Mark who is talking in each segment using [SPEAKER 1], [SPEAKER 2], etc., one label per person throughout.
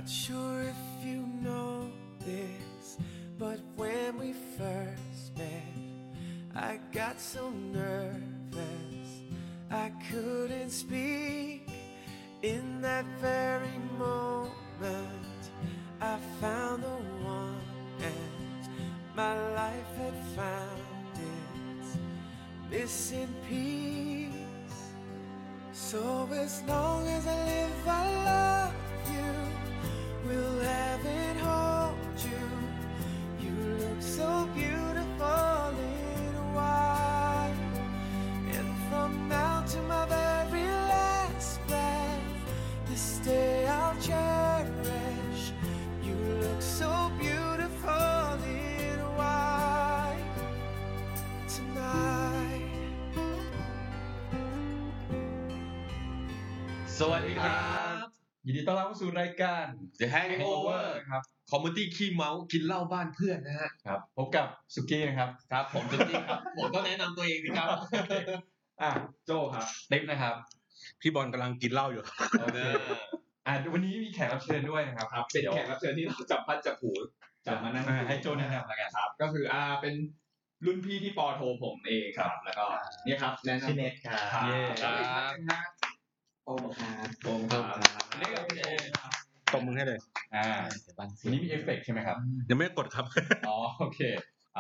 [SPEAKER 1] Not sure if you know this, but when we first met, I got so nervous I couldn't speak. In that very moment, I found the one, and my life had found its missing piece. So as long as I live, I love you. Will have and hold you. You look so beautiful in white, and from now to my very last breath, this day I'll cherish. You look so beautiful in white tonight.
[SPEAKER 2] สวัสดีครับยินดีต้อนรับเข้าสู่รายการ
[SPEAKER 3] The Hangover
[SPEAKER 2] ครับ
[SPEAKER 3] คอมมูนิตี้ขี้เมากินเหล้าบ้านเพื่อนนะฮะ
[SPEAKER 2] ครับพบกับสุกี้นะครับ
[SPEAKER 3] ครับผมจุดนี้ครับ ผมต้องแนะนำตัวเองสิครับ
[SPEAKER 2] โจครับติ๊บนะครับ
[SPEAKER 4] พี่บอลกำลังกินเหล้าอยู่
[SPEAKER 2] โอเควันนี้มีแขกรับเชิญด้วยนะครับ
[SPEAKER 5] เป็นแขกรับเชิญที่เราจับพัดจับผูจับมานั่ง
[SPEAKER 2] ให้โจแนะนำแล้วกัน
[SPEAKER 5] ครับก็คือเป็นรุ่นพี่ที่ปอโทผมเองครับแล้วก็นี่ครับแนะนำ
[SPEAKER 6] ชื่อเน็ตครับ
[SPEAKER 2] เย้
[SPEAKER 5] ครับ
[SPEAKER 6] โอมครับ
[SPEAKER 5] โอมครับนี่ก็เป็นโอมครับ
[SPEAKER 4] ตบมือให้เลย
[SPEAKER 2] วันนี้มีเอฟเฟกต์ใช่ไหมครับ
[SPEAKER 4] ยังไม่ได้กดครับ
[SPEAKER 2] อ๋อโอเค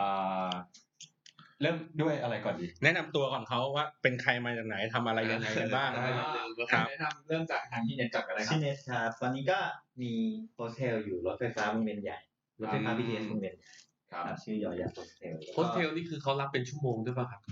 [SPEAKER 2] เริ่มด้วยอะไรก่อนดี
[SPEAKER 4] แนะนำตัวก่อนเขาว่าเป็นใครมาจากไหนทำอะไรยังไงกันบ้าง ครับ
[SPEAKER 5] แนะนำเริ่มจากทางที่เน็ตจัดกันเลยครั
[SPEAKER 6] ชื่
[SPEAKER 5] บ
[SPEAKER 6] อเน็ตครับตอนนี้ก็มีโฮสเทลอยู่รถไฟฟ้าวงเวียนใหญ่รถไฟฟ้า BTS วงเวียนใหญ่
[SPEAKER 5] ครับ
[SPEAKER 6] ชื่อยอยาโฮสเทล
[SPEAKER 3] โฮสเทลนี่คือเขารับเป็นชั่วโมงด้วยป่ะครับ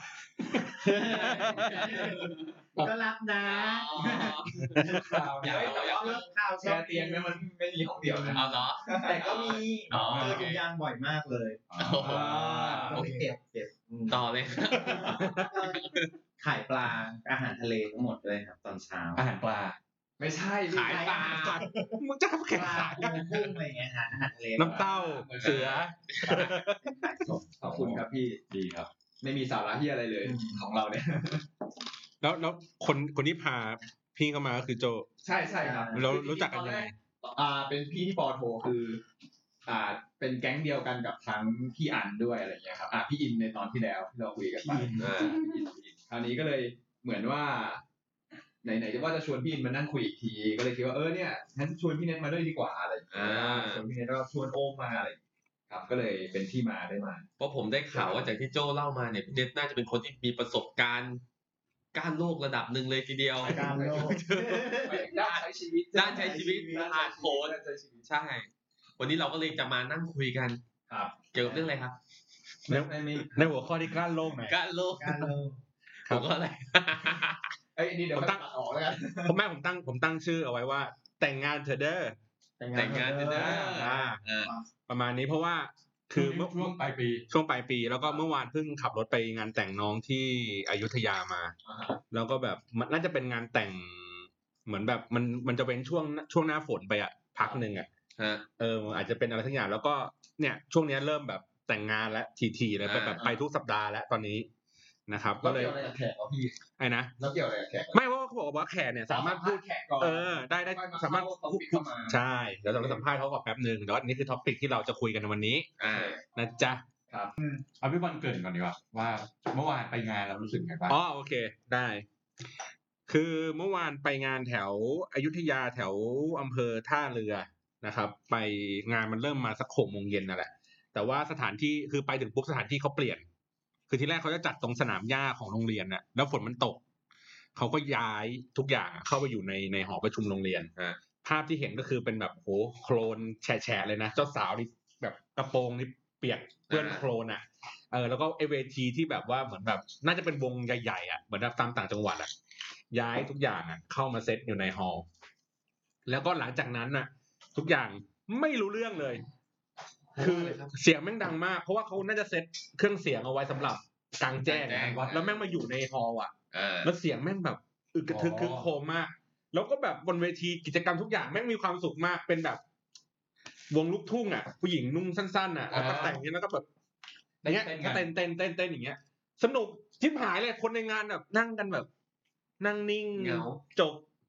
[SPEAKER 6] ก็รับนะ
[SPEAKER 5] ข่าวเรื่องข่าวแชร์เตียงเนี่ยมันไม่มีห้องเดียวนะ
[SPEAKER 3] เอาเนาะ
[SPEAKER 6] แต่ก็มี
[SPEAKER 3] อ๋อ
[SPEAKER 6] เจอวิญญาณบ่อยมากเลย
[SPEAKER 5] โอเค
[SPEAKER 6] ก็ไปเก็บ
[SPEAKER 3] ต่อเลย
[SPEAKER 6] ก็ขายปลาอาหารทะเลทั้งหมดเลยครับตอนเช้า
[SPEAKER 2] อาหารปลา
[SPEAKER 5] ไม่ใช่
[SPEAKER 3] ขายปลา
[SPEAKER 4] มึงจะทำแข่
[SPEAKER 6] ป
[SPEAKER 4] ง
[SPEAKER 6] ลา
[SPEAKER 4] ขาย
[SPEAKER 6] กุ้งอะไรเงี้ยฮะอาหารทะเล
[SPEAKER 4] น้ำเต้าเสือ
[SPEAKER 6] ขายส่ง
[SPEAKER 5] ขอบคุณครับพี่
[SPEAKER 2] ดีครับ
[SPEAKER 5] ไม่มีสาระที่อะไรเลยของเราเนี่ย
[SPEAKER 4] แล้วคนที่พาพี่เข้ามาก็คือโจ
[SPEAKER 5] ใช่ครับ
[SPEAKER 4] เรารู้จักกันยังไง
[SPEAKER 5] เป็นพี่ที่ปอโทคือเป็นแก๊งเดียวกันกับทั้งพี่อันด้วยอะไรเงี้ยครับพี่อินในตอนที่แล้วที่เราคุยกันไปพี่อินคราวนี้ก็เลยเหมือนว่าไหนๆจะว่าจะชวนพี่อินมานั่งคุยอีกทีก็เลยคิดว่าเนี่ยงั้นชวนพี่เน็ตมาด้วยดีกว่าอะไรอย่างเงี้ยชวนพี่เน็ตแล้วก็ชวนโอมมาอะไรครับก็เลยเป็นที่มาได้มา
[SPEAKER 3] เพราะผมได้ข่าวว่าจากที่โจ้เล่ามาเนี่ยพี่เน็ตน่าจะเป็นคนที่มีประสบการณ์ก้านโลกระดับหนึ่งเลยทีเดียว
[SPEAKER 6] การโลก
[SPEAKER 5] ด้านใช้ชีวิต
[SPEAKER 3] ด้านใช้ชีวิตผ่านโผนใช่ วันนี้เราก็เลยจะมานั่งคุยกัน
[SPEAKER 5] ครับ
[SPEAKER 3] เกี่ยวกับเรื่องอะไรครับ
[SPEAKER 4] ในหัวข้อที่กล้าโลกหน่อย
[SPEAKER 3] ก้านโลก
[SPEAKER 6] การโลก
[SPEAKER 3] ผมก็อะไร
[SPEAKER 5] นี่เดี๋ยวตัดออกแล้วกัน
[SPEAKER 4] ผมตั้งชื่อเอาไว้ว่า แต่งงานเธอเด้อ
[SPEAKER 3] แต่งงานเถอะนะ
[SPEAKER 4] ประมาณนี้เพราะว่าคือเมื่อ
[SPEAKER 2] ช่วงปลายปี
[SPEAKER 4] ช่วงปลายปีแล้วก็เมื่อวานเพิ่งขับรถไปงานแต่งน้องที่อยุธยามา แล้วก็แบบมันน่าจะเป็นงานแต่งเหมือนแบบมันจะเป็นช่วงหน้าฝนไปอ่ะพักหนึ่งอ่ะ
[SPEAKER 3] ฮะ
[SPEAKER 4] อาจจะเป็นอะไรทั้งอย่างแล้วก็เนี่ยช่วงนี้เริ่มแบบแต่งงานแล้วทีๆเลยแบบไปทุกสัปดาห์แล้วตอนนี้นะครับ
[SPEAKER 5] ก็
[SPEAKER 4] ก็
[SPEAKER 5] เล
[SPEAKER 4] เลย ย
[SPEAKER 5] อะไรกับแขกวะพี่
[SPEAKER 4] ไอ้นะ
[SPEAKER 5] แล้วเกี่ยวอะไรกับแขก
[SPEAKER 4] ไม่เพราะว่าเขาบอกว่าแขกเนี่ยสามารถพูด
[SPEAKER 5] แขกก่อน
[SPEAKER 4] ได้สามารถพูดใช่เดี๋ยวเราสัมภาษณ์เขาก่อนแป๊บนึงเดี๋ยวอันนี้คือท็อปิกที่เราจะคุยกันในวันนี้นะจ๊ะ
[SPEAKER 2] เอาพี่บอลเกริ่นก่อนดีกว่าว่าเมื่อวานไปงานเรารู้สึกไงบ้าง
[SPEAKER 4] อ๋อโอเคได้ คือเมื่อวานไปงานแถวอยุธยาแถวอำเภอท่าเรือนะครับ ไปงานมันเริ่มมาสัก6 โมงเย็นนั่นแหละแต่ว่าสถานที่คือไปถึงปุ๊บสถานที่เขาเปลี่ยน คือที่แรกเขาจะจัดตรงสนามหญ้าของโรงเรียนน่ะแล้วฝนมันตกเขาก็ย้ายทุกอย่างเข้าไปอยู่ในหอประชุมโรงเรียนภาพที่เห็นก็คือเป็นแบบโหโคลนแฉะเลยนะเจ้าสาวนี่แบบกระโปรงนี่เปียกเปื้อนโคลนอ่ะแล้วก็เวทีที่แบบว่าเหมือนแบบน่าจะเป็นวงใหญ่ๆอ่ะเหมือนแบบตามต่างจังหวัดอ่ะย้ายทุกอย่างอ่ะเข้ามาเซตอยู่ในฮอลล์แล้วก็หลังจากนั้นน่ะทุกอย่างไม่รู้เรื่องเลยคือเสียงแม่งดังมากเพราะว่าเขาน่าจะเซตเครื่องเสียงเอาไว้สำหรับกลางแจ้งแล้วแม่งมาอยู่ในฮอลล์อ่ะแล้วเสียงแม่งแบบอึกกระทึกคึกโครมมากแล้วก็แบบบนเวทีกิจกรรมทุกอย่างแม่งมีความสุขมากเป็นแบบวงลูกทุ่งอ่ะผู้หญิงนุ่งสั้นๆอ่ะแล้วก็แต่งนี้แล้วก็แบบอย่างเงี้ยก็เต้นอย่างเงี้ยสนุกชิบหายเลยคนในงานแบบนั่งกันแบบนั่งนิ่งจบ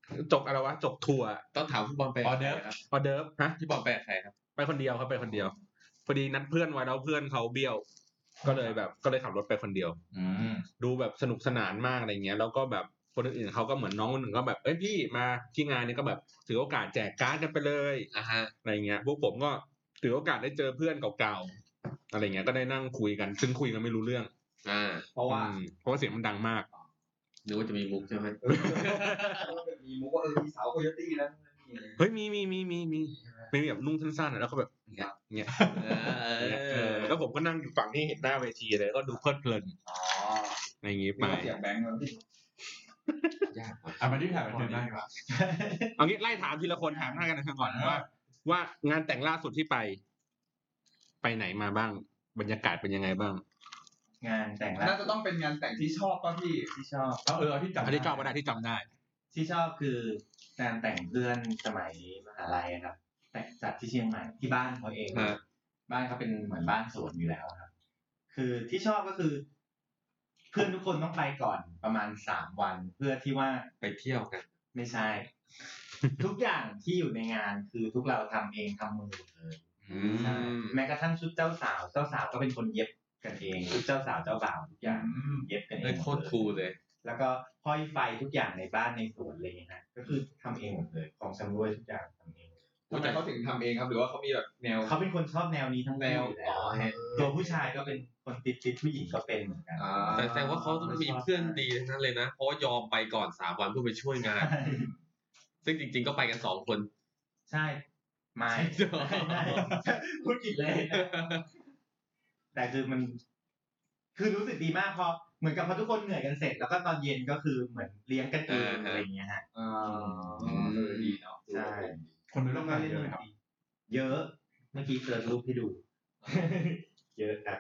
[SPEAKER 4] จกอะไรวะจกถั่ว
[SPEAKER 3] ต้องถามพี่บอลไป
[SPEAKER 2] ออเดิร์ฟ
[SPEAKER 3] ครับ
[SPEAKER 4] ออเดิร์ฟฮะ
[SPEAKER 3] พี่บอลไปกับใครครับ
[SPEAKER 4] ไปคนเดียวครับไปคนเดียวพอดีนัดเพื่อนไว้แล้วเพื่อนเขาเบี้ยว ก็เลยขับรถไปคนเดียว ดูแบบสนุกสนานมากอะไรเงี้ยแล้วก็แบบคนอื่นๆเขาก็เหมือนน้องคนหนึ่งก็แบบเอ้ยพี่มาที่งานนี้ก็แบบถือโอกาสแจกการ์ดกันไปเลยอะไรเงี้ยพวกผมก็ถือโอกาสได้เจอเพื่อนเก่าๆอะไรเงี้ยก็ได้นั่งคุยกันซึ่งคุยกันไม่รู้เรื่อง
[SPEAKER 5] เพราะว่า
[SPEAKER 4] เสียงมันดังมาก
[SPEAKER 3] นึกว่าจะมีมุกใช่ไหม
[SPEAKER 5] มีมุกว่ามีสาวโคโยตี้แล้ว
[SPEAKER 4] เฮ้ยมีแบบนุ่งสั้นๆแล้วก็แบบเงี้ยแล้วผมก็นั่งอยู่ฝั่งที่เห็นหน้าเวทีเลยก็ดูเพลิดเพลินอะไรอย่างงี้ไป
[SPEAKER 5] เสียงแบงค์แล้วพี่
[SPEAKER 3] ยาก
[SPEAKER 2] เอามาที่ถ่ายบันเทิงได้ครับ
[SPEAKER 4] เอางี้ไล่ถามทีละคนถามหน้ากันก่อนว่างานแต่งล่าสุดที่ไปไหนมาบ้างบรรยากาศเป็นยังไงบ้าง
[SPEAKER 6] งานแต่งแล้ว
[SPEAKER 5] น่าจะต้องเป็นงานแต่งที่ชอบป่ะพี่
[SPEAKER 6] ที่ชอบ
[SPEAKER 2] เอาที่จำ
[SPEAKER 4] อันที่จำได้ที่จำได้
[SPEAKER 6] ที่ชอบคืองานแต่งเพื่อนสมัยมหาลัยครับแต่จัดที่เชียงใหม่ที่บ้านเขาเองบ้านเขาเป็นเหมือนบ้านสวนอยู่แล้วครับ คือที่ชอบก็คือ เพื่อนทุกคนต้องไปก่อนประมาณ3 วันเพื่อที่ว่า
[SPEAKER 3] ไปเที่ยวกัน
[SPEAKER 6] ไม่ใช่ ทุกอย่างที่อยู่ในงานคือทุกเราทำเองทำมือเลยใช่แม้กระทั่งชุดเจ้าสาวก็เป็นคนเย็บกันเองชุดเจ้าสาวเจ้าบ่าวทุกอย่างเย็บกันเอง
[SPEAKER 3] โคตรคูลเลย
[SPEAKER 6] แล้วก็ห้อยไฟทุกอย่างในบ้านในสวนอะไรอย่างเงี้ยฮะก็คือทำเองหมดเลยของชำร่วยทุกอย่างทำเอง
[SPEAKER 5] ทำไมเขาถึงทำเองครับหรือว่าเขามีแบบแนว
[SPEAKER 6] เขาเป็นคนชอบแนวนี้ทั้งแนวอยู่แล้วฮะตัวผู้ชายก็เป็นคนติดผู้หญิงก็เป็นเหมือนกัน
[SPEAKER 3] แต่แสดงว่าเขาต้องมีเพื่อนดีทั้งนั้นเลยนะเพราะว่ายอมไปก่อน3 วันเพื่อไปช่วยงาน ซึ่งจริงๆก็ไปกัน2 คน
[SPEAKER 6] ใช่ไม่พูดผิดเลย แต่คือมันคือรู้สึกดีมากพอเหมือนกับพอทุกคนเหนื่อยกันเสร็จแล้วก็ตอนเย็นก็คือเหมือนเลี้ยงกันเองอะไรอย่างเงี้ยฮะ
[SPEAKER 5] ดีเนาะ
[SPEAKER 6] ใช่
[SPEAKER 2] คนไปร่วมงานเยอะไหมครับ
[SPEAKER 6] เยอะเมื่อกี้เปิดรูปให้ดู เยอะครับ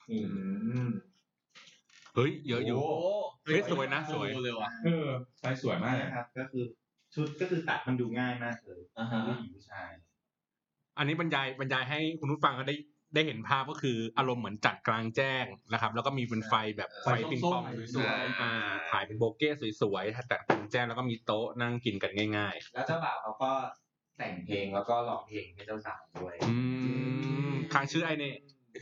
[SPEAKER 4] เฮ้ยเยอะอยู่เฮ้ยสวยนะสวย
[SPEAKER 3] เลยว่ะ
[SPEAKER 2] ไปสวยมาก
[SPEAKER 6] นะครับก็คือชุดก็คือตัดมันดูง่ายมากเลยผู้หญิงผู้ชาย
[SPEAKER 4] อันนี้บรรยายให้คุณผู้ฟังเขาได้เห็นภาพก็คืออารมณ์เหมือนจัดกลางแจ้งนะครับแล้วก็มีเป็นไฟแบบไฟปิงปองสวยๆถ่ายเป็นโบเก้สวยๆจัดกลางแจ้งแล้วก็มีโต๊ะนั่งกินกันง่ายๆ
[SPEAKER 6] แล้วเจ้าบ่าวเขาก็แต่งเพลงแล้วก็ร้องเพลงให้เจ้าสาวด้วย
[SPEAKER 4] ค้างชื่อไอเน่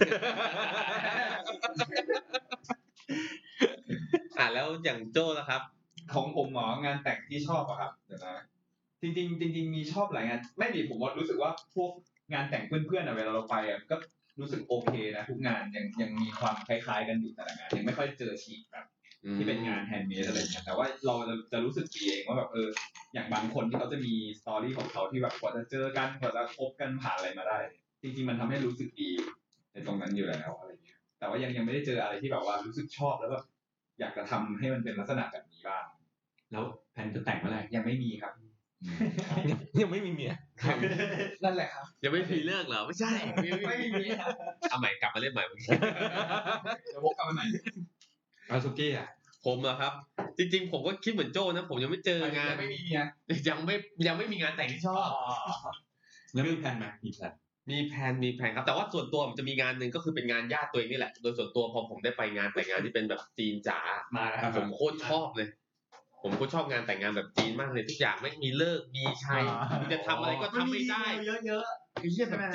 [SPEAKER 3] แล้วอย่างโจ้ล่ะครับ
[SPEAKER 5] ของผมหมองานแต่งที่ชอบอะครับเดี๋ยวนะจริงมีชอบหลายงานไม่มีผมว่ารู้สึกว่าพวกงานแต่งเพื่อนๆเวลาเราไปก็รู้สึกโอเคนะทุกงานยังมีความคล้ายๆกันอยู่แต่ละงานยังไม่ค่อยเจอฉีกแบบที่เป็นงานแฮนด์เมดอะไรเงี้ยแต่ว่าเราจะรู้สึกดีเองว่าแบบอย่างบางคนที่เขาจะมีสตอรี่ของเขาที่แบบกว่าจะเจอกันกว่าจะคบกันผ่านอะไรมาได้จริงๆมันทำให้รู้สึกดีในตรงนั้นอยู่แล้วอะไรเงี้ยแต่ว่ายังไม่ได้เจออะไรที่แบบว่ารู้สึกชอบแล้วแบบอยากจะทำให้มันเป็นลักษณะแบบนี้บ้าง
[SPEAKER 2] แล้วแผนจะแต่งเมื่อไหร่
[SPEAKER 5] ยังไม่มีครับ
[SPEAKER 4] ยังไม่มีเมีย
[SPEAKER 5] นั่นแหละครับ
[SPEAKER 3] ยังไม่มีเรื่องเหรอไม่ใช่
[SPEAKER 5] ไม่มีครับ
[SPEAKER 3] เอาใหม่กลับมาเล่นใหม่เมื่อกี้
[SPEAKER 5] เดี๋ยวพบกันใหม่
[SPEAKER 2] เอาซุกี้อ่ะ
[SPEAKER 3] ผมเหรอครับ จริงๆผมก็คิดเหมือนโจ้นะผมยังไม่เจองาน
[SPEAKER 5] ไม่มีเมีย
[SPEAKER 3] ยังไม่มีงานแต่งที่ชอบ
[SPEAKER 2] แล้วมีแผนไหมมีแผน
[SPEAKER 3] มีแผนครับแต่ว่าส่วนตัวมันจะมีงานหนึ่งก็คือเป็นงานญาติตัวเองนี่แหละโดยส่วนตัวพอผมได้ไปงานแต่งงานที่เป็นแบบจีนจ๋า
[SPEAKER 5] มาแล้ว
[SPEAKER 3] ผมโคตรชอบเลย ผมก็ชอบงานแต่งงานแบบจีนมากเลยทุกอย่างไม่มีเลิกมีชัยมึงจะทำอะไรก็ทำไม่ได้
[SPEAKER 6] เยอะ
[SPEAKER 3] ไอ้เหี้ยแบบ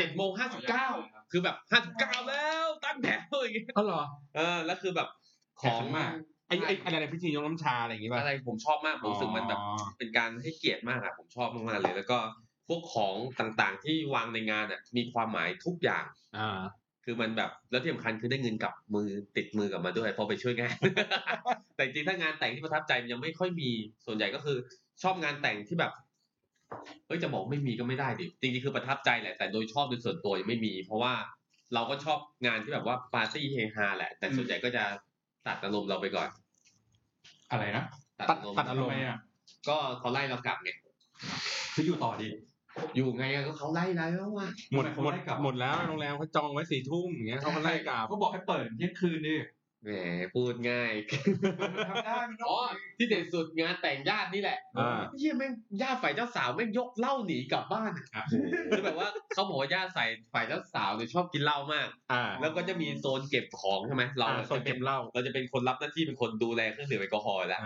[SPEAKER 3] 7:59คือแบบ59แล้วตั้งแถวอย่างเงี้ย
[SPEAKER 4] อ๋อเหรอ
[SPEAKER 3] แล้วคือแบบของ
[SPEAKER 2] มาก
[SPEAKER 4] ไออะไรพิธียกน้ำชาอะไรอย่างงี้ป่ะ
[SPEAKER 3] อะไรผมชอบมากผมรู้สึกมันแบบเป็นการให้เกียรติมากอะผมชอบมากๆเลย แล้วก็พวกของต่างๆที่วางในงานอะมีความหมายทุกอย่างคือมันแบบแล้วที่สำคัญคือได้เงินกับมือติดมือกลับมาด้วยพอไปช่วยงาน แต่จริงๆถ้างานแต่งที่ประทับใจมันยังไม่ค่อยมีส่วนใหญ่ก็คือชอบงานแต่งที่แบบจะบอกไม่มีก็ไม่ได้ดิจริงๆคือประทับใจแหละแต่โดยชอบโดยส่วนตัวยังไม่มีเพราะว่าเราก็ชอบงานที่แบบว่าปาร์ตี้เฮฮาแหละแต่ส่วนใหญ่ก็จะตัดอารมณ์เราไปก่อน
[SPEAKER 2] อะไรนะ
[SPEAKER 4] ตัดอารมณ์
[SPEAKER 3] ก็เขาไล่เรากลับไง
[SPEAKER 2] คืออยู่ต่อดิ
[SPEAKER 3] อยู่ไงก็เขาไล่แล้วว่ะ
[SPEAKER 4] หมดแล้วโรงแรมเขาจองไว้4 ทุ่มอย่างเงี้ยเขาก็ไล่กลับ
[SPEAKER 2] ก็บอกให้เปิดเที่ยงคืนดิ
[SPEAKER 3] แหมพูดง่าย
[SPEAKER 2] ทำได้มันต้
[SPEAKER 3] อ๋
[SPEAKER 2] อ
[SPEAKER 3] อง ที่เด็ดสุดงานแต่งญาตินี่แหละเฮียแม่งญาติฝ่ายเจ้าสาวแม่งยกเหล้าหนีกลับบ้านคือแบบว่าเขาบอกว่าญาติฝ่ายเจ้าสาวเนี่ยชอบกินเหล้ามากแล้วก็จะมีโซนเก็บของใช่ไหมเรา
[SPEAKER 4] โซนเก็บเหล้า
[SPEAKER 3] เราจะเป็นคนรับหน้าที่เป็นคนดูแลเครื่องดื่มแอลกอฮอล์แล้ว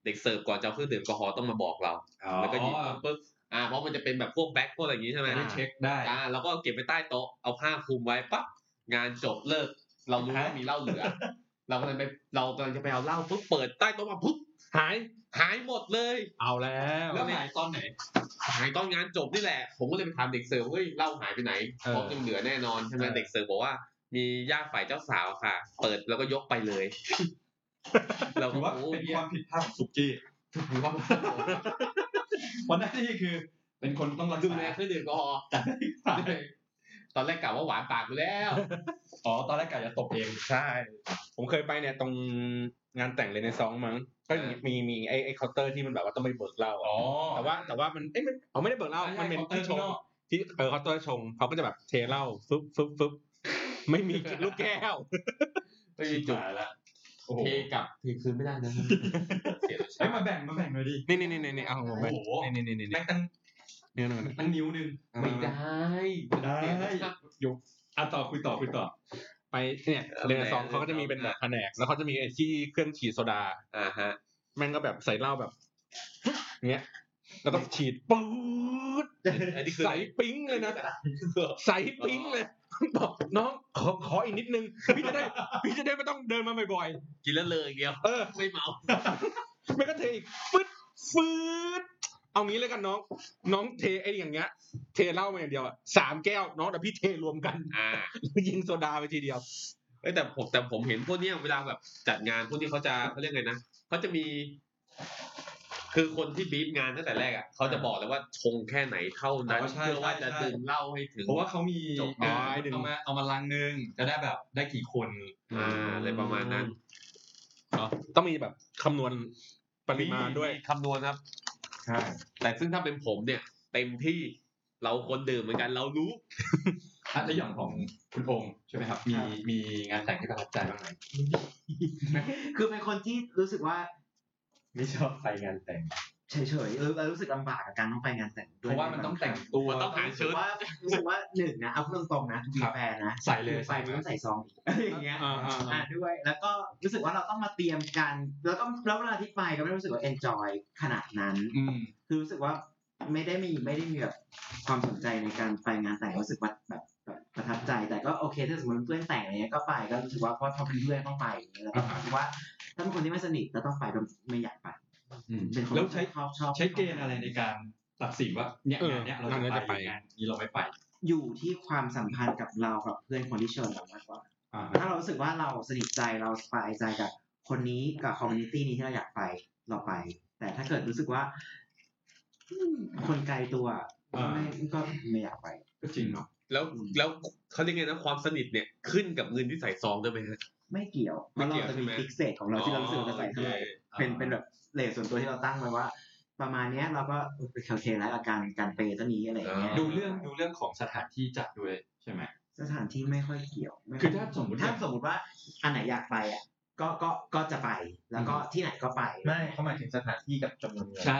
[SPEAKER 3] เด็กเสิร์ฟก่อนจะเอาเครื่องดื่มแอลกอฮอล์ต้องมาบอกเราแล้วก็หยิบปุ๊บเพราะมันจะเป็นแบบพวกแบ็คพวกอะไรอย่างงี้ใช่ไหม
[SPEAKER 5] เช็คได้
[SPEAKER 3] เราก็เก็บไว้ใต้โต๊ะเอาผ้าคลุมไว้ปั๊บงานจบเลิกเรารู้ว่ามีเหล้าเหลือเรากำลังจะไปเอาเหล้าปุ๊บเปิดใต้โต๊ะมาปุ๊บหายหมดเลย
[SPEAKER 4] เอาแล้ว
[SPEAKER 5] หายตอนไหน
[SPEAKER 3] หายตอนงานจบนี่แหละผมก็เลยไปถามเด็กเสิร์ฟเฮ้ยเหล้าหายไปไหนเพราะยังเหลือแน่นอนใช่ไหมเด็กเสิร์ฟบอกว่ามีญาติฝ่ายเจ้าสาวค่ะเปิดแล้วก็ยกไปเลย
[SPEAKER 5] เราถือว่าเป็นความผิดพลาดของสุกี้
[SPEAKER 3] ถือว่า
[SPEAKER 5] วันนั้นนี่คือเป็นคนต้องรักษา
[SPEAKER 3] ดูแลเครื่องดื่มแอลกอฮอล์ตอนแรกกะว่าหวานปากไปแล้ว
[SPEAKER 5] ตอนแรกกะจะตบเอง
[SPEAKER 4] ใช่ผมเคยไปเนี่ยตรงงานแต่งเลยในซองมั้งก็มีไอ้เคาน์เตอร์ที่มันแบบว่าต้องไปเบิกเหล้าแต่ว่ามันไม่ได้เบิกเหล้ามันเป็นที่ชงที่เคาน์เตอร์ชงเขาก็จะแบบเทเหล้าฟึบไม่มีลูกแก้ว
[SPEAKER 3] ไม่มีจุดแล้วเทกลับเทคืนไม่ได้นะ
[SPEAKER 5] มาแบ่งหน่อยดิ
[SPEAKER 4] นี่เอาของผมไปนี่
[SPEAKER 5] แบ่งตั้งนิ้วนึง
[SPEAKER 3] ไม่ได้
[SPEAKER 5] ยกต่อคุยต่อ
[SPEAKER 4] ไปเนี่ยเรื่องซองเขาก็จะมีเป็นแบบแผนกแล้วเขาจะมีไอ้ที่เครื่องฉีดโซดาแม่งก็แบบใส่เหล้าแบบเงี้ยแล้วก็ฉีดปื๊ดใส่ปิ้งเลยนะใส่ปิ้งเลยบอกน้องขออีกนิดนึงพี่จะได้ไม่ต้องเดินมาบ่อย
[SPEAKER 3] ๆกินแล้วเลยอย่างเดียวไม่เมา
[SPEAKER 4] ไม่ก็เทอีกฟืดเอางี้เลยกันน้องเทไอ้อย่างเงี้ยเทเหล้ามาอย่างเดียว3แก้วน้องแต่พี่เทรวมกันยิงโซดาไปทีเดียว
[SPEAKER 3] แต่ผมเห็นพวกนี้เวลาแบบจัดงานพวกนี้เขาเรียกไงนะเขาจะมีคือคนที่บีบงานตั้งแต่แรกเขาจะบอกเลยว่าชงแค่ไหไหนเท่านั้นเพื่อว่าจะดื่มเหล้าให้ถึง
[SPEAKER 5] เพราะว่าเขามีเอามาลังนึงจะได้แบบได้กี่คน
[SPEAKER 3] อะไรประมาณนั้น
[SPEAKER 4] ต้องมีแบบคำนวณปริมาณด้วย
[SPEAKER 3] คำนวณครับใช่แต่ซึ่งถ้าเป็นผมเนี่ยเต็มที่เราคนดื่มเหมือนกันเรารู้
[SPEAKER 5] แล้วอย่างของคุณองค์ใช่ไหมครับมีงานแต่งที่ประทับใจบ้างไหม
[SPEAKER 7] คือเป็นคนที่รู้สึกว่า
[SPEAKER 5] ไม่ชอบไปงานแต่ง
[SPEAKER 7] เฉยๆเรารู้สึกลำบากกับการต้องไปงานแต่ง
[SPEAKER 5] เพราะว่ามันต้องแต่งตัว
[SPEAKER 3] ต้องหาชุด
[SPEAKER 7] รู้สึกว่าหนึ่งนะเอาพูดตรงๆนะทุกทีแฟนนะ
[SPEAKER 5] ใส่เลย
[SPEAKER 7] ไปมันต้องใส่ซองอย่างเงี้ยด้วยแล้วก็รู้สึกว่าเราต้องมาเตรียมกันแล้วเวลาที่ไปก็ไม่รู้สึกว่า enjoy ขนาดนั้นคือรู้สึกว่าไม่ได้มีแบบความสนใจในการไปงานแต่งรู้สึกว่าแบบประทับใจแต่ก็โอเคถ้าสมมติเพื่อนแต่งอะไรเงี้ยก็ไปก็รู้สึกว่าเพราะเขาเป็นเพื่อนต้องไปแล้วก็รู้สึกว่าถ้าเป็นคนที่ไม่สนิทแล้วต้องไปก็ไม่อยากไป
[SPEAKER 5] แล้วใช้เกณฑ์อะไรในการตัดสินว่าเนี่ยงานเนี้ยเราจะไปงานนี้เราไม่ไป
[SPEAKER 7] อยู่ที่ความสัมพันธ์กับเรากับเพื่อนคนที่เชิญเรามากกว่าถ้าเรารู้สึกว่าเราสนิทใจเราสบายใจกับคนนี้กับคอมมูนิตี้นี้ที่เราอยากไปเราไปแต่ถ้าเกิดรู้สึกว่าคนไกลตัวก็ไม่อยากไป
[SPEAKER 5] ก็จริงเนาะ
[SPEAKER 3] แล้วเขาเรียกไงนะความสนิทเนี่ยขึ้นกับเงินที่ใส่ซองได้ไหมฮะ
[SPEAKER 7] ไม่เกี่ยวเพราะเราจะมีฟิกเซตของเราที่เรารู้สึกจะใส่เท่าไหร่เป็นแบบเรทส่วนตัวที่เราตั้งไว้ว่าประมาณนี้เราก็โอเคแล้วอาการเปย์ตัวนี้อะไรอย่างเงี้ย
[SPEAKER 5] ดูเรื่องของสถานที่จัดด้วยใช่ไหม
[SPEAKER 7] สถานที่ไม่ค่อยเกี่ยว
[SPEAKER 5] คือถ้าสมมติ
[SPEAKER 7] ว่าอันไหนอยากไปก็จะไปแล้วก็ที่ไหนก็ไป
[SPEAKER 6] ไม่เขาหมายถึงสถานที่กับจำนวนเงิน
[SPEAKER 5] ใช่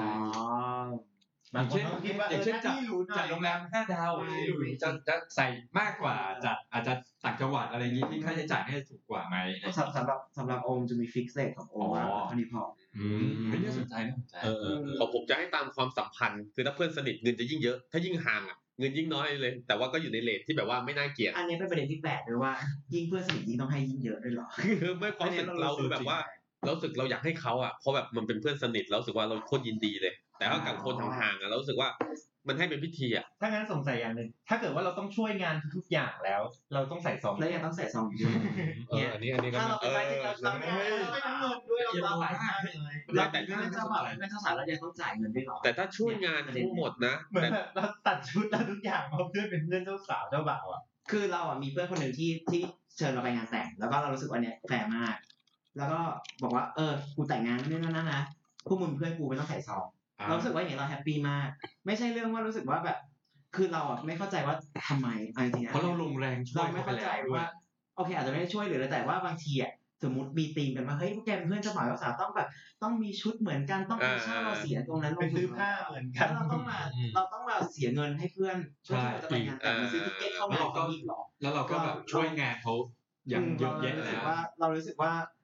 [SPEAKER 5] อย่างเช่นจัดโรงแรม5 ดาวจะใส่มากกว่าอาจจะต่างจังหวัดอะไรอย่างนี้ที่ค่าใช้จ่ายน่าจะถูกกว่าไหม
[SPEAKER 7] สำหรับโอมจะมีฟิกเซตของโอมอันนี้พอ
[SPEAKER 5] ไม่น่าสนใจ
[SPEAKER 3] ของผมจะให้ตามความสัมพันธ์คือถ้าเพื่อนสนิทเงินจะยิ่งเยอะถ้ายิ่งห่างเงินยิ่งน้อยเลยแต่ว่าก็อยู่ในเรทที่แบบว่าไม่น่าเกลียด
[SPEAKER 7] อันนี้เป็นประเด็นที่แปลกด้วยว่ายิ่งเพื่อนสนิทยิ่งต้องให้ยิ่งเยอะด้วยหรอ
[SPEAKER 3] คือไม่ความรู้สึกเราคือแบบว่าเราสึกเราอยากให้เขาเพราะแบบมันเป็นเพื่อนสนิทเราสึกว่าเราโคตรยินดีเลยแต่ถ้ากับคนห่างๆเราสึกว่ามันให้เป็นพิธี
[SPEAKER 6] ถ้างั้นสงสัยอย่างนึงถ้าเกิดว่าเราต้องช่วยงานทุกอย่างแล้วเราต้องใส่ซอง
[SPEAKER 7] แล้วยังต้องใส่ซองอยู่
[SPEAKER 4] อันนี้ก็
[SPEAKER 7] ถ้าเราไปจริงเราต้องไม่ทั้งเงินด้วยเราไปมากเลยแต่ถ้าเจ้าบ่าวเป็นเจ้าสาวเรายังต้องจ่ายเงินด้วยหรอ
[SPEAKER 3] แต่ถ้าช่วยงานทั้งหมดนะ
[SPEAKER 6] เหมือนแบบเราตัดชุดแล้วทุกอย่างเพราะเพื่อนเป็นเพื่อนเจ้าสาวเจ้าบ่าว
[SPEAKER 7] คือเรามีเพื่อนคนหนึ่งที่เชิญเราไปงานแต่งแล้วก็เรารู้สึกว่าเนี่ยแฟร์มากแล้วก็บอกว่ากูแต่งงานไม่ได้นั่นนะพวกมึงเพื่อนกูไม่ต้องใส่ซองเรารู้สึกว่าอย่างนี้เราแฮปปี้มากไม่ใช่เรื่องว่ารู้สึกว่าแบบคือเราไม่เข้าใจว่าทำไมจริงๆ
[SPEAKER 5] เพราะเราลงแรงช่วย
[SPEAKER 7] เราไม่เข้าใจว่าโอเคอาจจะไม่ได้ช่วยหรือแต่ว่าบางทีสมมติมีธีมกันว่าเฮ้ยพวกแกเป็นเพื่อนเจ้าบ่าวเจ้าสาวต้องแบบต้องมีชุดเหมือนกันต้องมีเช่าเราเสียตรงนั้น
[SPEAKER 6] ไปซื้อผ้าเหมือนกัน
[SPEAKER 7] เราต้องมาเสียเงินให้เพื่อนช่วยจะไปงานแต่งซื้อติ๊กเก็ตเข้ามาก็อีกหรอ
[SPEAKER 5] แล้วเราก็แบบช่วยงานเขาอย่างเยอะแยะแล้ว
[SPEAKER 7] เรารู้สึกว่า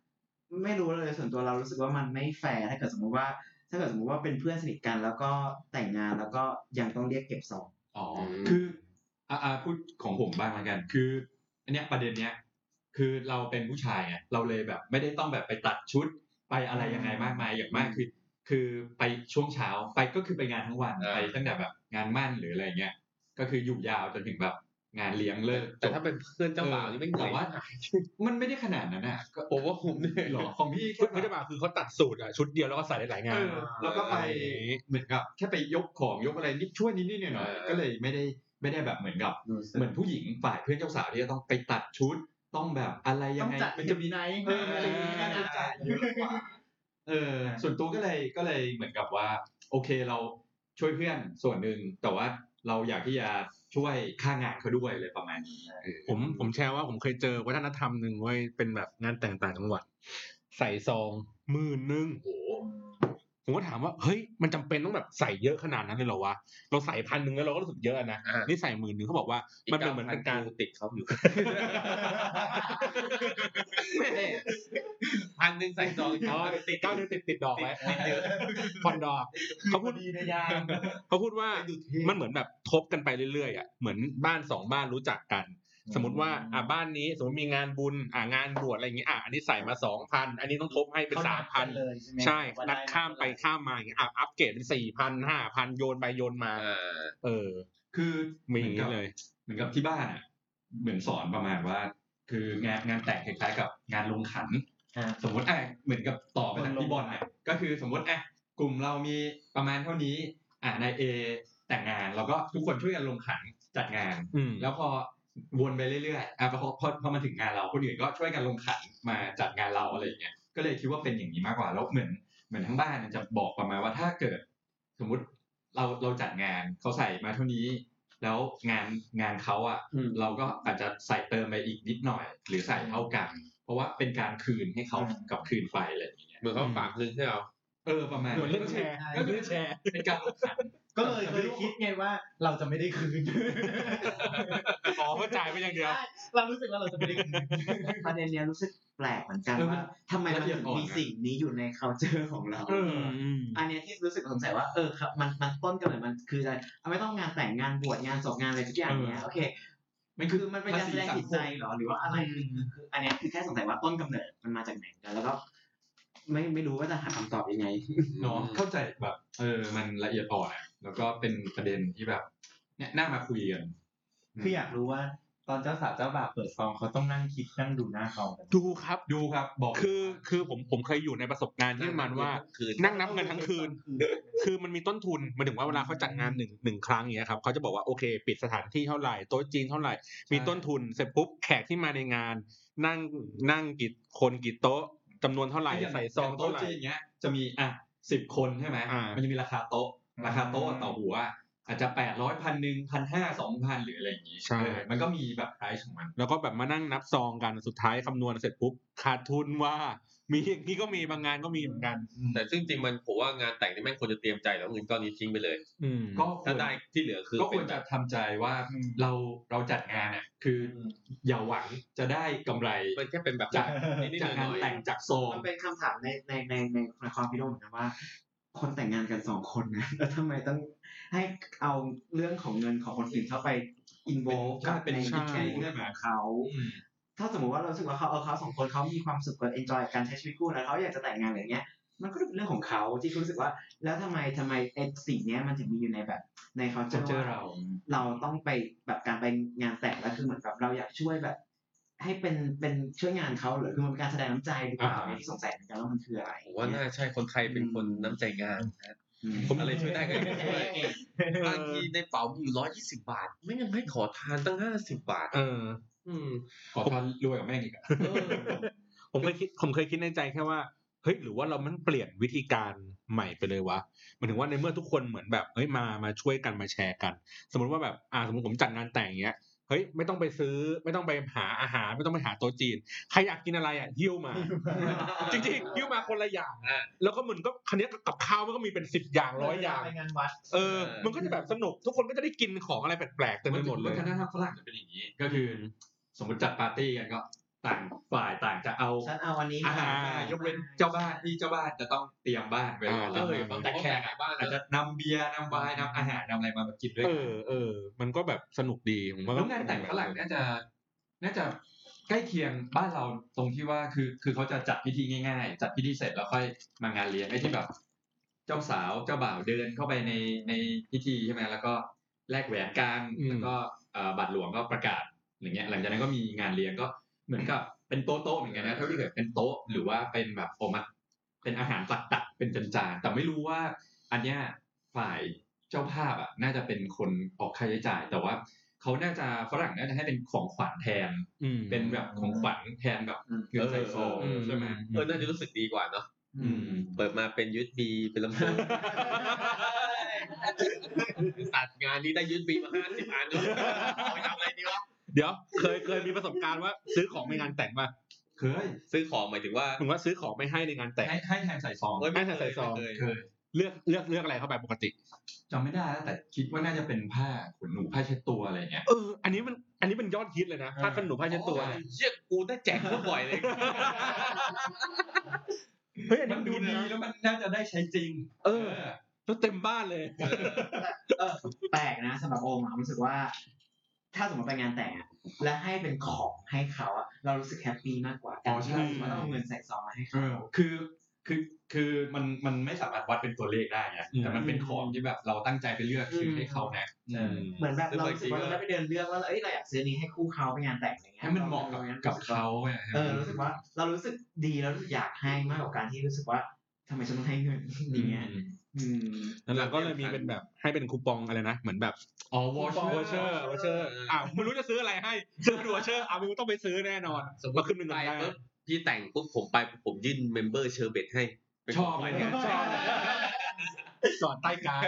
[SPEAKER 7] ไม่รู้เลยส่วนตัวเรารู้สึกว่ามันไม่แฟร์ถ้าเกิดสมมติว่าเป็นเพื่อนสนิทกันแล้วก็แต่งงานแล้วก็ยังต้องเรียกเก็บซอง
[SPEAKER 2] คือพูดของผมบ้างแล้วกันคืออันเนี้ยประเด็นเนี้ยคือเราเป็นผู้ชายไงเราเลยแบบไม่ได้ต้องแบบไปตัดชุดไปอะไรยังไงมากมายอย่างมากคือไปช่วงเช้าไปก็คือไปงานทั้งวันไปตั้งแต่แบบงานมั่นหรืออะไรเงี้ยก็คืออยู่ยาวจนถึงแบบงานเลี้ยงเลิก
[SPEAKER 3] แต่ถ้าเป็นเพื่อนเจ้าบ่าวนี่ไม่เหนื่อย
[SPEAKER 2] แต่ว่ามันไม่ได้ขนาดนั้นน่ะก็
[SPEAKER 3] ผมว่าคุ้มเลย
[SPEAKER 2] หรอของพี่
[SPEAKER 4] เพื่อนเจ้าบ่าวคือเขาตัดสูตรชุดเดียวแล้วก็ใส่ได้หลายงาน
[SPEAKER 2] แล้วก็ไปเหมือนกับแค่ไปยกของยกอะไรนิดช่วยนิดๆหน่อยๆก็เลยไม่ได้แบบเหมือนกับเหมือนผู้หญิงฝ่ายเพื่อนเจ้าสาวที่จะต้องไปตัดชุดต้องแบบอะไรยังไง
[SPEAKER 5] มันจะมีไนท์
[SPEAKER 2] จ่ายเยอะกว่าส่วนตัวก็เลยเหมือนกับว่าโอเคเราช่วยเพื่อนส่วนหนึ่งแต่ว่าเราอยากที่จะช่วยค่างานเขาด้วยเลยประมาณนี้
[SPEAKER 4] ผมแชร์ว่าผมเคยเจอวัฒนธรรมนึงไว้เป็นแบบงานแต่งต่างจังหวัดใส่ซอง10,000 โอ้ผมก็ถามว่าเฮ้ยมันจำเป็นต้องแบบใส่เยอะขนาดนั้นเลยเหรอวะเราใส่1,000แล้วเราก็รู้สึกเยอะนะนี่ใส่10,000เขาบอกว่ามันเป็นเหมือนเป็นการ
[SPEAKER 3] ติดเขาอยู่1,000ใส่ซอง
[SPEAKER 4] ติด9 เดือนติดดอกไว้ผ่อนดอกเขาพูดเขาพูดว่ามันเหมือนแบบทบกันไปเรื่อยๆเหมือนบ้าน2บ้านรู้จักกันสมมติว่าบ้านนี้สมมติมีงานบุญงานบวชอะไรอย่างงี้อันนี้ใส่มา 2,000 อันนี้ต้องทบให้เป็น 3,000 ใช่นัดข้ามไปข้ามมาอย่างเงี้ยอัปเกรดเป็น 4,000 5,000 โยนไปโยนมา
[SPEAKER 2] คือ
[SPEAKER 4] มีอย่างนี้เลย
[SPEAKER 2] เหมือนกับที่บ้านเหมือนสอนประมาณว่าคืองานแต่งคล้ายๆกับงานลงขันสมมติเหมือนกับต่อไปจากพี่บอลก็คือสมมติกลุ่มเรามีประมาณเท่านี้นาย A แต่งงานเราก็ทุกคนช่วยกันลงขันจัดงานแล้วพอวนไปเรื่อยๆพอมาถึงงานเราคนอื่นก็ช่วยกันลงขันมาจัดงานเราอะไรอย่างเงี้ยก็เลยคิดว่าเป็นอย่างนี้มากกว่าแล้วเหมือนทั้งบ้านจะบอกประมาณว่าถ้าเกิดสมมุติเราจัดงานเขาใส่มาเท่านี้แล้วงานเขาเราก็อาจจะใส่เติมไปอีกนิดหน่อยหรือใส่เท่ากันเพราะว่าเป็นการคืนให้เขากับคืนไปอะไรอย่างเงี้ย
[SPEAKER 3] เหมือนเขาฝากคืนให้เรา
[SPEAKER 2] ประมาณ
[SPEAKER 4] เรื่องแชร์
[SPEAKER 2] เป็นการลงขัน
[SPEAKER 5] ก็เลยเคยคิดไงว่าเราจะไม่ได้คืน
[SPEAKER 4] ก็จ่ายไปอย่างเดียว
[SPEAKER 5] เรารู้สึกว่าเราจะไม่ได้คืน
[SPEAKER 7] ประเด็นเนี้ยรู้สึกแปลกเหมือนกันว่าทำไมมันถึงมีสิ่งนี้อยู่ใน culture ของเราอันเนี้ยที่รู้สึกสงสัยว่าครับมันต้นกำเนิดมันคืออะไรไม่ต้องงานแต่งงานบวชงานศพงานอะไรทุกอย่างเนี้ยโอเคมันเป็นการแสดงจิตใจหรอหรือว่าอะไรคืออันเนี้ยคือแค่สงสัยว่าต้นกำเนิดมันมาจากไหนกันแล้วก็ไม่รู้ว่าจะหาคำตอบยังไง
[SPEAKER 2] เนาะเข้าใจแบบมันละเอียดอ่อนแล้วก็เป็นประเด็นที่แบบเนี่ยน่ามาคุยกัน
[SPEAKER 5] คืออยากรู้ว่าตอนเจ้าสาวเจ้าบ่าวเปิดซองเขาต้องนั่งคิดนั่งดูหน้าเขา
[SPEAKER 4] ดูครับบอกคือผมเคยอยู่ในประสบการณ์ที่มันว่านั่งนับเงินทั้งคืนคือมันมีต้นทุนมาถึงว่าเวลาเขาจัดงานหนึ่งครั้งอย่างเงี้ยครับเขาจะบอกว่าโอเคปิดสถานที่เท่าไหร่โต๊ะจีนเท่าไหร่มีต้นทุนเสร็จปุ๊บแขกที่มาในงานนั่งกี่คนกี่โต๊ะจำนวนเท่าไหร่ใส่ซองเท่าไหร่
[SPEAKER 2] อย่างเงี้ยจะมี10 คนใช่ไหมมันจะมีราคาโต๊ะต่อหัวอาจจะ800 1,000 1,500 2,000หรืออะไรอย่างงี้มันก็มีแบบไพรซ์ของมัน
[SPEAKER 4] แล้วก็แบบมานั่งนับซองกันสุดท้ายคำนวณเสร็จปุ๊บขาดทุนว่ามีอย่างนี้ก็มีบางงานก็มีเหมือนกัน
[SPEAKER 3] แต่ซึ่งจริงมันผมว่างานแต่งนี่แม่งควรจะเตรียมใจแล้วเงินก้อนนี้ทิ้งไปเลยก็ถ้าได้ที่เหลือคือ
[SPEAKER 2] ก็ควรจะทำใจว่าเราจัดงานคืออย่าหวังจะได้กำไร
[SPEAKER 3] มันแค่เป็นแบบ
[SPEAKER 2] จากงานแต่งจากซอง
[SPEAKER 7] มันเป็นคำถามในความคิดเหมือนกันว่าคนแต่งงานกัน2 คนนะแล้วทำไมต้องให้เอาเรื่องของเงินของคนอื่นเข้าไปอินโวลว์กับในเรื่องของเขาถ้าสมมติว่าเราสึกว่าเขา2 คนเขามีความสุขกับ enjoy การใช้ชีวิตคู่แล้วเขาอยากจะแต่งงานอะไรเงี้ยมันก็เป็นเรื่องของเขาที่รู้สึกว่าแล้วทำไมสิ่งนี้มันถึงมีอยู่ในแบบใน culture เราต้องไปแบบการไปงานแต่งแล้วคือเหมือนกับเราอยากช่วยแบบให้เป็นช่วยงานเขาหรือคือมันเป็นการแสดงน้ำใจหรือเปล่าที่สงสัยเหมือนกันว่ามันคืออะไร
[SPEAKER 3] ว่าน่าใช่คนไทยเป็นคนน้ำใจงานผมอะไรช่วยได้ก็ช่วยบางทีในเป๋ามีอยู่120 บาทไม่ยังให้ขอทานตั้ง50 บาท
[SPEAKER 2] ขอทานรวยกับแม่งอีก
[SPEAKER 4] ผมเคยคิดในใจแค่ว่าเฮ้ยหรือว่าเรามันเปลี่ยนวิธีการใหม่ไปเลยวะหมายถึงว่าในเมื่อทุกคนเหมือนแบบเฮ้ยมาช่วยกันมาแชร์กันสมมติว่าแบบสมมติผมจัดงานแต่งอย่างเงี้ยเฮ้ยไม่ต้องไปซื้อไม่ต้องไปหาอาหารไม่ต้องไปหาโต๊ะจีนใครอยากกินอะไรหิ้วมาจริงๆหิ้วมาคนละอย่างแล้วก็มันก็คันนี้กับข้าวมันก็มีเป็น10 อย่าง100 อย่างมันก็จะแบบสนุกทุกคนก็จะได้กินของอะไรแปลกๆเต็มไปหมดเลย
[SPEAKER 2] วัฒนธรรมฝรั่งจะเป็นอย่างนี้ก็คือสมมติจัดปาร์ตี้กันก็ต่างฝ่ายต่างจะเอา
[SPEAKER 7] ฉันเอาวันนี้
[SPEAKER 2] อาหารมายกเว้นเจ้าบ้านที่เจ้าบ้านจะต้องเตรียมบ้านไว้รอแล้วแต่แขกอาจจะนำเบียร์นำไวน์นำอาหารนำอะไรมากินด้วยกัน
[SPEAKER 4] มันก็แบบสนุกดีผมว่า
[SPEAKER 2] แล้วงานแต่งฝรั่งน่าจะใกล้เคียงบ้านเราตรงที่ว่าคือเขาจะจัดพิธีง่ายๆจัดพิธีเสร็จแล้วค่อยมางานเลี้ยงไอ้ที่แบบเจ้าสาวเจ้าบ่าวเดินเข้าไปในพิธีใช่ไหมแล้วก็แลกแหวนกันแล้วก็บาทหลวงก็ประกาศอย่างเงี้ยหลังจากนั้นก็มีงานเลี้ยงก็เหมือนกับเป็นโต๊ะเหมือนกันนะเท่าที่เกิดเป็นโต๊ะหรือว่าเป็นแบบโอมัดเป็นอาหารตักเป็นจานๆแต่ไม่รู้ว่าอันเนี้ยฝ่ายเจ้าภาพอ่ะน่าจะเป็นคนออกค่าใช้จ่ายแต่ว่าเขาน่าจะฝรั่งน่าจะให้เป็นของขวัญแทนเป็นแบบของขวัญแทนแบบเงินใส่ซองใช่ไหม
[SPEAKER 3] น่าจะรู้สึกดีกว่าเนาะเปิดมาเป็นUSB เป็นลำโพงตัดงานนี้ได้USB มา50 อันเอาไปทำอะไรดีวะ
[SPEAKER 4] เดี๋ยวเคยมีประสบการณ์ว่าซื้อของในงานแต่งป่ะ
[SPEAKER 2] เคย
[SPEAKER 3] ซื้อของหมายถึงว่า
[SPEAKER 4] ซื้อของไม่ให้ในงานแต่ง
[SPEAKER 2] ให้แทนใส่ซอง
[SPEAKER 4] ให้แทนใส่ซองเคยเลือกอะไรเข้าไปปกติ
[SPEAKER 2] จำไม่ได้แต่คิดว่าน่าจะเป็นผ้าขนหนูผ้าเช็ดตัวอะไรเงี้ย
[SPEAKER 4] อันนี้เป็นยอดฮิตเลยนะผ้าขนหนูผ้าเช็ดตัว
[SPEAKER 3] เหี้ยกูได้แจกบ่อยเลย
[SPEAKER 2] เฮ้ยมันดูดีแล้วมันน่าจะได้ใช้จริง
[SPEAKER 4] แล้วเต็มบ้านเลย
[SPEAKER 7] แปลกนะสำหรับโอมรู้สึกว่าถ้าสมมติไปงานแต่งและให้เป็นของให้เขาเรารู้สึกแฮปปี้มากกว่าการที่เราต้องเอาเงินใส่ซองมาให้เขา
[SPEAKER 2] คือมันไม่สามารถวัดเป็นตัวเลขได้ไงแต่มันเป็นของที่แบบเราตั้งใจไปเลือกซื้อให้เขานะ
[SPEAKER 7] เหมือนแบบเรารู้สึกว่าเราได้ไปเดินเลือกว่าเราอยากซื้อนี้ให้คู่เขาไปงานแต่งอะไรเงี้ย
[SPEAKER 2] ให้มันเหมาะกับเขา
[SPEAKER 7] รู้สึกว่าเรารู้สึกดีแล้วอยากให้มากกว่าการที่รู้สึกว่าทำไมฉันต้องให้เงินอย่างเงี้ย
[SPEAKER 4] แล้วเราก็เลยมีเป็นแบบให้เป็นคูปองอะไรนะเหมือนแบบ
[SPEAKER 2] วอเชอร์
[SPEAKER 4] ไม่รู้จะซื้ออะไรให้ซื้อวอเชอร์มึงต้องไปซื้อแน่นอน
[SPEAKER 3] สมมติขึ้นเงินได้พี่แต่งปุ๊บผมยื่นเมมเบอร์เชอร์เบตให้
[SPEAKER 2] ชอบเลยเนี่ยชอบ
[SPEAKER 4] จอดใต้กลาง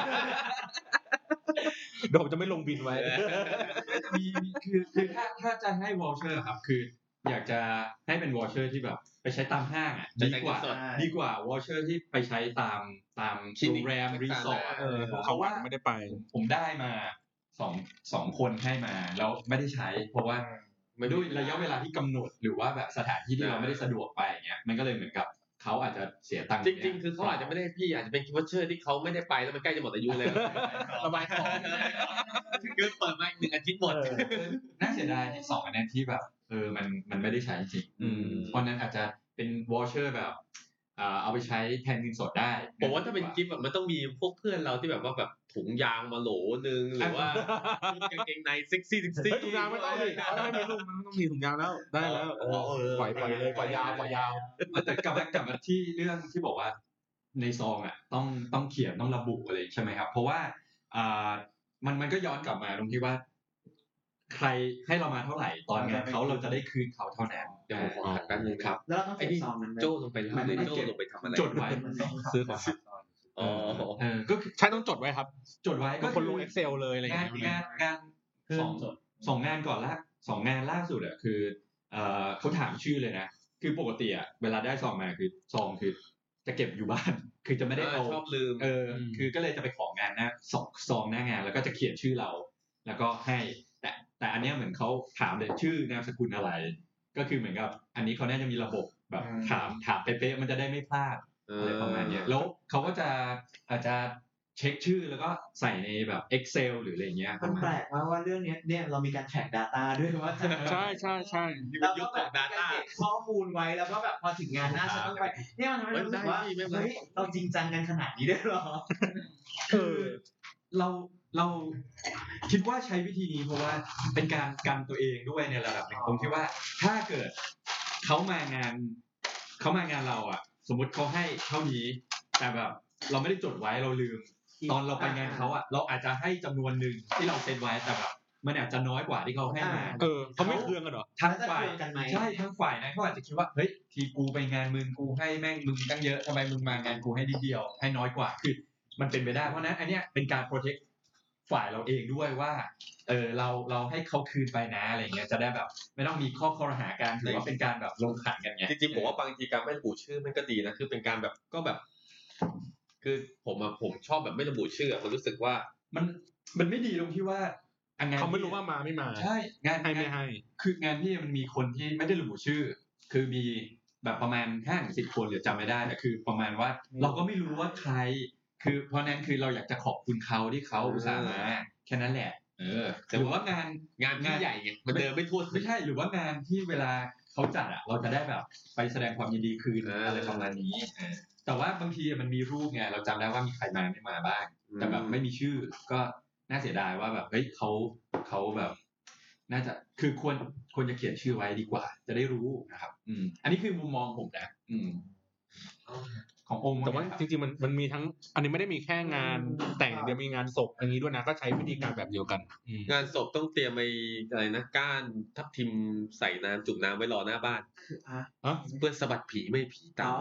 [SPEAKER 4] เดี๋ยวผมจะไม่ลงบินไว้
[SPEAKER 2] มีคือถ้าจะให้วอเชอร์ครับคืออยากจะให้เป็นวอเชอร์ที่แบบไปใช้ตามห้างดีกว่าวอเชอร์ที่ไปใช้ตามโรงแรมรีสอร์ท
[SPEAKER 4] เพราะว่าไม่ได้ไป
[SPEAKER 2] ผมได้มาสองคนให้มาแล้วไม่ได้ใช้เพราะว่าด้วยระยะเวลาที่กำหนดหรือว่าแบบสถานที่ที่เราไม่ได้สะดวกไปอย่างเงี้ยมันก็เลยเหมือนกับเขาอาจจะเสียตังค์
[SPEAKER 3] จริงๆคือเขาอาจจะไม่ได้พี่อาจจะเป็นวอเชอร์ที่เขาไม่ได้ไปแล้วมันใกล้จะหมดอายุเลย
[SPEAKER 4] ระบายของ
[SPEAKER 3] คือเปิดมา1 อาทิตย์หมด
[SPEAKER 2] น่าเสียดายที่2อันนั้นที่แบบมันไม่ได้ใช้จริงเพราะนั้นอาจจะเป็นวอเชอร์แบบเอาไปใช้แทนเงินสดได้
[SPEAKER 3] ผมว่าถ้าเป็นกิฟต์แบบมันต้องมีพวกเพื่อนเราที่แบบว่าแบบถุงยางมาโหลนึงหรือว่ากางเกงในเซ็กซี่
[SPEAKER 4] ถุงยางไม่ต้องดิไม่ต้องมีถุงยางแล้วได้แล้วปล่อยเลยปล่อยยาว
[SPEAKER 2] แต่กลับมาที่เรื่องที่บอกว่าในซองต้องเขียนต้องระบุอะไรใช่ไหมครับเพราะว่ามันก็ย้อนกลับมาตรงที่ว่าใครให้เรามาเท่าไหร่ตอนงานเขาเราจะได้คืนเขาเท่านั้น
[SPEAKER 3] เดี๋ยวผมขอขัดแป๊บนึงครับ
[SPEAKER 7] แล้วเราต้องเก็บซองนั้น
[SPEAKER 3] โจ้ลงไปทำอะไรโจ้ลงไปทำอะไร
[SPEAKER 2] จดไว้
[SPEAKER 4] ซื้อของก็ใช่ต้องจดไว้ครับ
[SPEAKER 2] จดไว้ก็
[SPEAKER 4] คนลง Excel เลยอะไรอย่างเงี้ย
[SPEAKER 2] งานสองงานก่อนละ2 งานล่าสุดอ่ะคือเขาถามชื่อเลยนะคือปกติอ่ะเวลาได้ซองมาคือซองคือจะเก็บอยู่บ้านคือจะไม่ได้เอา
[SPEAKER 3] ชอบลืม
[SPEAKER 2] คือก็เลยจะไปของานหน้าซองหน้างานแล้วก็จะเขียนชื่อเราแล้วก็ให้แต่อันเนี้ยเหมือนเขาถามเลยชื่อนามสกุลอะไรก็คือเหมือนกับอันนี้เขาน่าจะมีระบบแบบถามเป๊ะๆมันจะได้ไม่พลาดอะไรประมาณนี้แล้วเขาก็จะอาจจะเช็คชื่อแล้วก็ใส่ในแบบ Excel หรืออะไรเงี้ย
[SPEAKER 7] มันแปลกว่าเรื่องนี้เนี่ยเรามีการแท็ก data ด้วยว่า
[SPEAKER 4] ใช่
[SPEAKER 7] เราก็แบบ data ข้อมูลไว้แล้วก็แบบพอถึงงานหน้าฉันต้องไปเนี่ยมันทำให้รู้สึกว่าเฮ้ยเราจริงจังกันขนาดนี้ได้หรอ
[SPEAKER 2] เราคิดว่าใช้วิธีนี้เพราะว่าเป็นการกันตัวเองด้วยในระดับหนึ่งตรงที่ว่าถ้าเกิดเขามางานเราอ่ะสมมุติเขาให้เท่านี้แต่แบบเราไม่ได้จดไว้เราลืมตอนเราไปงานเขาอ่ะเราอาจจะให้จำนวนหนึ่งที่เราเซ็นไว้แต่แบบมันอาจจะน้อยกว่าที่เขาให้มา
[SPEAKER 4] เขาไม่เคืองกันหรอ
[SPEAKER 2] ทั้งฝ่ายใช่ทั้งฝ่ายนะเขาอาจจะคิดว่าเฮ้ยทีกูไปงานมึงกูให้แม่งมึงตั้งเยอะทำไมมึงมางานกูให้นิดเดียวให้น้อยกว่าคือมันเป็นไปได้เพราะนั้นอันเนี้ยเป็นการโปรเทคฝ่ายเราเองด้วยว่าเราให้เขาคืนไปนะอะไรเงี้ยจะได้แบบไม่ต้องมีข้อคอรหากันหรือว่าเป็นการแบบลงขันกันไง
[SPEAKER 3] จริงๆผมว่าบางทีการไม่ระบุชื่อมันก็ดีนะคือเป็นการแบบก็แบบคือผมชอบแบบไม่ระบุชื่อมันรู้สึกว่า
[SPEAKER 2] มันไม่ดีตรงที่ว่า
[SPEAKER 4] เขาไม่รู้ว่ามาไม่มา
[SPEAKER 2] ใช่งาน
[SPEAKER 4] ไม่ให้
[SPEAKER 2] คืองานพี่มันมีคนที่ไม่ได้ระบุชื่อคือมีแบบประมาณ5-10 คนหรือจำไม่ได้แต่คือประมาณว่าเราก็ไม่รู้ว่าใครคือเพราะนั้นคือเราอยากจะขอบคุณเขาที่เขาอุตส่าห์มาแค่นั้นแหละแต่ว่างาน
[SPEAKER 3] ที่ใหญ่ไงมันเดินไม่ทั่ว
[SPEAKER 2] ไม่ใช่หรือว่างานที่เวลาเขาจัดอ่ะเราจะได้แบบไปแสดงความยินดีคืนอะไรประมาณนี้แต่ว่าบางทีมันมีรูปไงเราจำได้ว่ามีใครมาไม่มาบ้างแต่แบบไม่มีชื่อก็น่าเสียดายว่าแบบเฮ้ยเขาแบบน่าจะคือควรจะเขียนชื่อไว้ดีกว่าจะได้รู้นะครับอันนี้คือมุมมองผมนะขององค์
[SPEAKER 4] แต่ว่าจริงๆมันมีทั้งอันนี้ไม่ได้มีแค่งานแต่งเดี๋ยวมีงานศพอย่างนี้ด้วยนะก็ใช้วิธีการแบบเดียวกัน
[SPEAKER 3] งานศพต้องเตรียมไปอะไรนะก้านทับทิมใส่น้ำจุ่มน้ำไว้รอหน้าบ้านเพื่อสะบัดผีไม่ผีตาม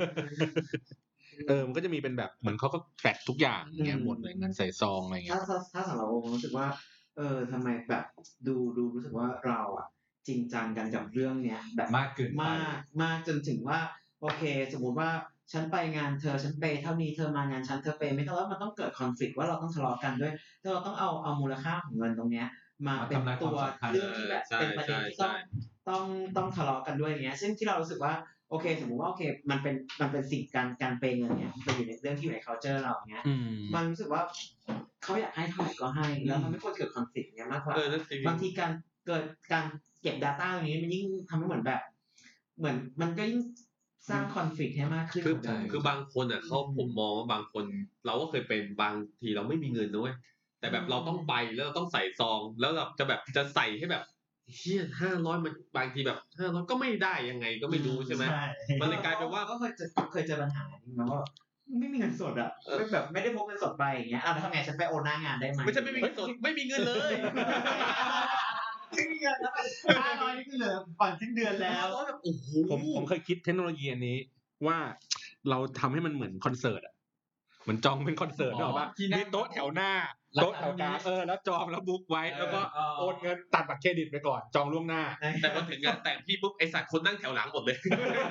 [SPEAKER 4] มันก็จะมีเป็นแบบเหมือนเขาก็แฟกทุกอย่างเงี้ยหมดเลยงานใส่ซองอะไรเงี้ย
[SPEAKER 7] ถ้าสำหรับผมรู้สึกว่าทำไมแบบดูรู้สึกว่าเราอ่ะจริงจังกันกับเรื่องเนี้ยแบบ
[SPEAKER 2] มากเกินไป
[SPEAKER 7] มากจนถึงว่าโอเคสมมุติว่าฉันไปงานเธอฉันเปย์เท่านี้เธอมางานฉันเธอเปย์ไม่เท่าแล้วมันต้องเกิดคอนฟลิกต์ว่าเราต้องทะเลาะกันด้วยเราต้องเอามูลค่าของเงินตรงเนี้ยมาเป็นตัวเรื่องที่แบบเป็นประเด็นที่ต้องทะเลาะกันด้วยอย่างเงี้ยซึ่งที่เรารู้สึกว่าโอเคสมมุติว่าโอเคมันเป็นสิ่งการเปย์เงินเนี้ยมันอยู่ในเรื่องที่อยู่ใน culture เราเงี้ยมันรู้สึกว่าเขาอยากให้เท่าไหร่ก็ให้แล้วมันไม่ควรเกิดคอนฟลิกต์เนี้ยมากกว่าบางทีการเกิดการเก็บ data ตรงนี้มันยิ่งทำให้เหมือนแบบเหมือนมันก็ยิ่งสร้างคอนฟลิกต์ให้มากขึ้น
[SPEAKER 3] คือบางคนอ่ะผมมองว่าบางคนเราก็เคยเป็นบางทีเราไม่มีเงินด้วยแต่แบบเราต้องไปแล้วเราต้องใส่ซองแล้วเราจะใส่ให้แบบเฮีย500มันบางทีแบบ500ก็ไม่ได้ยังไงก็ไม่รู้ใช่ไหมมันเลยกลายเป็นว่า
[SPEAKER 7] ก็เคยเจอปัญหาจริงๆว่าไม่มีเงินสดอ่ะแบบไม่ได้พกเงินสดไปอย่างเงี้ยแล้วทำไงฉันไปโอนหน้างานได้ไหม
[SPEAKER 3] ไม่ใช่ไม่มีเงินสดไม่มีเงินเลย
[SPEAKER 7] ไม่มีเงินแล้ว500นี่คือเหลือก่อนสิ้นเดือนแล้ว
[SPEAKER 3] โอ้โห
[SPEAKER 4] ผมเคยคิดเทคโนโลยีอันนี้ว่าเราทำให้มันเหมือนคอนเสิร์ตอ่ะเหมือนจองเป็นคอนเสิร์ตนึกออกป่ะมีโต๊ะแถวหน้าโต๊ะแถวกลางแล้วจองแล้วบุ๊กไว้แล้วก็โอนเงินตัดบัตรเครดิตไปก่อนจองล่วงหน้า
[SPEAKER 3] แต่พอถึงงานแต่งพี่ปุ๊บไอสัตว์คนนั่งแถวหลังหมดเลย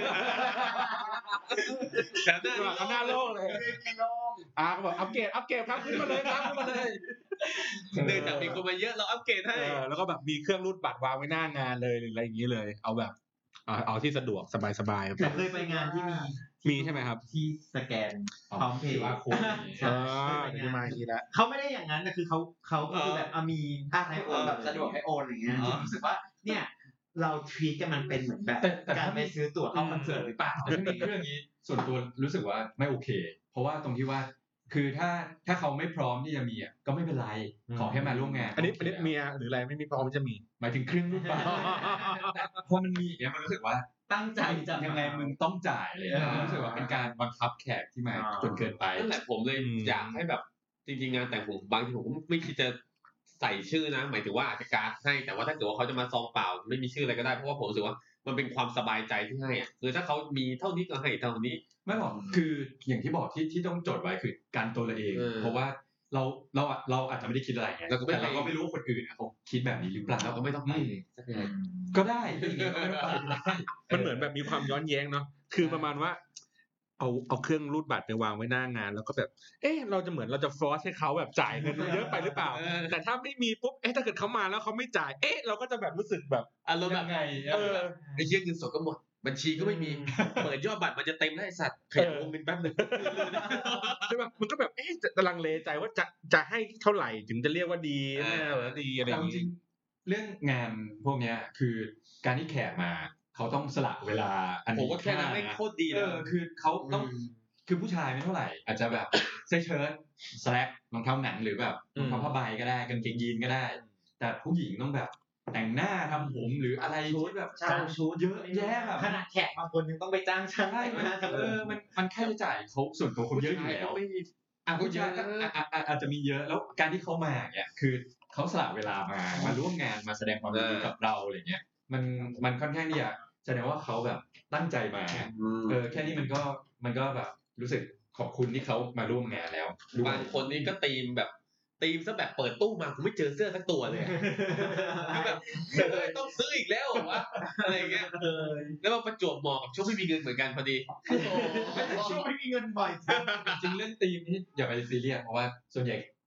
[SPEAKER 4] แถวหน้าโล่งเลยก็บอกอัปเกรดครับขึ้นมาเลยครับขึ้นมาเลย
[SPEAKER 3] เนื่องจากมีคนมาเยอะเราอัปเกรดให้
[SPEAKER 4] แล้วก็แบบมีเครื่องรูดบัตรวางไว้หน้างานเลยหรืออะไรอย่างนี้เลยเอาแบบเอาที่สะดวกสบายๆ
[SPEAKER 7] แต่เคยไปงานที่
[SPEAKER 4] มีใช่ไหมครับ
[SPEAKER 7] ที่สแกนพร้อมเพย์
[SPEAKER 2] ว่าโค้ด
[SPEAKER 4] นี่มาทีละ
[SPEAKER 7] เขาไม่ได้อย่างนั้นแต่คือเขาคือแบบมีอะไรโอนแบบสะดวกให้โอนอย่างเงี้ยรู้สึกว่าเนี่ยเราทรีตกันมันเป็นเหมือนแบบการไปซื้อตั๋วเข้าคอนเสิร์ตหรือเปล่า
[SPEAKER 2] แต่ถ้ามีเรื่องนี้ส่วนตัวรู้สึกว่าไม่โอเคเพราะว่าตรงที่ว่าคือถ้าเขาไม่พร้อมที่จะมีก็ไม่เป็นไรขอให้มาร่วมงาน
[SPEAKER 4] อันนี้เมียหรืออะไรไม่มีพร้อมจะมี
[SPEAKER 2] หมายถึงครึ่งรูปแบบพอมันมีอย่างเงี้ยมันรู้สึกว่า
[SPEAKER 7] ตั้งใจ
[SPEAKER 2] ยังไงมึงต้องจ่ายเลยรู้สึกว่าเป็นการบังคับแขกที่มาจนเกินไป
[SPEAKER 3] นั่นแหละผมเลยอยากให้แบบจริงๆงานแต่งผมบางทีผมไม่คิดจะใส่ชื่อนะหมายถึงว่าอาจจะการ์ดให้แต่ว่าถ้าเกิดว่าเขาจะมาซองเปล่าไม่มีชื่ออะไรก็ได้เพราะว่าผมรู้สึกว่ามันเป็นความสบายใจที่ให้อ่ะคือถ้าเขามีเท่านี้ก็ให้เท่านี้
[SPEAKER 2] ไม่บอกคืออย่างที่บอกที่ต้องจดไว้คือการตัวเราเองเพราะว่าเราอาจจะไม่ได้คิดอะไรไงแต่เราก็ไม่รู้ว่าคนอื่นเขาคิดแบบนี้หรือเปล่า
[SPEAKER 3] เราก็ไม่ต้องไป
[SPEAKER 2] ก็ได้
[SPEAKER 4] มันเหมือนแบบมีความย้อนแย้งเนาะคือประมาณว่าเอาเครื่องรูดบัตรไปวางไว้หน้างานแล้วก็แบบเราจะฟอร์สให้เขาแบบจ่ายเงินเยอะไปหรือเปล่าแต่ถ้าไม่มีปุ๊บถ้าเกิดเขามาแล้วเขาไม่จ่ายเราก็จะแบบรู้สึกแบบ
[SPEAKER 3] อารมณ์แบบไงไอ้เงินสดก็หมดบัญชีก็ไม่มีเปิดยอดบัตรมันจะเต็มแล้วไอ้สัตว์ขยับวงเงินแป๊บนึง
[SPEAKER 4] ใช่ป่ะมันก็แบบจะลังเลใจว่าจะให้เท่าไหร่ถึงจะเรียกว่าดีแน่หรือดีอะไรอย่างงี้
[SPEAKER 2] เรื่องงานพวกเนี้ยคือการที่แขกมาเขาต้องสละเวลาอันนี้
[SPEAKER 3] ผมก็แค่นั้นไม่โคตรดีเลย
[SPEAKER 2] คือเขาต้องคือผู้ชายไม่เท่าไหร่อาจจะแบบเสื้อเชิ้ตสแลกรองเท้าหนังหรือแบบรองเท้าผ้าใบก็ได้กางเกงยีนก็ได้แต่ผู้หญิงต้องแบบแต่งหน้าทำผมหรืออะไรที่แบบ
[SPEAKER 7] ชุด
[SPEAKER 2] เยอะแยะแบบ
[SPEAKER 7] ขนาดแขกบางคนยังต้องไปจ้างช่างให้มา
[SPEAKER 2] มันค่าใช้จ่ายเขาส่วนตัวคนเยอะอยู่แล้วผู้ชายก็อาจจะมีเยอะแล้วการที่เขามาเนี่ยคือเขาสละเวลามาร่วมงานมาแสดงความยินดีกับเราอะไรเงี้ยมันค่อนข้างที่จะแสดงว่าเขาแบบตั้งใจมาแค่นี้มันก็แบบรู้สึกขอบคุณที่เขามาร่วมงานแล้ว
[SPEAKER 3] บางคนนี่ก็ตีมซะแบบเปิดตู้มาผมไม่เจอเสื้อสักตัวเลยคือแบบต้องซื้ออีกแล้ววะอะไรเงี้ยแล้วมาประจวบเหมาะกับช่วงไม่มีเงินเหมือนกันพอดี
[SPEAKER 7] ช่วงไม่มีเงินบ่อย
[SPEAKER 2] จริงเรื่องตีมนี่อย่าไปซีเรียสเพราะว่าส่วนใหญ่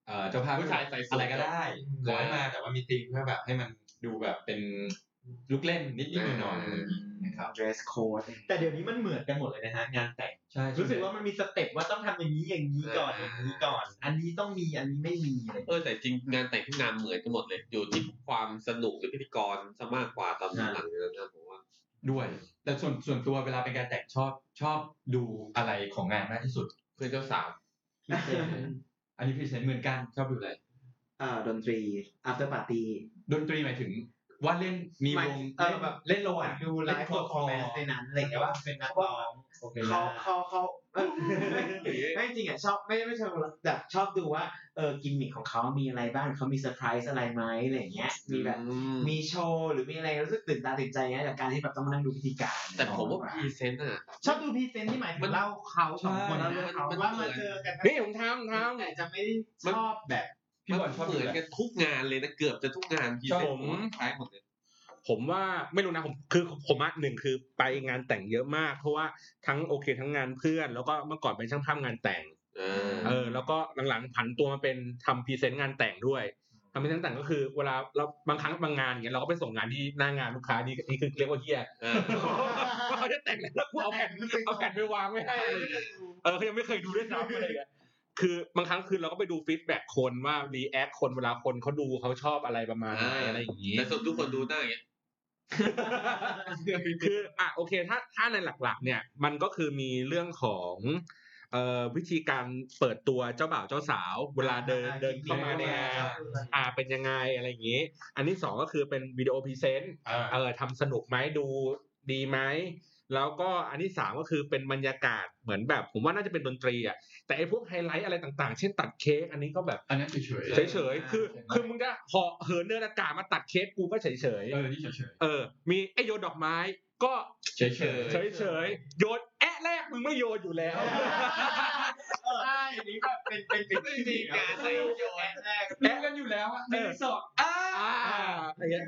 [SPEAKER 2] เจ้าภาพ
[SPEAKER 3] ผู้ชายใส่สูท
[SPEAKER 2] อะไรก็ได้ขอให้มาแต่ว่ามีธีมเพื่อแบบให้มันดูแบบเป็นลูกเล่นนิดๆหน่อยๆนะครับ
[SPEAKER 7] dress code แต่เดี๋ยวนี้มันเหมือนกันหมดเลยนะฮะงานแต่ง
[SPEAKER 2] ใช่
[SPEAKER 7] รู้สึกว่ามันมีสเต็ปว่าต้องทำอย่างนี้อย่างนี้ก่อนอย่างนี้ก่อน อันนี้ต้องมีอันนี้ไม่มีอะไร
[SPEAKER 3] แต่จริงงานแต่งทุกงานเหมือนกันหมดเลยอยู่ที่ความสนุกหรือพิธีกรซะมากกว่าตอนหลังนะผมว่า
[SPEAKER 2] ด้วยแต่ส่วนตัวเวลาเป็นการแต่งชอบดูอะไรของงานมากที่สุด
[SPEAKER 3] เพื่อนเจ้าสาว
[SPEAKER 2] อันนี้พรีเซนต์เหมือนกันชอบดูอะไร
[SPEAKER 7] ดนตรี after party
[SPEAKER 2] ดนตรีหมายถึงว่าเล่นมีวงแบบเล่นระหว่าง
[SPEAKER 7] ดูไลฟ์ performance ในนั้นอะไรอย่างเงี้ยว่าเป็นนักร้องเขาไม่จริงอ่ะชอบไม่ชอบแบบชอบดูว่ากิมมิคของเขามีอะไรบ้างเขามีเซอร์ไพรส์อะไรไหมอะไรอย่างเงี้ยมีแบบมีโชว์หรือมีอะไรรู้สึกตื่นตาตื่นใจเงี้ยจากการที่แบบต้องมานั่งดูพิธีการ
[SPEAKER 3] แต่ผมว่าพรีเซนต์อ่ะ
[SPEAKER 7] ชอบดูพรีเซนต์ที่หมายถึงเล่าเขาสองคนแล้วเขาว่ามาเจอกัน
[SPEAKER 4] นี่ผมทำ
[SPEAKER 7] แต่จะไม่ชอบแบบ
[SPEAKER 3] พี่บอลชอบเหมือนกันทุกงานเลยนะเกือบจะทุกงานพรีเซนต์คล้ายหมดเลย
[SPEAKER 4] ผมว่าไม่รู้นะผมหนึ่งคือไปงานแต่งเยอะมากเพราะว่าทั้งโอเคทั้งงานเพื่อนแล้วก็เมื่อก่อนเป็นช่างภาพงานแต่งแล้วก็หลังๆผันตัวมาเป็นทำพรีเซนต์งานแต่งด้วยทำพรีเซนต์แต่งก็คือเวลาเราบางครั้งบางงานอย่างเงี้ยเราก็ไปส่งงานที่หน้างานลูกค้านี่คือเรียกว่าเหี้ยเขาจะแต่งแล้วกูเอาแผ่นไปวางไว้ให้เขายังไม่เคยดูด้วยซ้ำอะไรอย่างเงี้ยคือบางครั้งคือเราก็ไปดูฟีดแบ็กคนว่ารีแอคคนเวลาคนเขาดูเขาชอบอะไรประมาณไหนอะไรอย่างงี้
[SPEAKER 3] แต่ส่วนทุกคนดูหน้าอย่างเงี้ย
[SPEAKER 4] คือโอเคถ้าในหลักๆเนี่ยมันก็คือมีเรื่องของวิธีการเปิดตัวเจ้าบ่าวเจ้าสาวเวลาเดินเข้ามาในงานเป็นยังไงอะไรอย่างงี้อันที่2ก็คือเป็นวิดีโอพรีเซนต์ทำสนุกไหมดูดีไหมแล้วก็อันที่3ก็คือเป็นบรรยากาศเหมือนแบบผมว่าน่าจะเป็นดนตรีอ่ะแต่ไอ้พวกไฮไลท์อะไรต่างๆเช่นตัดเค้กอันนี้ก็แบบ
[SPEAKER 2] อันนั้นเฉย
[SPEAKER 4] คือมึงจะเหาะเหินเดินอากาศมาตัดเค้กกูก็เฉย
[SPEAKER 2] นี่เฉย
[SPEAKER 4] มีไอ้โยนดอกไม้ก็
[SPEAKER 2] เฉย
[SPEAKER 4] โยนแรกมึงไม่โยนอยู่แล้ว
[SPEAKER 7] อันนี้แบบเป็นวิธีการใส่โยนแรก
[SPEAKER 2] กันอยู่แล้วในรีสอร์ท
[SPEAKER 4] อะไรอย่างเงี้ย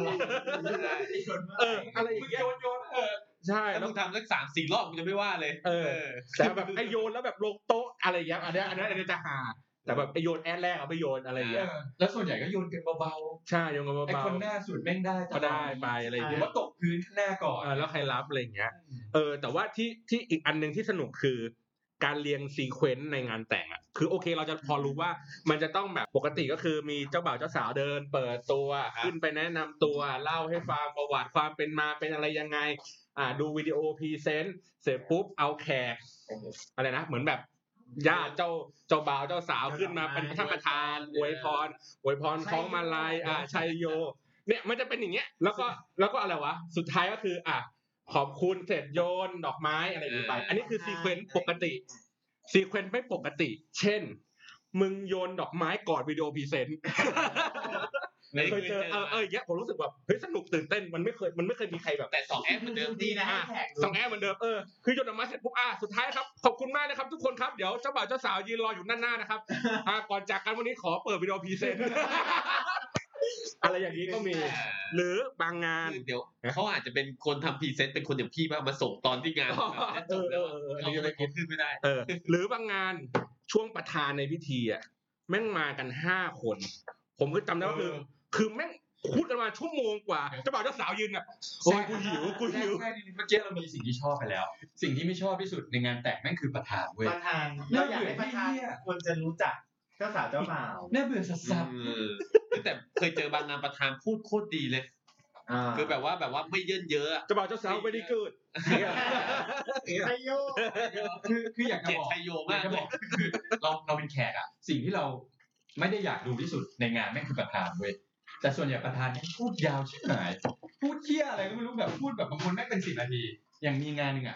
[SPEAKER 4] อะไรอย่างเงี้ย
[SPEAKER 2] โยน
[SPEAKER 4] ใช่
[SPEAKER 3] แล้วมึงทำสัก 3-4 รอบมึงจะไม่ว่าเลย
[SPEAKER 4] แต่แบบไอโยนแล้วแบบลงโต๊ะอะไรอย่างเงี้ยอันนี้จะหาแต่แบบไอโยนแรกเอาไปโยนอะไรอย่างเงี้ย
[SPEAKER 2] แล้วส่วนใหญ่ก็โยนกันเบา
[SPEAKER 4] ๆใช่โยนกันเบาๆ
[SPEAKER 2] ไอคนหน้าสุดแม่งได้
[SPEAKER 4] ก็ได้ไปอะไรอย่างเงี้ย
[SPEAKER 2] ว่าตกพื้นหน้าก่อน
[SPEAKER 4] แล้วใครรับอะไรอย่างเงี้ยแต่ว่าที่อีกอันนึงที่สนุกคือการเรียงซีเควนซ์ในงานแต่งอ่ะคือโอเคเราจะพอรู้ว่ามันจะต้องแบบปกติก็คือมีเจ้าบ่าวเจ้าสาวเดินเปิดตัวขึ้นไปแนะนำตัวเล่าให้ฟังประวัติความเป็นมาเป็นอะไรยังไงดูวิดีโอพรีเซนต์เสร็จปุ๊บเอาแขกอะไรนะเหมือนแบบญาติเจ้าบ่าวเจ้าสาวขึ้นมาเป็นท่านประธานอวยพรคล้องมาลัยชัยโยเนี่ยมันจะเป็นอย่างเงี้ยแล้วก็อะไรวะสุดท้ายก็คือขอบคุณเสร็จโยนดอกไม้อะไรอย่างนี้ไปอันนี้คือซีเควนซ์ปกติซีเควนซ์ไม่ปกติเช่นมึงโยนดอกไม้ก่อนวิดีโอพรีเซนต์เคยเจออย่างเงี้ยผมรู้สึกแบบเฮ้ยสนุกตื่นเต้นมันไม่เคยมีใครแบบ
[SPEAKER 3] แต่2แอปเหมือนเดิม
[SPEAKER 7] ดีนะ
[SPEAKER 4] 2แอปเหมือนเดิมคือโยนดอกไม้เสร็จปุ๊บสุดท้ายครับขอบคุณมากนะครับทุกคนครับเดี๋ยวเจ้าบ่าวเจ้าสาวยืนรออยู่ด้านหน้านะครับก่อนจากกันวันนี้ขอเปิดวิดีโอพรีเซนต์อะไรอย่างนี้ก็มีหรือบางงาน
[SPEAKER 3] เดี๋ยวเขาอาจจะเป็นคนทำพรีเซนต์เป็นคนอย่างพี่มาส่งตอนที่งานจบแล้ว
[SPEAKER 4] อันนี้ไม่คิด
[SPEAKER 3] ขึ้นไม่ได้
[SPEAKER 4] หรือบางงานช่วงประธานในพิธีแม่งมากัน5คนผมก็จำได้ว่าคือแม่งพูดกันมาชั่วโมงกว่าเจ้าบ่าวเจ้าสาวยืนโอ้ยกูหิว
[SPEAKER 2] เมื่อกี้เรามีสิ่งที่ชอบไปแล้วสิ่งที่ไม่ชอบที่สุดในงานแต่งแม่งคือประธานเว้ย
[SPEAKER 7] ประธานเราอยากให้ประธานควรจะรู้จักเจ้าสาวเจ้าบ่าว
[SPEAKER 2] น่าเบื่อสัส
[SPEAKER 3] ๆแต่เคยเจอบางงานประธานพูดโคตรดีเลยคือแบบว่าไม่เยินเยอะ
[SPEAKER 4] เจ้าบ่าวเจ้าสาวไม่ได้เกิด
[SPEAKER 7] ชัยโย
[SPEAKER 2] คืออยากจะบอก
[SPEAKER 3] ชัยโยมาก
[SPEAKER 2] คือเราเป็นแขกสิ่งที่เราไม่ได้อยากดูที่สุดในงานแม่งคือประธานเว้ยแต่ส่วนใหญ่ประธานนี่พูดยาวชิบหายพูดเหี้ยอะไรก็ไม่รู้แบบพูดแบบบางคนแม่งเป็น10 นาทีอย่างมีงานนึง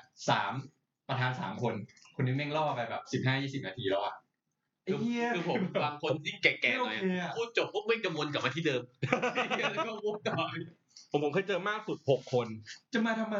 [SPEAKER 2] 3ประธาน3คนนึงแม่งล่อไปแบบ15-20 นาทีแล้วไอ้เหี้ย
[SPEAKER 3] คือผมบางคนยิ่งแก่ๆหน่อยพูดจบปุ๊บไม่กระมวลกลับมาที่เดิมแล้วก็วนต่อ
[SPEAKER 4] ผมเคยเจอมากสุด6คน
[SPEAKER 2] จะมาทำไม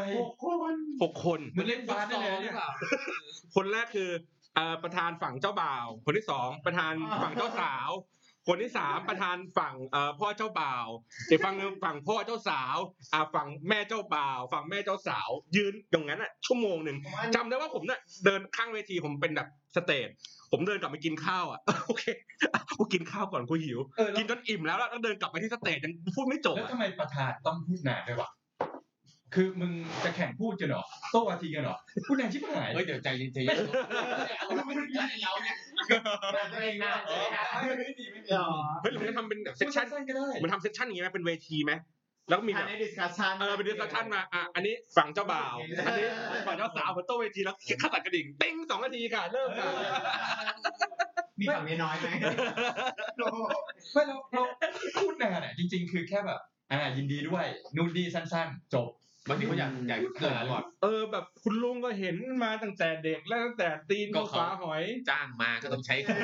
[SPEAKER 4] 6คน
[SPEAKER 2] เหมือนเล่นบาสได้เลยเนี่ย
[SPEAKER 4] คนแรกคือประธานฝั่งเจ้าบ่าวคนที่2ประธานฝั่งเจ้าสาวคนที่3ประธานฝั่งพ่อเจ้าบ่าวอีกฝั่งนึงฝั่งพ่อเจ้าสาวฝั่งแม่เจ้าบ่าวฝั่งแม่เจ้าสาวยืนตรงนั้นอ่ะชั่วโมงนึงจำได้ว่าผมเนี่ยเดินข้างเวทีผมเป็นแบบสเตจผมเดินกลับไปกินข้าวอ่ะโอเคกูกินข้าวก่อนกูหิวกินจนอิ่มแล้วแล้วเดินกลับไปที่สเตจยังพูดไม่จบ
[SPEAKER 2] แล้วทำไมประธานต้องพูดนานด้วยวะคือมึงจะแข่งพูดกันเหรอโต้วาทีกันเหรอพูดนานชิบหาย
[SPEAKER 3] เดี๋ยวใจเย็นใจเย็นเอาไม่ถึงเราเนี่ยตัวเองนะ
[SPEAKER 4] ไม่มีเฮ้ยเราจะทำเป็นแบบเซสชั่นก็ได้มันทำเซสชั่นอย่างงี้ไหมเป็นเวทีไหมแล้วก็มีแบบ
[SPEAKER 7] ดิสคัสชั่น
[SPEAKER 4] เป็นดิสคัสชั่นมาอันนี้ฝั่งเจ้าบ่าวอันนี้ฝั่งเจ้าสาวบนโต๊ะเวทีแล้วข้าตัดกระดิ่งติ้ง2 นาทีค่ะเริ่มค่ะ
[SPEAKER 7] มีฝั่งน้อยไหม
[SPEAKER 2] ไม่เราพูดนานอ่ะจริงๆคือแค่แบบยินดีด้วยนู่นนี่สั้นๆจบบางทีเขาอยากเกิดก่อน
[SPEAKER 4] แบบคุณลุงก็เห็นมาตั้งแต่เด็กแล้วตั้งแต่ตีนก็ฟ้าหอย
[SPEAKER 3] จ้างมาก็ต้องใช้คน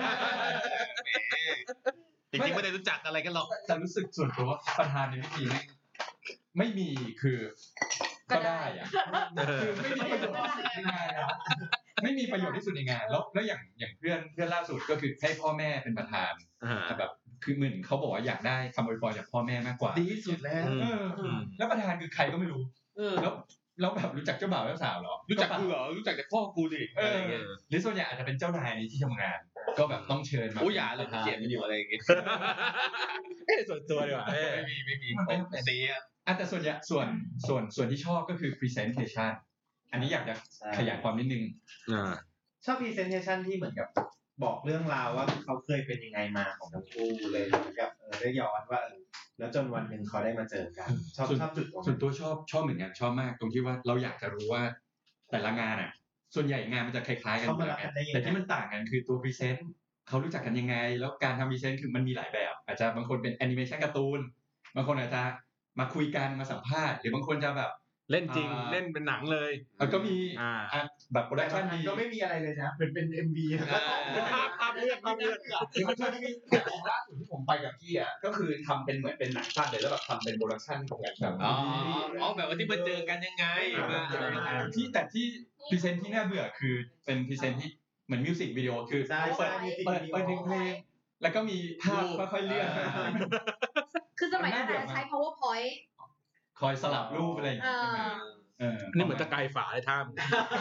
[SPEAKER 3] จริงๆไม่ได้รู้จักอะไรกันหรอก
[SPEAKER 2] แต่รู้สึกส่วนตัวประธานในพิธีไม่มีคือก็ได้อะคือไม่มีประโยชน์ที่สุดในงานไม่มีประโยชน์ที่สุดในงานแล้วอย่างเพื่อนล่าสุดก็คือให้พ่อแม่เป็นประธานแบบคือเหมือนเขาบอกว่าอยากได้คำอวยพรจากพ่อแม่มากกว่า
[SPEAKER 3] ดีที่สุดแล้ว
[SPEAKER 2] แล้วประธานคือใครก็ไม่รู้แล้วแบบรู้จักเจ้าบ่าวเจ้าสาวเหรอ
[SPEAKER 3] รู้จักกูเหรอรู้จักแต่พ่อกูดิอะไรเงี้ย
[SPEAKER 2] หรือส่วนใหญ่อาจจะเป็นเจ้านายในที่ทำงานก็แบบต้องเชิญมา
[SPEAKER 3] อย่าเลยเกลียดมันอยู่อะไรอย่างเงี้ย
[SPEAKER 4] ส่วนตัวดีกว่า
[SPEAKER 3] ไม่มีมันเป็นสี
[SPEAKER 2] แต่ส่วนที่ชอบก็คือ presentation อันนี้อยากจะขยายความนิดนึง
[SPEAKER 7] ชอบ presentation ที่เหมือนกับบอกเรื่องราวว่าเขาเคยเป็นยังไงมาของทั้งคู่เลยเหมือนกับได้ย้อนว่าแล้วจนวันหนึ่งเขาได้มาเจอกันชอบจุด
[SPEAKER 2] ส่วนตัวชอบเหมือนกันชอบมากตรงที่ว่าเราอยากจะรู้ว่าแต่ละงานส่วนใหญ่งานมันจะคล้ายๆกันแต่ที่มันต่างกันคือตัว present เขารู้จักกันยังไงแล้วการทำ present คือมันมีหลายแบบอาจจะบางคนเป็นแอนิเมชันการ์ตูนบางคนอาจจะมาคุยกันมาสัมภาษณ์หรือบางคนจะแบบ
[SPEAKER 4] เล่นจริงเล่นเป็นหนังเลย
[SPEAKER 2] ก็มีแบบโปรดักชั่น
[SPEAKER 7] ก็ไม่มีอะไรเลยนะเป็น MV
[SPEAKER 4] ภาพเลือด
[SPEAKER 5] มันจะมีของล่าสุดที่ผมไปกับพี่ก็คือทำเป็นเหมือนเป็นหนังสั้นเลยแล้วแบบทำเป็นโปรดักชั่นของแบบ
[SPEAKER 3] แบบว่าที่มาเจอกันยังไง
[SPEAKER 2] แต่ที่พรีเซนต์ที่น่าเบื่อคือเป็นพรีเซนต์ที่เหมือนมิวสิกวิดีโอคือเปิดเพลงแล้วก็มีภาพค่อยๆเลื่อน
[SPEAKER 8] คือสมัยนั้นใช้ PowerPoint
[SPEAKER 2] คอยสลับรูปอะไรอย่างเงี้ย
[SPEAKER 4] นี่เหมือนตะไคร้ฝาเลยท่าม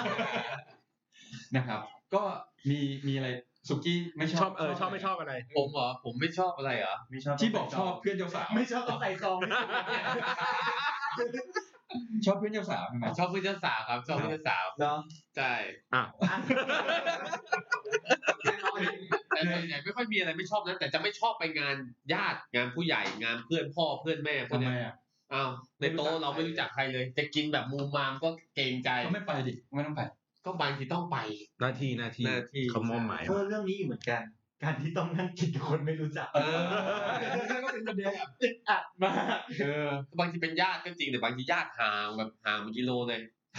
[SPEAKER 2] นะครับก็มีอะไรสุกี้ไม่ชอบ
[SPEAKER 4] ชอบไม่ชอบอะไร
[SPEAKER 3] ผมเหรอผมไม่ชอบอะไรเหรอ
[SPEAKER 2] ที่บอกชอบเพื่อนเจ้าสาว
[SPEAKER 7] ไม่ชอบต้องใส่ซอง
[SPEAKER 2] ชอบเพื่อนเจ้าสาวใช่ไหม
[SPEAKER 3] ชอบเพื่อนเจ้าสาวครับชอบเพื่อนเจ้าสาว
[SPEAKER 7] เนาะ
[SPEAKER 3] ใช่แต่ส่วนใหญ่ไม่ค่อยมีอะไรไม่ชอบนะแต่จะไม่ชอบไปงานญาติงานผู้ใหญ่งานเพื่อนพ่อเพื่อนแม่พวกนี้ในโต๊ะเราไม่รู้จักใครเลยจะกินแบบมูมามก็เกรงใจ
[SPEAKER 2] ก็ไม่ไปดิไม่ต้องไป
[SPEAKER 3] ก็บางทีต้องไป
[SPEAKER 4] หน้าที่เขามอบหมาย
[SPEAKER 7] เรื่องนี้เหมือนกันการที่ต้องนั่งกินกับคนไม่รู้จัก
[SPEAKER 2] ก็เป็นประเด็นอึดอัดมาก
[SPEAKER 3] บางทีเป็นญาติก็จริงแต่บางทีญาติห่างแบบห่างเป็นกิโลเลย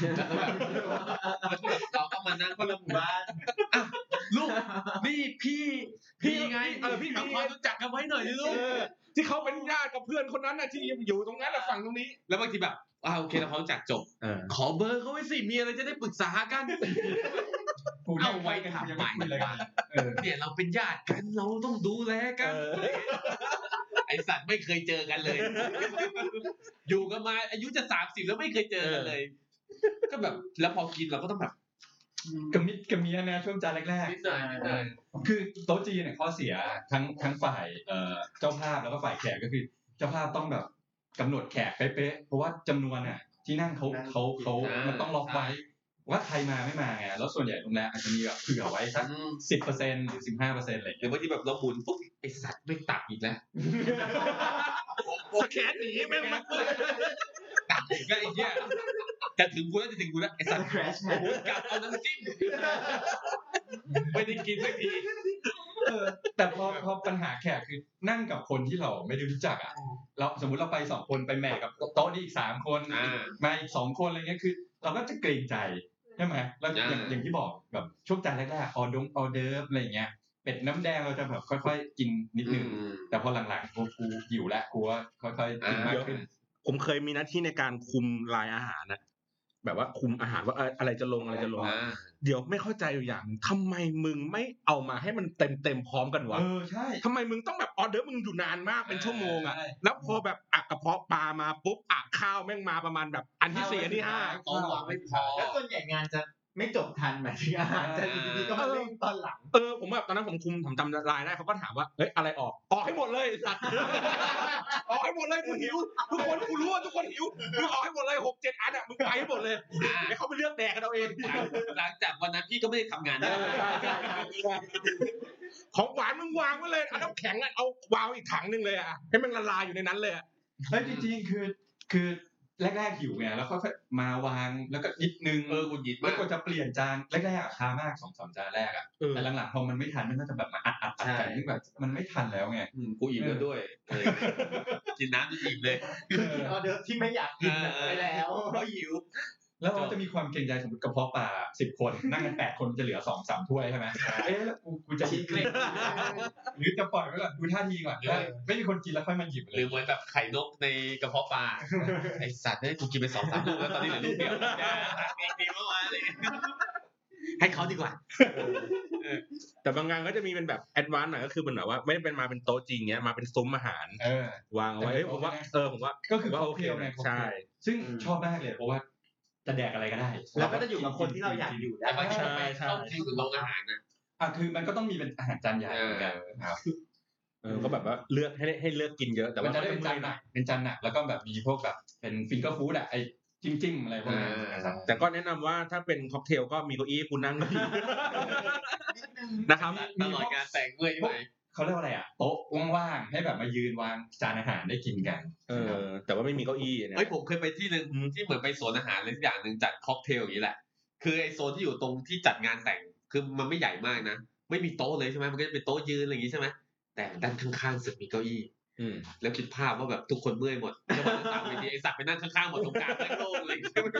[SPEAKER 3] เราก็มานั่งคนละหมู่บ้านลูกนี่พี่ไงพี่ทำความรู้จักกันไว้หน่อยลูก
[SPEAKER 4] ที่เขาเป็นญาติกับเพื่อนคนนั้นน่ะที่อยู่ตรงนั้นฝั่งตรงนี้
[SPEAKER 3] แล้วบางทีแบบโอเคเราเขาจักจบขอเบอร์เขาไว้สิมีอะไรจะได้ปรึกษากันเอาไว้ทำใหม่เนี่ยเราเป็นญาติกันเราต้องดูแลกันไอสัตว์ไม่เคยเจอกันเลยอยู่กันมาอายุจะ30แล้วไม่เคยเจอกันเลยก็แบบแล้วพอกินเราก็ต้องแบบ
[SPEAKER 2] กระมิดนะช่วงจานแรกๆคือโต๊ะจีนเนี่ยข้อเสียทั้งฝ่ายเจ้าภาพแล้วก็ฝ่ายแขกก็คือเจ้าภาพต้องแบบกำหนดแขกเป๊ะๆเพราะว่าจำนวนน่ะที่นั่งเขามันต้องล็อกไว้ว่าใครมาไม่มาไงแล้วส่วนใหญ่โรงแรมอาจจะมีแบบเผื่อไว้สัก 10% หรือ 15% อะไรอย่าง
[SPEAKER 3] เงี้ยหรือบางทีแบบเราหมุนปุ๊บไอสัตว์ไม่ตักอีกแล้ว
[SPEAKER 4] สแกนหนีแม่งมา
[SPEAKER 3] ตักอีกแล้วไอ้เหี้ยจะถึงกูแล้วไอสัตว์กลับเอาน้ำจิ้มไม่ได้กินสักที
[SPEAKER 2] แต่พอปัญหาแขกคือนั่งกับคนที่เราไม่ได้รู้จักเราสมมุติเราไป2คนไปแม่กับโต๊ะนี้อีก3คนมาอีก2คนอะไรเงี้ยคือเราก็จะเกรงใจใช่ไหมแล้วอย่างที่บอกแบบช่วงจานแรกๆออเดิร์ฟอะไรเงี้ยเป็ดน้ำแดงเราจะแบบค่อยๆกินนิดนึงแต่พอหลังๆกูหิวแล้วกูว่าค่อยๆกินมากขึ้น
[SPEAKER 4] ผมเคยมีหน้าที่ในการคุมรายอาหารนะแบบว่าคุมอาหารว่าอะไรจะลงเดี๋ยวไม่เข้าใจอยู่อย่างทำไมมึงไม่เอามาให้มันเต็มพร้อมกันวะ
[SPEAKER 2] ใช่
[SPEAKER 4] ทำไมมึงต้องแบบออเดอร์มึงอยู่นานมากเป็นชั่วโมงอ่ะแล้วพอแบบกระเพาะปลามาปุ๊บข้าวแม่งมาประมาณแบบอันที่4อันที่5
[SPEAKER 3] ต้องวางไม่พอ
[SPEAKER 7] แล้วส่วนใหญ่งานจะไม่จบทันหมายถึงอาหารจะดีๆก็มาเร่งตอนหลัง
[SPEAKER 4] ผมแบบตอนนั้นผมจำรายได้เขาก็ถามว่าเฮ้ยอะไรออกให้หมดเลยสัตว์ออกให้หมดเลยกูหิวทุกคนกูรู้ว่าทุกคนหิวมึงออกให้หมดเลย 6-7 อันอ่ะมึงไปให้หมดเลยให้เขาไปเลือกแดกกันเอาเอง
[SPEAKER 3] หลังจากวันนั้นพี่ก็ไม่ได้ทำงานได้
[SPEAKER 4] ของหวานมึงวางไว้เลยเอาน้ำแข็งเอาวางอีกถังนึงเลยอ่ะให้มันละลายอยู่ในนั้นเลยอ่ะ
[SPEAKER 2] เฮ้ยจริงๆคือแรกๆหิวไงแล้วค่อยๆมาวางแล้วก็นิดนึง
[SPEAKER 3] กูหยิบ
[SPEAKER 2] แล้วก็จะเปลี่ยนจานแรกๆช้ามาก 2-3 จานแรกอ่ะแต่หลังๆพอมันไม่ทันมันก็จะแบบมาอัดกันซึ่งแบบมันไม่ทันแล้วไง
[SPEAKER 3] กูอิ่มแล้วด้วยกินน้ำจนอิ่มเลย
[SPEAKER 7] ออเดอร์ที่ไม่อยากกินไปแล้ว
[SPEAKER 3] เพราะหิว
[SPEAKER 2] แล้วเราจะมีความเกรงใจสมมติกระเพาะปลา10 คนนั่งกัน8 คนจะเหลือ 2-3 ถ้วยใช่ไหมแล้วกูจะ
[SPEAKER 3] ชิ้นเล็ก
[SPEAKER 2] หรือจะปล่อยไว้ก่อนดูท่าทีก่อนไม่มีคนกินแล้วค่อยมาหยิบ
[SPEAKER 3] หรือเหมือนแบบไข่นกในกระเพาะปลาไอสัตว์เนี่ยกูกินไป 2-3 ลูกแล้วตอนนี้เหลือลูกเดียวดีมากเลยให้เขาดีกว่า
[SPEAKER 4] แต่บางงานก็จะมีเป็นแบบแอดวานซ์หน่อยก็คือมันแบบว่าไม่ได้เป็นมาเป็นโต๊ะจริงเงี้ยมาเป็นซุ้มอาหารวางเอาไว้ผมว่า
[SPEAKER 2] ก็คือ
[SPEAKER 4] โอเคใช่
[SPEAKER 2] ซึ่งชอบมากเลยเพราะว่าจะแดกอะไรก็ได้
[SPEAKER 7] แล้วก็จะอยู่กับคนที่เราอยากอยู่ได้
[SPEAKER 3] ใช่ต้องที่อยู่โรงอาหารนะ
[SPEAKER 2] คือมันก็ต้องมีเป็นอาหารจานใหญ่เหมือนกันครับ
[SPEAKER 4] ก็แบบว่าเลือกให้เลือกกินเยอะแต่ว่า
[SPEAKER 2] จะได้เป็นจานหนักแล้วก็แบบมีพวกแบบเป็นฟิงเกอร์ฟู้ดไอ้จิ้มอะไรพวกนั้น
[SPEAKER 4] แต่ก็แนะนำว่าถ้าเป็นค็อกเทลก็มีเก้าอี้คุณนั่งนะครับ
[SPEAKER 3] ตลอดการแต่งด้วยใช่ไหม
[SPEAKER 2] เขาเรียกว่าอะไรโต๊ะว่างๆให้แบบมายืนวางจานอาหารได้กินกัน
[SPEAKER 4] แต่ว่าไม่มีเก้าอี้นะ
[SPEAKER 3] ผมเคยไปที่นึงที่เหมือนไปโซนอาหารอะไรอย่างนึงจัดค็อกเทลอย่างนี้แหละคือไอโซนที่อยู่ตรงที่จัดงานแต่งคือมันไม่ใหญ่มากนะไม่มีโต๊ะเลยใช่ไหมมันก็จะเป็นโต๊ะยืนอะไรอย่างงี้ใช่ไหมแต่ด้านข้างๆสึกมีเก้าอี้แล้วคิดภาพว่าแบบทุกคนเมื่อยหมดแล้วมันสั่งไปทีไอสักไปนั่งข้างๆหมดตรงกลางโล่งเลย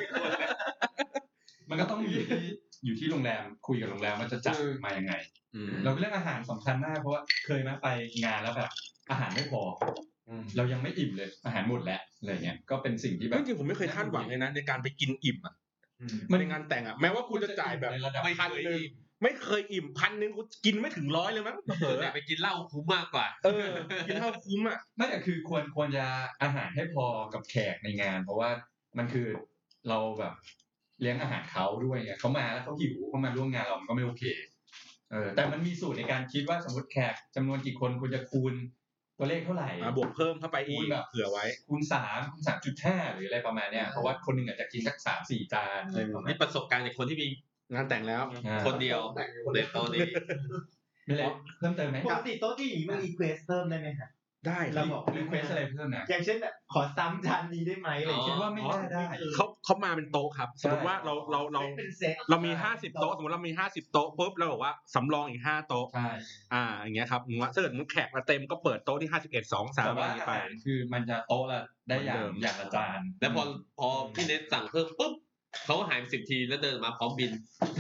[SPEAKER 2] มันก็ต้องอยู่ที่โรงแรมคุยกับโรงแรมว่าจะจัดมายังไงเราเรื่องอาหารสำคัญมากเพราะว่าเคยมาไปงานแล้วแบบอาหารไม่พอเรายังไม่อิ่มเลยอาหารหมดแล้วอะไรเงี้ยก็เป็นสิ่งที่แบบ
[SPEAKER 4] จริงๆผมไม่เคยคาดหวังเลยนะในการไปกินอิ่มในงานแต่งแม้ว่าคุณจะจ่ายแบบไม่เคยอิ่ม1,000กูกินไม่ถึง100เลยมั้ง
[SPEAKER 3] แต่ไปกินเหล้าคุ้มมากกว่า
[SPEAKER 4] กินเหล้าคุ้มอ่ะ
[SPEAKER 2] ไม่แต่คือควรจะอาหารให้พอกับแขกในงานเพราะว่ามันคือเราแบบเลี้ยงอาหารเขาด้วยไงเขามาแล้วเขาหิวเขามาร่วมงานเรามันก็ไม่โอเคแต่มันมีสูตรในการคิดว่าสมมติแขกจำนวนกี่คนคุณจะคูณตัวเลขเท่าไหร่
[SPEAKER 4] บวกเพิ่มเข้าไปอีกเผื่อไว้
[SPEAKER 2] คูณ3คูณ 3.5 หรืออะไรประมาณเนี้ยเพราะว่าคนนึงอาจจะกินสัก 3-4 จาน
[SPEAKER 3] นี่ประสบการณ์จากคนที่มี
[SPEAKER 4] งานแต่งแล้ว
[SPEAKER 3] คนเดียวในโต๊ะนี้
[SPEAKER 2] ไม่เลยเพิ่มเติมไหม
[SPEAKER 7] ปกติโต๊ะที่มันรีเควสเพิ่มได้ไหมคะ
[SPEAKER 4] ได้
[SPEAKER 2] เราบอกรีเควสอะไรเพิ่มนะ
[SPEAKER 7] อย่างเช่นแบบขอซ้ำจานนี้ได้ไหมอะไร
[SPEAKER 2] คิดว่าไม่ได้
[SPEAKER 4] เขามาเป็นโต๊ะครับสมมติว่าเรามี50โต๊ะสมมติเรามี50โต๊ะปุ๊บเราบอกว่าสำรองอีก5โต๊ะ
[SPEAKER 2] ใช่
[SPEAKER 4] อย่างเงี้ยครับถ้าเกิดแขกมาเต็มก็เปิดโต๊ะที่51 2 3อะไรไป
[SPEAKER 2] คือมันจะโต๊ะละได้อย่างละจาน
[SPEAKER 3] แล้วพอพี่เน็ตสั่งเพิ่มปุ๊บเขาหายไป10 ทีแล้วเดินมาพร้อมบิน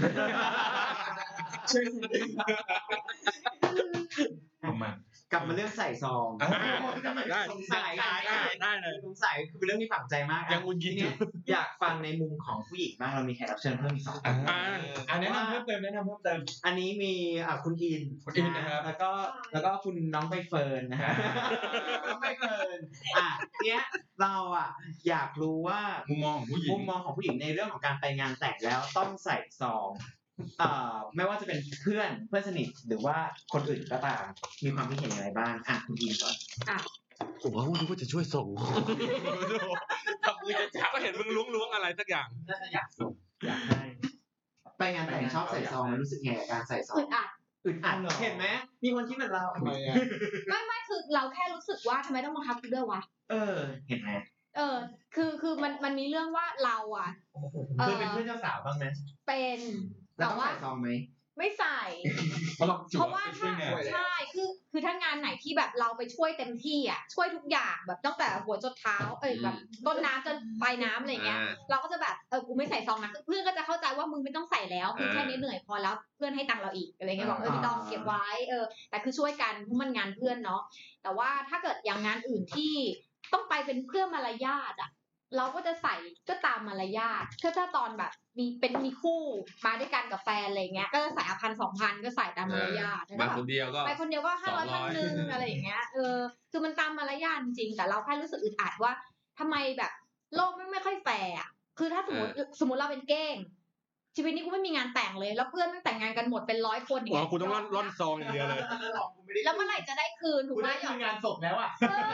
[SPEAKER 7] กลับมาเรื่องใส่ซอง
[SPEAKER 4] ได้
[SPEAKER 7] สงสัย
[SPEAKER 4] ได้เลย
[SPEAKER 7] สงสัยคือเป็นเรื่องที่ฝังใจมาก
[SPEAKER 4] ยังอุ่นยินอยู่
[SPEAKER 7] อยากฟังในมุมของผู้หญิงบ้างเรามีแขกรับเชิญเพิ่มอีก2
[SPEAKER 2] แนะนำเพิ่มเติม
[SPEAKER 7] อันนี้มีคุณอิน
[SPEAKER 2] นะครับ
[SPEAKER 7] แล้วก็คุณน้องใบเฟิร์นนะฮะน้องใบเฟิร์นเนี้ยเราอยากรู้ว่า
[SPEAKER 2] มุมมองของผู้
[SPEAKER 7] หญิงในเรื่องของการไปงานแต่งแล้วต้องใส่ซองไม่ว่าจะเป็นเพื่อนสนิทหรือว่าคนอื่นก็ตามมีความคิดเห็นอย่างไรบ้างคุณอินก่อน
[SPEAKER 3] ผมว่านึกว่าจะช่วยส่ง
[SPEAKER 4] ทำมือจะจับก็เห็นมึงล้วงอะไรสักอย่าง
[SPEAKER 7] น่าจะอยากส่งอยากให้ไปงานแต่งชอบใส่ซองรู้สึกไงกับการใส่ซองอึดอัดเห็นไหมมีคนคิดเหมือนเรา
[SPEAKER 8] ไม่คือเราแค่รู้สึกว่าทำไมต้องบังคับกูด้วยวะ
[SPEAKER 7] เห็นไหม
[SPEAKER 8] คือมันมีเรื่องว่าเรา
[SPEAKER 7] เคยเป็นเพื่อนเจ้าสาวบ้างไหม
[SPEAKER 8] เป็น
[SPEAKER 7] แต่ว่าใส่ซองไหม
[SPEAKER 8] ไม่ใส่เพราะว่าถ้าใช่คือถ้างานไหนที่แบบเราไปช่วยเต็มที่ช่วยทุกอย่างแบบตั้งแต่หัวจนเท้าแบบต้นน้ำจนปลายน้ำอะไรเงี้ยเราก็จะแบบกูไม่ใส่ซองนะเพื่อนก็จะเข้าใจว่ามึงไม่ต้องใส่แล้วคือแค่นี้เหนื่อยพอแล้วเพื่อนให้ตังค์เราอีกอะไรเงี้ยบอกไม่ต้องเก็บไว้แต่คือช่วยกันเพราะมันงานเพื่อนเนาะแต่ว่าถ้าเกิดอย่างงานอื่นที่ต้องไปเป็นเพื่อมารยาทเราก็จะใส่ก็ตามมารยาทถ้าตอนแบบมีคู่มาด้วยกันกับแฟนอะไรเงี้ยก็จะใส่1,000-2,000ก็ใส่ตามมารยาท
[SPEAKER 3] มาคนเดียวก็
[SPEAKER 8] 500-1,000อะไรอย่างเงี้ยคือมันตามมารยาทจริงแต่เราแค่รู้สึกอึดอัดว่าทำไมแบบโลกไม่ค่อยแฟร์อ่ะคือถ้าสมมติเราเป็นเก้งชีวิตนี้กูไม่มีงานแต่งเลยแล้วเพื่อนแต่งงานกันหมดเป็น100 คนอย่างเงี้ย
[SPEAKER 4] กูต้องร่อนซองอย่างเดียวเลย
[SPEAKER 8] แล้วเมื่อไหร่จะได้คืนถูกไหม
[SPEAKER 7] คืองานศพแล้วอ่ะ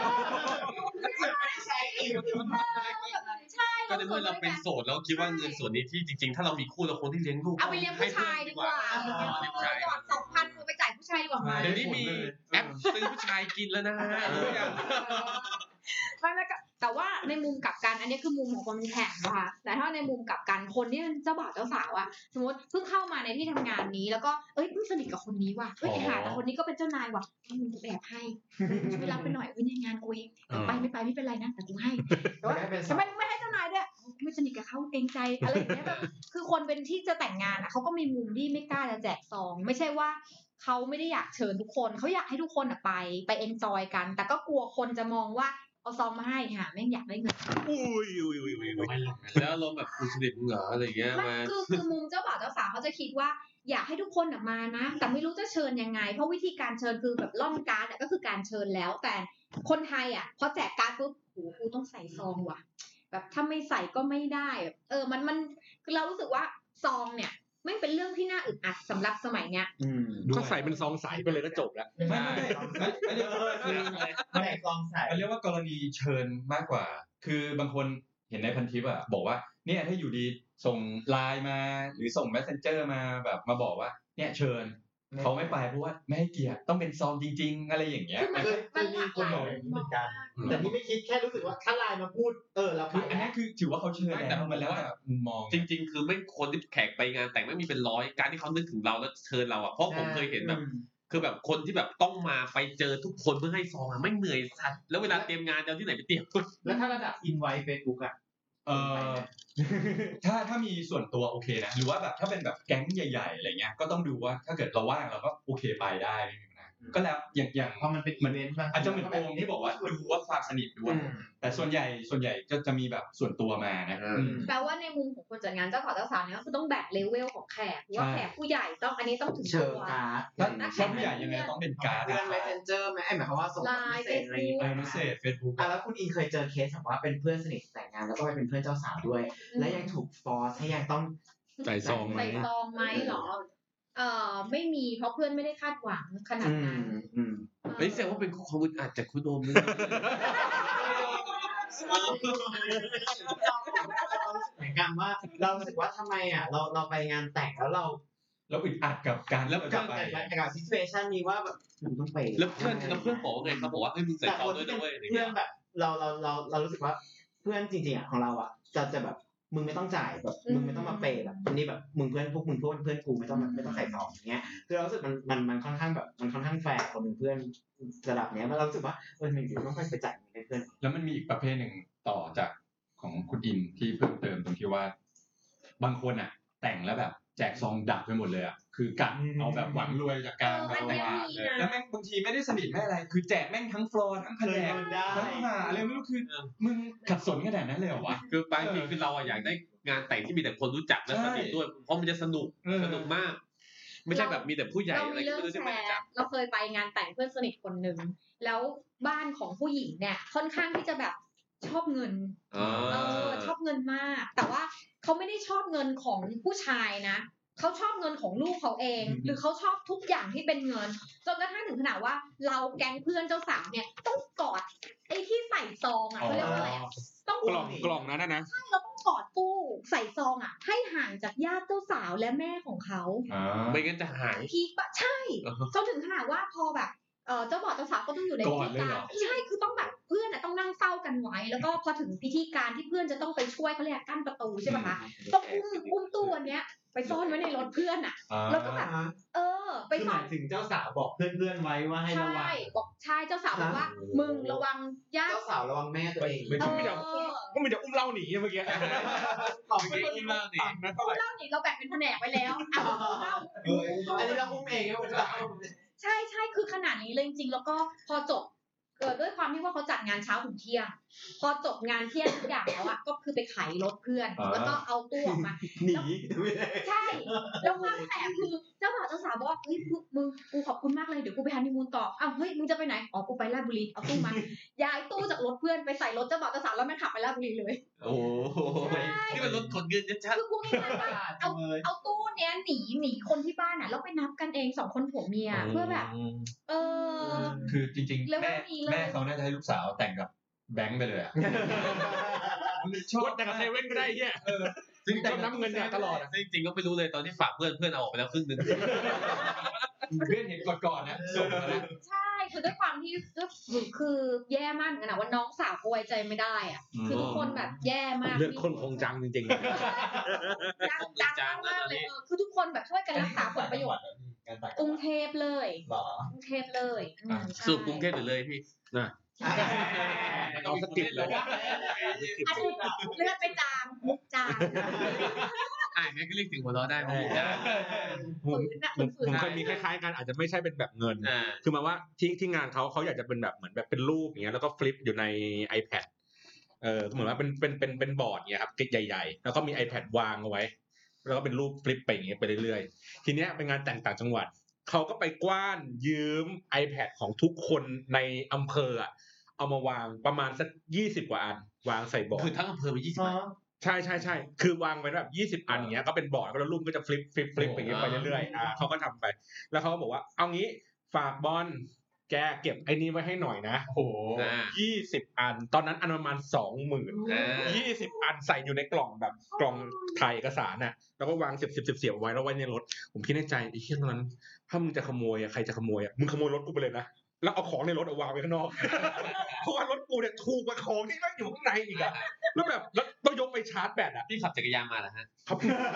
[SPEAKER 8] ใช่
[SPEAKER 3] ก็ในเมื่อเราเป็นโสดแล้วคิดว่าเงินส่วนนี้ที่จริงๆถ้าเรามีคู่เราควรที่เลี้ยงลูก
[SPEAKER 8] เอาไปเลี้ยงผู้ชายดีกว่าหยอด2,000กูไปจ่ายผู้ชายดีกว่า
[SPEAKER 3] เดี๋ยวนี้มีแอปซื้อผู้ชายกินแล้วนะฮะ
[SPEAKER 8] ไม่แต่ว่าในมุมกลับกันอันนี้คือมุมของคนเป็นแขกนะคะแต่ถ้าในมุมกลับกันคนที่เป็นเจ้าบ่าวเจ้าสาวอะสมมติเพิ่งเข้ามาในที่ทำงานนี้แล้วก็เพิ่งสนิทกับคนนี้ว่ะแต่คนนี้ก็เป็นเจ้านายว่ะมึงจะแบบให้ช่วยรับไปหน่อยในงานกูเองไปไม่เป็นไรนะแต่กูให้แต่ว่าทำไมไม่ให้เจ้านายด้วยไม่สนิทกับเขาเกรงใจอะไรอย่างเงี้ยแบบคือคนเป็นที่จะแต่งงานอะเขาก็มีมุมที่ไม่กล้าจะแจกซองไม่ใช่ว่าเขาไม่ได้อยากเชิญทุกคนเขาอยากให้ทุกคนไปเอนจอยกันแต่ก็กลัวคนจะมองว่าเอาซองมาให้ค่ะแม่งอยากได้เงิน
[SPEAKER 3] แล้วลมแบบคุณสนิทเหรออะไรเงี้ยมา
[SPEAKER 8] คือมุมเจ้าบ่าวเจ้าสาวเขาจะคิดว่าอยากให้ทุกคนมานะแต่ไม่รู้จะเชิญยังไงเพราะวิธีการเชิญคือแบบล่อนการ์ดก็คือการเชิญแล้วแต่คนไทยอ่ะพอแจกการ์ดปุ๊บโหกูต้องใส่ซองว่ะแบบถ้าไม่ใส่ก็ไม่ได้มันคือเรารู้สึกว่าซองเนี่ยไม่เป็นเรื่องที่น่าอึดอัดสำหรับสมัยเนี้ย
[SPEAKER 4] ก็ใส่เป็นซองใสไปเลยก็จบแล้ว
[SPEAKER 2] ไม่
[SPEAKER 7] ซองใส
[SPEAKER 2] เรียกว่ากรณีเชิญมากกว่าคือบางคนเห็นในพันทิปอ่ะบอกว่าเนี่ยถ้าอยู่ดีส่งไลน์มาหรือส่ง Messenger มาแบบมาบอกว่าเนี่ยเชิญเขาไม่ไปเพราะว่าไม่ให้เกียรติต้องเป็นซองจริงๆอะไรอย่างเงี้ย
[SPEAKER 7] มันมีคนบอกอย่างนี้เหมือนกันแต่นี่ไม่คิดแค่รู้สึกว่าถ้าไลน์มาพูดเรา
[SPEAKER 2] คืออันนี้คือถือว่าเขาเชิญแต่มันแล้วมุมมอง
[SPEAKER 3] จริงๆคือไม่คนที่แขกไปงานแต่งไม่มีเป็นร้อยการที่เขานึกถึงเราแล้วเชิญเราอ่ะเพราะผมเคยเห็นแบบคือแบบคนที่แบบต้องมาไปเจอทุกคนเพื่อให้ซองอ่ะไม่เหนื่อยสัตว์แล้วเวลาเตรียมงานจะที่ไหนไปเตรียม
[SPEAKER 7] แล้วถ้าระดับอินไว้ Facebook อ่ะ
[SPEAKER 2] ถ้ามีส่วนตัวโอเคนะหรือว่าแบบถ้าเป็นแบบแก๊งใหญ่ๆอะไรเงี้ยก็ต้องดูว่าถ้าเกิดเราว่างเราก็โอเคไปได้นะก็แล้วอย่าง
[SPEAKER 7] พอมันเป็นอีเวนต์
[SPEAKER 2] อาจจะเหมือนโอมที่บอกว่าดูว่าความสนิทด้วยแต่ส่วนใหญ่ก็จะมีแบบส่วนตัวมานะ
[SPEAKER 8] แปลว่าในมุมของคนจัดงานเจ้าบ่าวเจ้าสาวเนี่ยก็คือต้องแบ่งเลเวลของแขกว่าแขกผู้ใหญ่ต้องอันนี้ต้องถึงตัว
[SPEAKER 2] ถ้าผู้ใหญ่ยังไงต้องเป็นการ์ด
[SPEAKER 7] เพื่อน Messenger ไหมหมายความว่าส่ง
[SPEAKER 2] เมสเสจ Facebook
[SPEAKER 7] แล้วคุณอินเคยเจอเคสแบบว่าเป็นเพื่อนสนิทแต่งงานแล้วก็ไปเป็นเพื่อนเจ้าสาวด้วยและยังถูกฟอร์สให้ยังต้อง
[SPEAKER 4] ใส่ซองไห
[SPEAKER 8] มหรอไม่มีเพราะเพื่อนไม่ได้คาดหวังขนาดนั้น
[SPEAKER 3] ไม่แสดงว่าเป็นความอึดอัดจากคุณโอมเลย
[SPEAKER 7] เหมือนกันว่าเรารู้สึกว่าทำไมอ่ะเราไปงานแต่งแล้วเรา
[SPEAKER 2] อึดอัดกับการ
[SPEAKER 7] แล้วกับซิทูเอชันนี้ว่าแบบมึงต้องไป
[SPEAKER 3] แล้วเพื่อนบอกว่าไงเขาบอกว่าให้มึงใส่ซองด้วยนะเว้ย
[SPEAKER 7] เพื่อนแบบเรารู้สึกว่าเพื่อนจริงๆอ่ะของเราอ่ะจะแบบมึงไม่ต้องจ่ายแบบมึงไม่ต้องมาเปย์แบบนี่แบบมึงเพื่อนพวกมึงเพื่อนกูไม่ต้องใส่ซองอย่างเงี้ยคือเรารู้สึกมันค่อนข้างแบบมันค่อนข้างแฟร์คนเพื่อนระดับเนี้ยเรารู้สึกว่ามันอยู่ต้องไปจ่ายให้เพื่อน
[SPEAKER 2] แล้วมันมีอีกประเภทหนึ่งต่อจากของคุณอินที่เพิ่มเติมตรงที่ว่าบางคนอ่ะแต่งแล้วแบบแจกซองดักไปหมดเลยอ่ะคือกะเอาแบบหวังรวยจากการแต่งงานแล้วแม่งบางทีไม่ได้สนิทไม่อะไรคือแจกแม่งทั้งฟลอร์ทั้งแผนกทั้งหาอะไรไม่รู้คือมึงขัดสนขนาดนั้นเลยเหรอวะ
[SPEAKER 3] คือบางทีคือเราอยากได้งานแต่งที่มีแต่คนรู้จักและสนิทด้วยเพราะมันจะสนุกมากไม่ใช่แบบมีแต่ผู้ใหญ่อะไร
[SPEAKER 8] ที่ไม่รู้จักเราเคยไปงานแต่งเพื่อนสนิทคนหนึ่งแล้วบ้านของผู้หญิงเนี่ยค่อนข้างที่จะแบบชอบเงินชอบเงินมากแต่ว่าเขาไม่ได้ชอบเงินของผู้ชายนะเขาชอบเงินของลูกเขาเองหรือเขาชอบทุกอย่างที่เป็นเงินจนกระทั่งถึงขนาดว่าเราแก๊งเพื่อนเจ้าสาวเนี่ยต้องกอดไอ้ที่ใส่ซองเขาเรียกว่าอะไรต้อง
[SPEAKER 4] กล่องนั้นนะ
[SPEAKER 8] ใช่เราต้องกอดตู้ใส่ซองให้ห่างจากญาติเจ้าสาวและแม่ของเขา
[SPEAKER 3] ไม่งั้นจะหาย
[SPEAKER 8] พีกใช่จนถึงขนาดว่าพอแบบเจ้าบ่าวเจ้าสาวก็ต้องอยู่ในพิธีการใช่คือต้องแบบเพื่อนต้องนั่งเฝ้ากันไว้แล้วก็พอถึงพิธีการที่เพื่อนจะต้องไปช่วยเขาเรียกกั้นประตูใช่ไหมคะต้องอุ้มตู้อันเนี้ยไปซ่อนไว้ในรถเพื่อนแล้วก็แบบไป
[SPEAKER 7] ซ่อนถึงเจ้าสาวบอกเพื่อนไว้ว่าให้ระวัง
[SPEAKER 8] ใช่เจ้าสาวบอกว่ามึงระวังญาติ
[SPEAKER 7] เจ้าสาวระวังแม่ตัวเอง
[SPEAKER 4] ไม่จะอุ้มเล่าหนีเมื่อกี้
[SPEAKER 3] ของไม่อุ้มเล่าหนี
[SPEAKER 8] เราแบ่งเป็นแผนกไว้แล้ว
[SPEAKER 7] อันนี้เราอุ้มเอง
[SPEAKER 8] ใช่คือขนาดนี้เลยจริงๆแล้วก็พอจบด้วยความที่ว่าเขาจัดงานเช้าถึงเที่ยงพอจบงานเที่ยงทุกอย่างแล้วอะก็คือไปขายรถเพื่อนแล้วก็เอาตู้ออกมา
[SPEAKER 7] หนี
[SPEAKER 8] ใช่แล้วความแสบคือเจ้าบ่าวเจ้าสาวบอกว่าเฮ้ยมึงกูขอบคุณมากเลยเดี๋ยวกูไปฮันนีมูนต่ออ้าวเฮ้ยมึงจะไปไหนอ๋อกูไปราชบุรีเอาตู้มาย้ายตู้จากรถเพื่อนไปใส่รถเจ้าบ่าวเจ้าสาวแล้วมันขับไปราชบุรีเลย
[SPEAKER 3] โอ้นี่มันรถขนเงินชัดๆ
[SPEAKER 8] คือกูไม่ได้เอาตู้เนี้ยหนีคนที่บ้านอ่ะแล้วไปนับกันเอง2คนผัวเมียเพื่อแบบ
[SPEAKER 2] คือจริงๆแม่เขาน่าจะให้ลูกสาวแต่งกับแบงค์ไปเลยอ่ะ
[SPEAKER 4] ชอบแต่กับเซเว่นก็ได้เนี่ยซึ่งแต่นับเงินเนี่ยตลอดอ่ะ
[SPEAKER 3] จริงๆก็ไม่รู้เลยตอนที่ฝากเพื่อนเอาออกไปแล้วครึ่งนึง
[SPEAKER 2] เพื่อนเห็นก่อนๆนะส่งมาแล้ว
[SPEAKER 8] ใช่คือด้วยความที่คือแย่มากนะว่าน้องสาวไว้ใจไม่ได้อ่ะคือทุกคนแบบแย่มาก
[SPEAKER 4] เลือดคนคงจังจริง
[SPEAKER 8] ๆจังมากเลยคือทุกคนแบบช่วยกันรักษาผลประโยชน์กรุงเทพเลยกรุงเทพเลย
[SPEAKER 3] สู่กรุงเทพเลยพี่
[SPEAKER 4] นะเอาสติเลย
[SPEAKER 8] เลือดไปจางมุกจาง
[SPEAKER 3] งั้นก็เรียกถึงหัวเราะได้
[SPEAKER 4] ผมเคยมีคล้ายๆกันอาจจะไม่ใช่เป็นแบบเงินคือมาว่าที่งานเขาอยากจะเป็นแบบเหมือนแบบเป็นรูปอย่างเงี้ยแล้วก็ฟลิปอยู่ใน iPad เหมือนว่าเป็นบอร์ดเงี้ยครับใหญ่ๆแล้วก็มี iPad วางเอาไว้แล้วก็เป็นรูปฟลิปไปอย่างเงี้ยไปเรื่อยๆทีเนี้ยเป็นงานแต่งต่างจังหวัดเขาก็ไปกว้านยืม iPad ของทุกคนในอำเภอเอามาวางประมาณสัก20 กว่าอันวางใส่บอร์ด
[SPEAKER 3] คือทั้งอำเภอมี20 อัน
[SPEAKER 4] ใช่คือวางไว้แบบ20 อันอย่างเงี้ยก็เป็นบอร์ดแล้วรูปก็จะฟลิปอย่างเงี้ยไปเรื่อยๆเขาก็ทำไปแล้วเขาก็บอกว่าเอางี้ฝากบอลแกเก็บไอ้นี้ไว้ให้หน่อยนะโห20 อันตอนนั้นอันประมาณ 20,000 20 อันใส่อยู่ในกล่องแบบกล่องถ่ายเอกสารน่ะแล้วก็วางเสียบไว้แล้วไว้ในรถผมคิดในใจไอ้เหี้ยนั้นถ้ามึงจะขโมยใครจะขโมยมึงขโมยรถกูไปเลยนะแล้วเอาของในรถวางไว้ข้างนอกเพราะว่ารถกูเนี่ยถูกกว่าของที่มันอยู่ข้างในอีกอะแล้วแบบแล้วต้องยกไปชาร์จแบตอะ
[SPEAKER 3] พี่ขับจักรยานมาเหรอฮะ
[SPEAKER 4] ครับ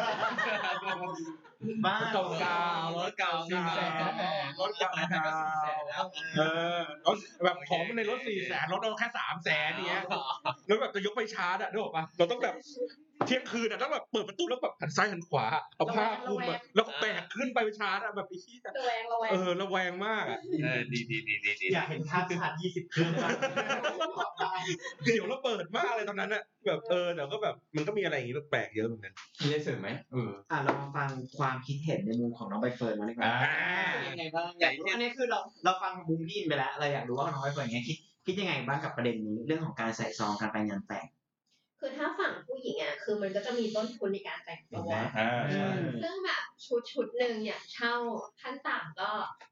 [SPEAKER 7] บ้าน
[SPEAKER 3] เก่ารถเก่า
[SPEAKER 4] 400,000รถเก่าแล้วแบบของมันในรถ400,000รถเราแค่300,000เนี้ยแล้วแบบจะยกไปชาร์จอะนึกออกปะเราต้องแบบเที่ยงคืนต้องแบบเปิดประตูแล้วแบบหันซ้ายหันขวาเอาผ้าคลุมแล้วก็แบกขึ้นไปชาร์จแบบอีกระแวงมาก
[SPEAKER 3] ดี
[SPEAKER 7] อยากเห็นภาพชาร์จ20 เครื่อง
[SPEAKER 4] เดี๋ยวเราเปิดมากเลยตอนนั้นอะแบบเดี๋ยวก็แบบมันก็มีอะไรอย่างงี้แปลกเยอะเหมือนกัน
[SPEAKER 2] มีอะไรเสริมไหม
[SPEAKER 7] เรามาฟังความคิดเห็นในมุมของน้องใบเฟิร์นมาดีกว่ายังไงบ้างอันนี้คือเราฟังมุมพี่อินไปแล้วเราอยากรู้ว่าน้องใบเฟิร์นคิดยังไงบ้างกับประเด็นนี้เรื่องของการใส่ซองการไปงานแต่ง
[SPEAKER 9] คือถ้าฝั่งผู้หญิงอ่ะคือมันก็จะมีต้นทุนในการแต่งตัวซึ่งแบบชุดหนึ่งเนี่ยเช่าขั้นต่ำก็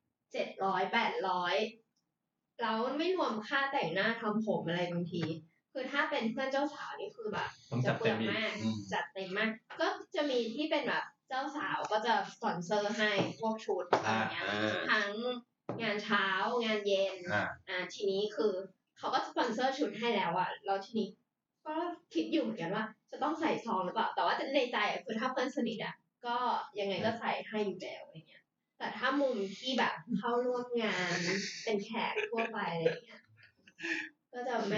[SPEAKER 9] 700-800แล้วไม่รวมค่าแต่งหน้าทำผมอะไรบางทีคือถ้าเป็นเพื่อนเจ้าสาวนี่คือแบบจะเปลืองมากจัดเต็มมากก็จะมีที่เป็นแบบเจ้าสาวก็จะสปอนเซอร์ให้พวกชุดอะไรเงี้ยทั้งงานเช้างานเย็นทีนี้คือเขาก็สปอนเซอร์ชุดให้แล้วอ่ะแล้วทีนี้ก็คิดอยู่เหมือนกันว่าจะต้องใส่ซองหรือเปล่าแต่ว่าในใจคือถ้าเพื่อนสนิทอ่ะก็ยังไงก็ใส่ให้อยู่แล้วอะไรเงี้ยแต่ถ้ามุมที่แบบเข้าร่วมงานเป็นแขกทั่วไปอะไรเงี้ยก็จะไม่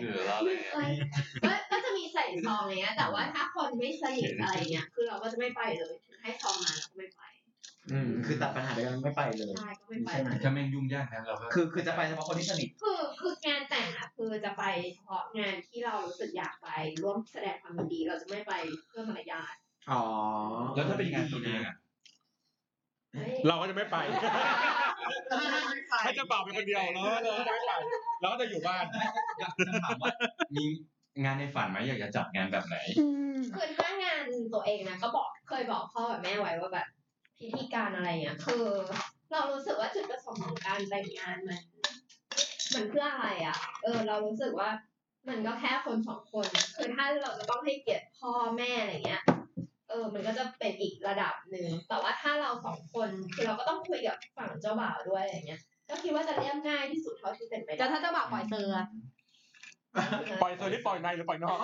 [SPEAKER 9] ก็จะมีใส่ซองอะไรเงี้ยแต่ว่าถ้าคนไม่สนิทอะไรเงี้ยคือเราก็จะไม่ไปเลยถึงให้ซองมาเราก็ไม่ไป
[SPEAKER 7] คือตัดปัญหาด้วยกันไม่ไปเลย
[SPEAKER 9] ใช่ก็ไม่ไป
[SPEAKER 2] ถ้าแม่งยุ่งยากนะเรา
[SPEAKER 7] คือจะไปเฉพาะคนที่สนิท
[SPEAKER 9] คืองานแต่งอ่ะคือจะไปเฉพาะงานที่เรารู้สึกอยากไปร่วมแสดงความยินดีเราจะไม่ไปเพื่อมารยาท
[SPEAKER 2] แล้วถ้าเป็นงานตัวเองอ่ะ
[SPEAKER 4] เราก็จะไม่ไปให้จะบ่าวเป็นคนเดียวเราก็จะไม่ไปเราก็จะอยู่บ้าน
[SPEAKER 2] อยากถามว่ามีงานในฝันไหมอยากจะจัดงานแบบไหน
[SPEAKER 9] คือถ้างานตัวเองนะก็เคยบอกพ่อกับแม่ไว้ว่าแบบพิธีการอะไรเงี้ยคือเรารู้สึกว่าจุดประสงค์ของการแต่งงานมันเพื่ออะไรอ่ะเรารู้สึกว่ามันก็แค่คน2 คนคือถ้าเราจะต้องให้เกียรติพ่อแม่อะไรเงี้ยมันก็จะเป็นอีกระดับหนึ่งแต่ว่าถ้าเรา2 คนคือเราก็ต้องคุยกับฝั่งเจ้าบ่าวด้วยอะไรเงี้ยก็คิดว่าจะเรียบง่ายที่สุดเท่าที่เป็นไป
[SPEAKER 8] ได้ถ้าเจ้าบ่าวปล่อยเซอร์
[SPEAKER 4] ที่ปล่อยในหรือปล่อยนอก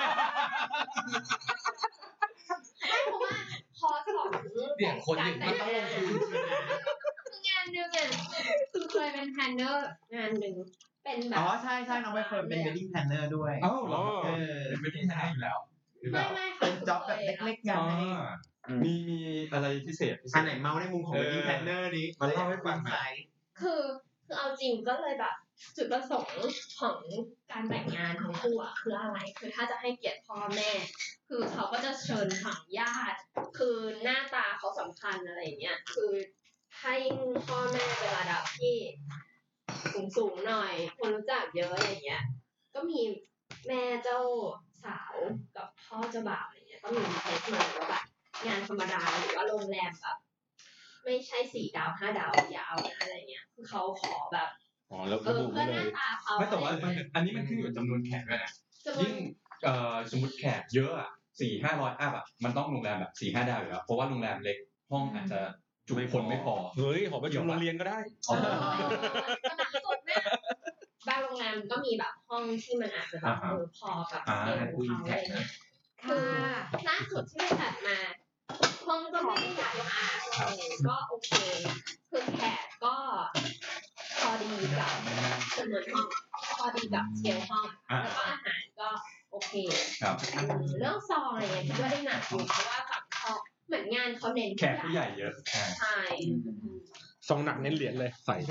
[SPEAKER 9] ไม่เพราะว่าพอสอง
[SPEAKER 3] เนี่ยคนหนึ่งมันต้องลงทุน
[SPEAKER 9] งานหนึ่งอ่ะคือเคยเป็นแพลนเนอร์งานหนึ่งเป็นแบบ
[SPEAKER 7] ใช่น้องใบเฟิร์นเป็น wedding planner ด้วย
[SPEAKER 2] เหรอเป็น wedding planner อยู่แล้ว
[SPEAKER 9] ไม่
[SPEAKER 7] เป็นจ็อบแบบเล็กๆกัน
[SPEAKER 2] มีอะไรพิเศษ
[SPEAKER 7] อันไหนเมาในมุมของ wedding planner นี้
[SPEAKER 2] มาเล่าให้ฟังหน่อย
[SPEAKER 9] คือเอาจริงก็เลยแบบจุดประสงค์ของการแต่งงานของคู่อ่ะคืออะไรคือถ้าจะให้เกียรติพ่อแม่คือเขาก็จะเชิญฝั่งญาติคือหน้าตาเขาสำคัญอะไรเงี้ยคือให้พ่อแม่เป็นระดับที่สูงหน่อยคนรู้จักเยอะอะไรเงี้ยก็มีแม่เจ้าสาวกับพ่อเจ้าบ่าวอะไรเงี้ยก็มีเทสมาว่าแบบงานธรรมดาหรือว่าโรงแรมแบบไม่ใช่4 ดาว 5 ดาวยาวนะอะไรเงี้ยคือเขาขอแบบ
[SPEAKER 4] แล้ว
[SPEAKER 9] เพื่อหน้าตาเขา
[SPEAKER 2] ไม่แต่ว่าอันนี้มันขึ้นอยู่กับจำนวนแขกด้วยนะยิ่งสมมติแขกเยอะอ่ะ400-500อัพอ่ะมันต้องโรงแรมแบบ4-5 ดาวอยู่แล้วเพราะว่าโรงแรมเล็กห้องอาจจะจุคนไม่พอ
[SPEAKER 4] เฮ้ยหอประชุมโรงเรียนก็ได้
[SPEAKER 9] ขนาดสุดเนี่ยบางโรงแรมก็มีแบบห้องที่มันอาจจะแบบพอกับสเกลของเขาอะไรเงี้ยคือล่าสุดที่ไปจัดมาห้องก็ไม่ได้ใหญ่มากก็โอเคคือแขกก็พอดีกับจำนวนห้องพอดีกับสเกลห้องแล้วก็อาหารก็โอเคเรื่องซองอะไรเงี้ยคิดว่าได้หนักอยู่เพราะว่าฝั่งเขาเหมือนงานเขาเน้น
[SPEAKER 2] แขกผู้ใหญ่เยอะ
[SPEAKER 9] ใช่
[SPEAKER 4] ซองหนักเน้นเหรียญเลยใส่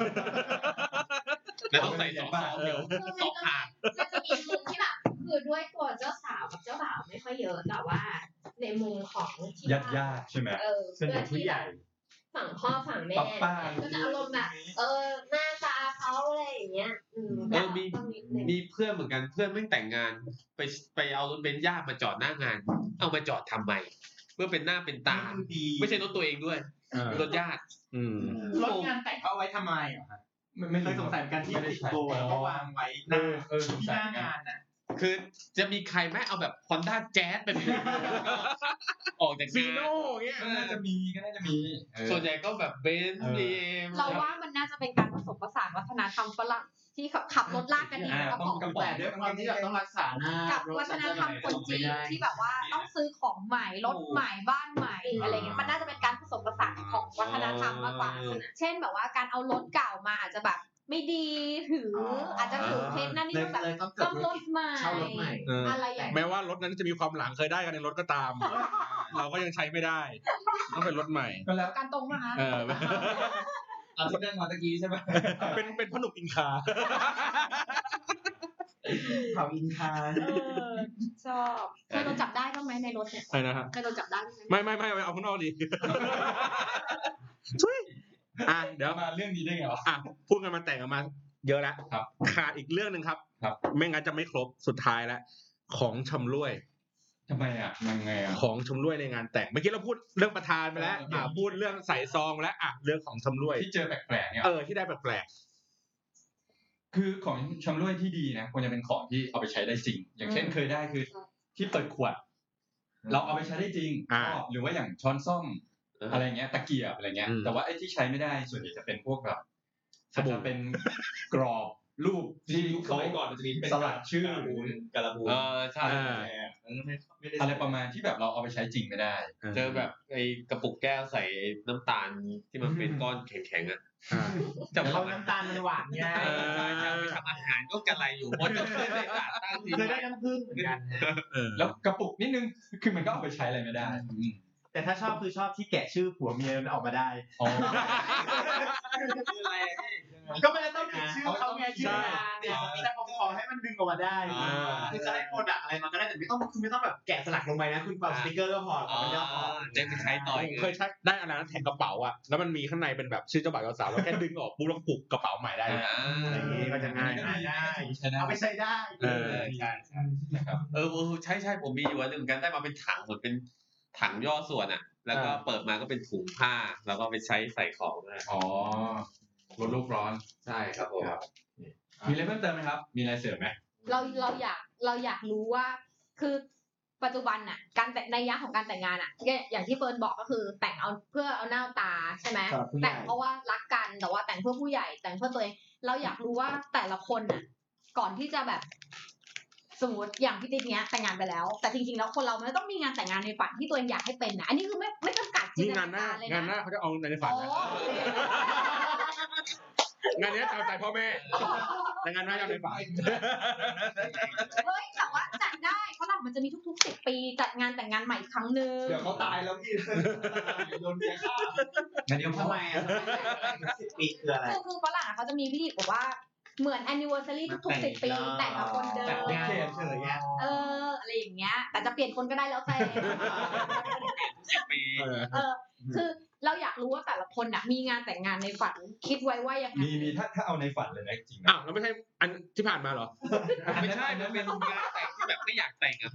[SPEAKER 3] แล้วต้องใส่2 ซองเดียว2 ขา
[SPEAKER 9] มันจะมีมุมที่แบบคือด้วยตัวเจ้าสาวกับเจ้าบ่าวไม่ค่อยเยอะแต่ว่าในมุมของ
[SPEAKER 2] ญาติใช่ไหม
[SPEAKER 9] เป็นผู้ใหญ่ฝั่งพ่อฝั่งแม่ก็จะอารมณ์แบบหน้าตาเขาอะไรอย่างเงี้ย
[SPEAKER 3] มีเพื่อนเหมือนกันเพื่อนไม่แต่งงานไปเอารถเบนซ์ญาติมาจอดหน้างานเอามาจอดทำไมเพื่อเป็นหน้าเป็นตาไม่ใช่รถตัวเองด้วยรถญาติ
[SPEAKER 7] รถงานแต่งเขาเอาไว้ทำไมอ่ะไม่เคยสงสัยกันที่ติดโบแล้วก็วางไว้หน้างานอ่ะ
[SPEAKER 3] คือจะมีใครไหมเอาแบบ Honda Jazz เป็นออกจาก
[SPEAKER 4] ซีโน่เงี้ย
[SPEAKER 2] ก็น่าจะมี
[SPEAKER 3] ส่วนใหญ่ก็แบบเบนซ์BM
[SPEAKER 8] เราว่ามันน่าจะเป็นการผสมผสานวัฒนธรรมฝรั่งที่ขับรถลากกันเองกระป๋อง
[SPEAKER 7] แต่ด้วยความที่แบบต้องรักษาหน้า
[SPEAKER 8] กับวัฒนธรรมคนจีนที่แบบว่าต้องซื้อของใหม่รถใหม่บ้านใหม่อะไรเงี้ยมันน่าจะเป็นการผสมผสานของวัฒนธรรมมากกว่าเช่นแบบว่าการเอารถเก่ามาอาจจะแบบไม่ดีถืออาจจะถือเพชรนั่นนี่แบบต้องรถใหม่อะไรอย่าง
[SPEAKER 4] แม้ว่ารถนั้นจะมีความหลังเคยได้กันในรถก็ตามเราก็ยังใช้ไม่ได้ต้องเป็นรถใหม่
[SPEAKER 8] ก็แล้วการตรงนะคะ
[SPEAKER 5] เอาที่เรื่องมาตะกี้ใช่ไหม
[SPEAKER 4] เป็นพนุกอินคา
[SPEAKER 7] เผาอินคา
[SPEAKER 8] ชอบเคยโดนจับได้บ้างไหมในรถเนี่ย
[SPEAKER 4] ใช่นะครับ
[SPEAKER 8] เคยโดนจับได้
[SPEAKER 4] ไม่เอาข้างนอกดิช่วยเดี๋ยว
[SPEAKER 2] มาเรื่องนี้ได้ไงวะ
[SPEAKER 4] พูดกันมาแต่งกันมาเยอะแล้วขาดอีกเรื่องนึงครับไม่งั้นจะไม่ครบสุดท้ายแล้วของชำร่วย
[SPEAKER 2] ทำไมยังไง
[SPEAKER 4] ของชำร่วยในงานแต่งเมื่อกี้เราพูดเรื่องประธานไปแล้วพูดเรื่องใส่ซองแล้วเรื่องของชำร่วย
[SPEAKER 2] ที่เจอแปลกๆเนี่ย
[SPEAKER 4] ที่ได้แปลก
[SPEAKER 2] ๆคือของชำร่วยที่ดีนะควรจะเป็นของที่เอาไปใช้ได้จริงอย่างเช่นเคยได้คือที่เปิดขวดเราเอาไปใช้ได้จริงหรือว่าอย่างช้อนส้อมอะไรเงี้ยตะเกียบอะไรเงี้ยแต่ว่าไอ้ที่ใช้ไม่ได้ส่วนใหญ่จะเป็นพวกแบบจะเป็นกรอบรูปที่เขา
[SPEAKER 5] ก่อนมันจะมี
[SPEAKER 2] สลักชื่อ
[SPEAKER 5] การบูน
[SPEAKER 3] ใช่
[SPEAKER 2] อะไรประมาณที่แบบเราเอาไปใช้จริงไม่ได้
[SPEAKER 3] เจอแบบไอ้กระปุกแก้วใส่น้ำตาลที่มันเป็นก้อนแข็งๆ
[SPEAKER 7] จะเอาน้ำตาลมันหวานไง
[SPEAKER 3] จะไปทำอาหารก็กระไรอยู่เพราะจะไม่ได้ตัดตั้ง
[SPEAKER 7] เคยได้น้ำผึ้งเหมือนกัน
[SPEAKER 2] แล้วกระปุกนิดนึงคือมันก็เอาไปใช้อะไรไม่ได้
[SPEAKER 7] แต่ถ้าชอบคือชอบที่แกะชื่อผัวเมียมันออกมาได้
[SPEAKER 3] คืออะไร
[SPEAKER 7] ก็ไม่ได้ต้องติดชื่อเขาไงชื่อแต่ผมขอให้มันดึงออกมาได้คือจะได้โปรดักอะไรมาก็ได้แต่ไม่ต้องแบบแกะสลักลงไปนะคุณปาสติ๊กเกอร์ก็พอมันจะพอ
[SPEAKER 3] จะไปใช้ต่อ
[SPEAKER 4] เคยใช้ได้อะไรนะแถมกระเป๋าแล้วมันมีข้างในเป็นแบบชื่อเจ้าบ่าวเจ้าสาวแล้วแค่ดึงออกปุ๊บแล้วผูกกระเป๋าใหม่ได้
[SPEAKER 7] อย่างนี้ก็จะง่ายได้เอาไปใช้ได้
[SPEAKER 3] ใช่ใช่ผมมีอยู่อันนึงกันได้มาเป็นถังเหมือนเป็นถังย่อส่วนแล้วก็เปิดมาก็เป็นถุงผ้าแล้วก็ไปใช้ใส่ของได้
[SPEAKER 2] ลดโลกร้อน
[SPEAKER 3] ใช่ครับผม
[SPEAKER 2] มีอะไรเพิ่มเติมไหมครับมีอะไรเสริมไหม
[SPEAKER 8] เราอยากรู้ว่าคือปัจจุบันการแต่งในยักษ์ของการแต่งงานอย่างที่เฟิร์นบอกก็คือแต่งเอาเพื่อเอาหน้าตาใช่ไหมแต่งเพราะว่ารักกันแต่ว่าแต่งเพื่อผู้ใหญ่แต่งเพื่อตัวเองเราอยากรู้ว่าแต่ละคนก่อนที่จะแบบสมมติอย่างพี่ติ๊กเนี้ยแต่งงานไปแล้วแต่จริงๆแล้วคนเรามันต้องมีงานแต่งงานในฝันที่ตัวเองอยากให้เป็นอันนี้คือไม่จำกัดจินตนาการเลยนะ
[SPEAKER 4] งานหน้าเขาจะเอาในฝันงานนี้ตามใจพ่อแม่แต่งานหน้าจะในฝัน
[SPEAKER 8] เฮ้ยแต่ว่าจัดได้เพราะมันจะมีทุกๆ10 ปีจัดงานแต่งงานใหม่อีกครั้งนึง
[SPEAKER 5] เดี๋ยวเขาตายแล้วพี่โดนเมียฆ่า
[SPEAKER 7] เดี๋ยวทำไม10 ปีคืออะไร
[SPEAKER 8] คือฝรั่งเขาจะมีพิธีบอกว่าเหมือน anniversary ทุกๆ10 ปีแต่งกับคนเดิมอะไรอย่างเงี้ยแต่จะเปลี่ยนคนก็ได้แล้วแต่คือเราอยากรู้ว่าแต่ละคนน่ะมีงานแต่งงานในฝันคิดไว้ว่ายังไง
[SPEAKER 2] มีถ้าเอาในฝันเลยนะจริงนะ
[SPEAKER 4] แล้วไม่ใช่อันที่ผ่านมาเหรอ
[SPEAKER 3] ไม่ใช่มันเป็นงานแต่งที่แบบไม่อยากแต่งอ่ะ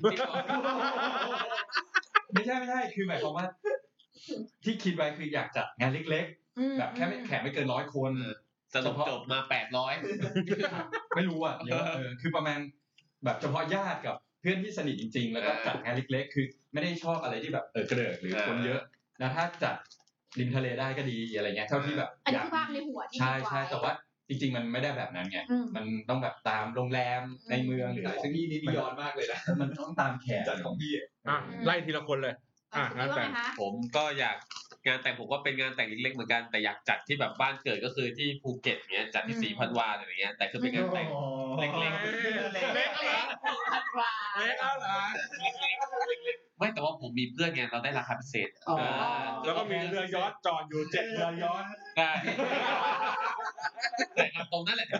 [SPEAKER 2] ไม่ใช่คือหมายความว่าที่คิดไว้คืออยากจัดงานเล็กๆแบบแค่แขกไม่เกิน100 คน
[SPEAKER 3] สรุปจบมา800
[SPEAKER 2] ไม่รู้อ่ะเยอะคือประมาณแบบเฉพาะญาติกับเพื่อนที่สนิทจริงๆแล้วก็จัดงานเล็กๆคือไม่ได้ชอบอะไรที่แบบเกริกหรือคนเยอะแล้วถ้าจัดริมทะเลได้ก็ดีอะไรเงี้ยเท่าที่แบบ
[SPEAKER 8] อันนี้คือภาพในหัวที่
[SPEAKER 2] ใช่แต่ว่าจริงๆมันไม่ได้แบบนั้นไงมันต้องแบบตามโรงแรมในเมืองหรืออะไรซึ่ง
[SPEAKER 5] พี่นี่ย้อนมากเลยนะ
[SPEAKER 2] มันต้องตามแขก
[SPEAKER 5] จัดของพี่
[SPEAKER 4] ไล่ทีละคนเลย
[SPEAKER 8] งานแต่ง
[SPEAKER 3] ผมก็อยากงานแต่งผมก็เป็นงานแต่งเล็กๆเหมือนกันแต่อยากจัดที่แบบบ้านเกิดก็คือที่ภูเก็ตเงี้ยจัดที่ศรีพันวาอะไรเงี้ยแต่คือเป็นงานแต่งเล็กๆไม่แต่ว่าผมมีเพื่อนไงเราได้ราคาพิเศษ
[SPEAKER 4] แล้วก็มีเรือยอชต์จอดอยู่7 เรือยอชต์
[SPEAKER 3] แต่ตรงนั้นแหละ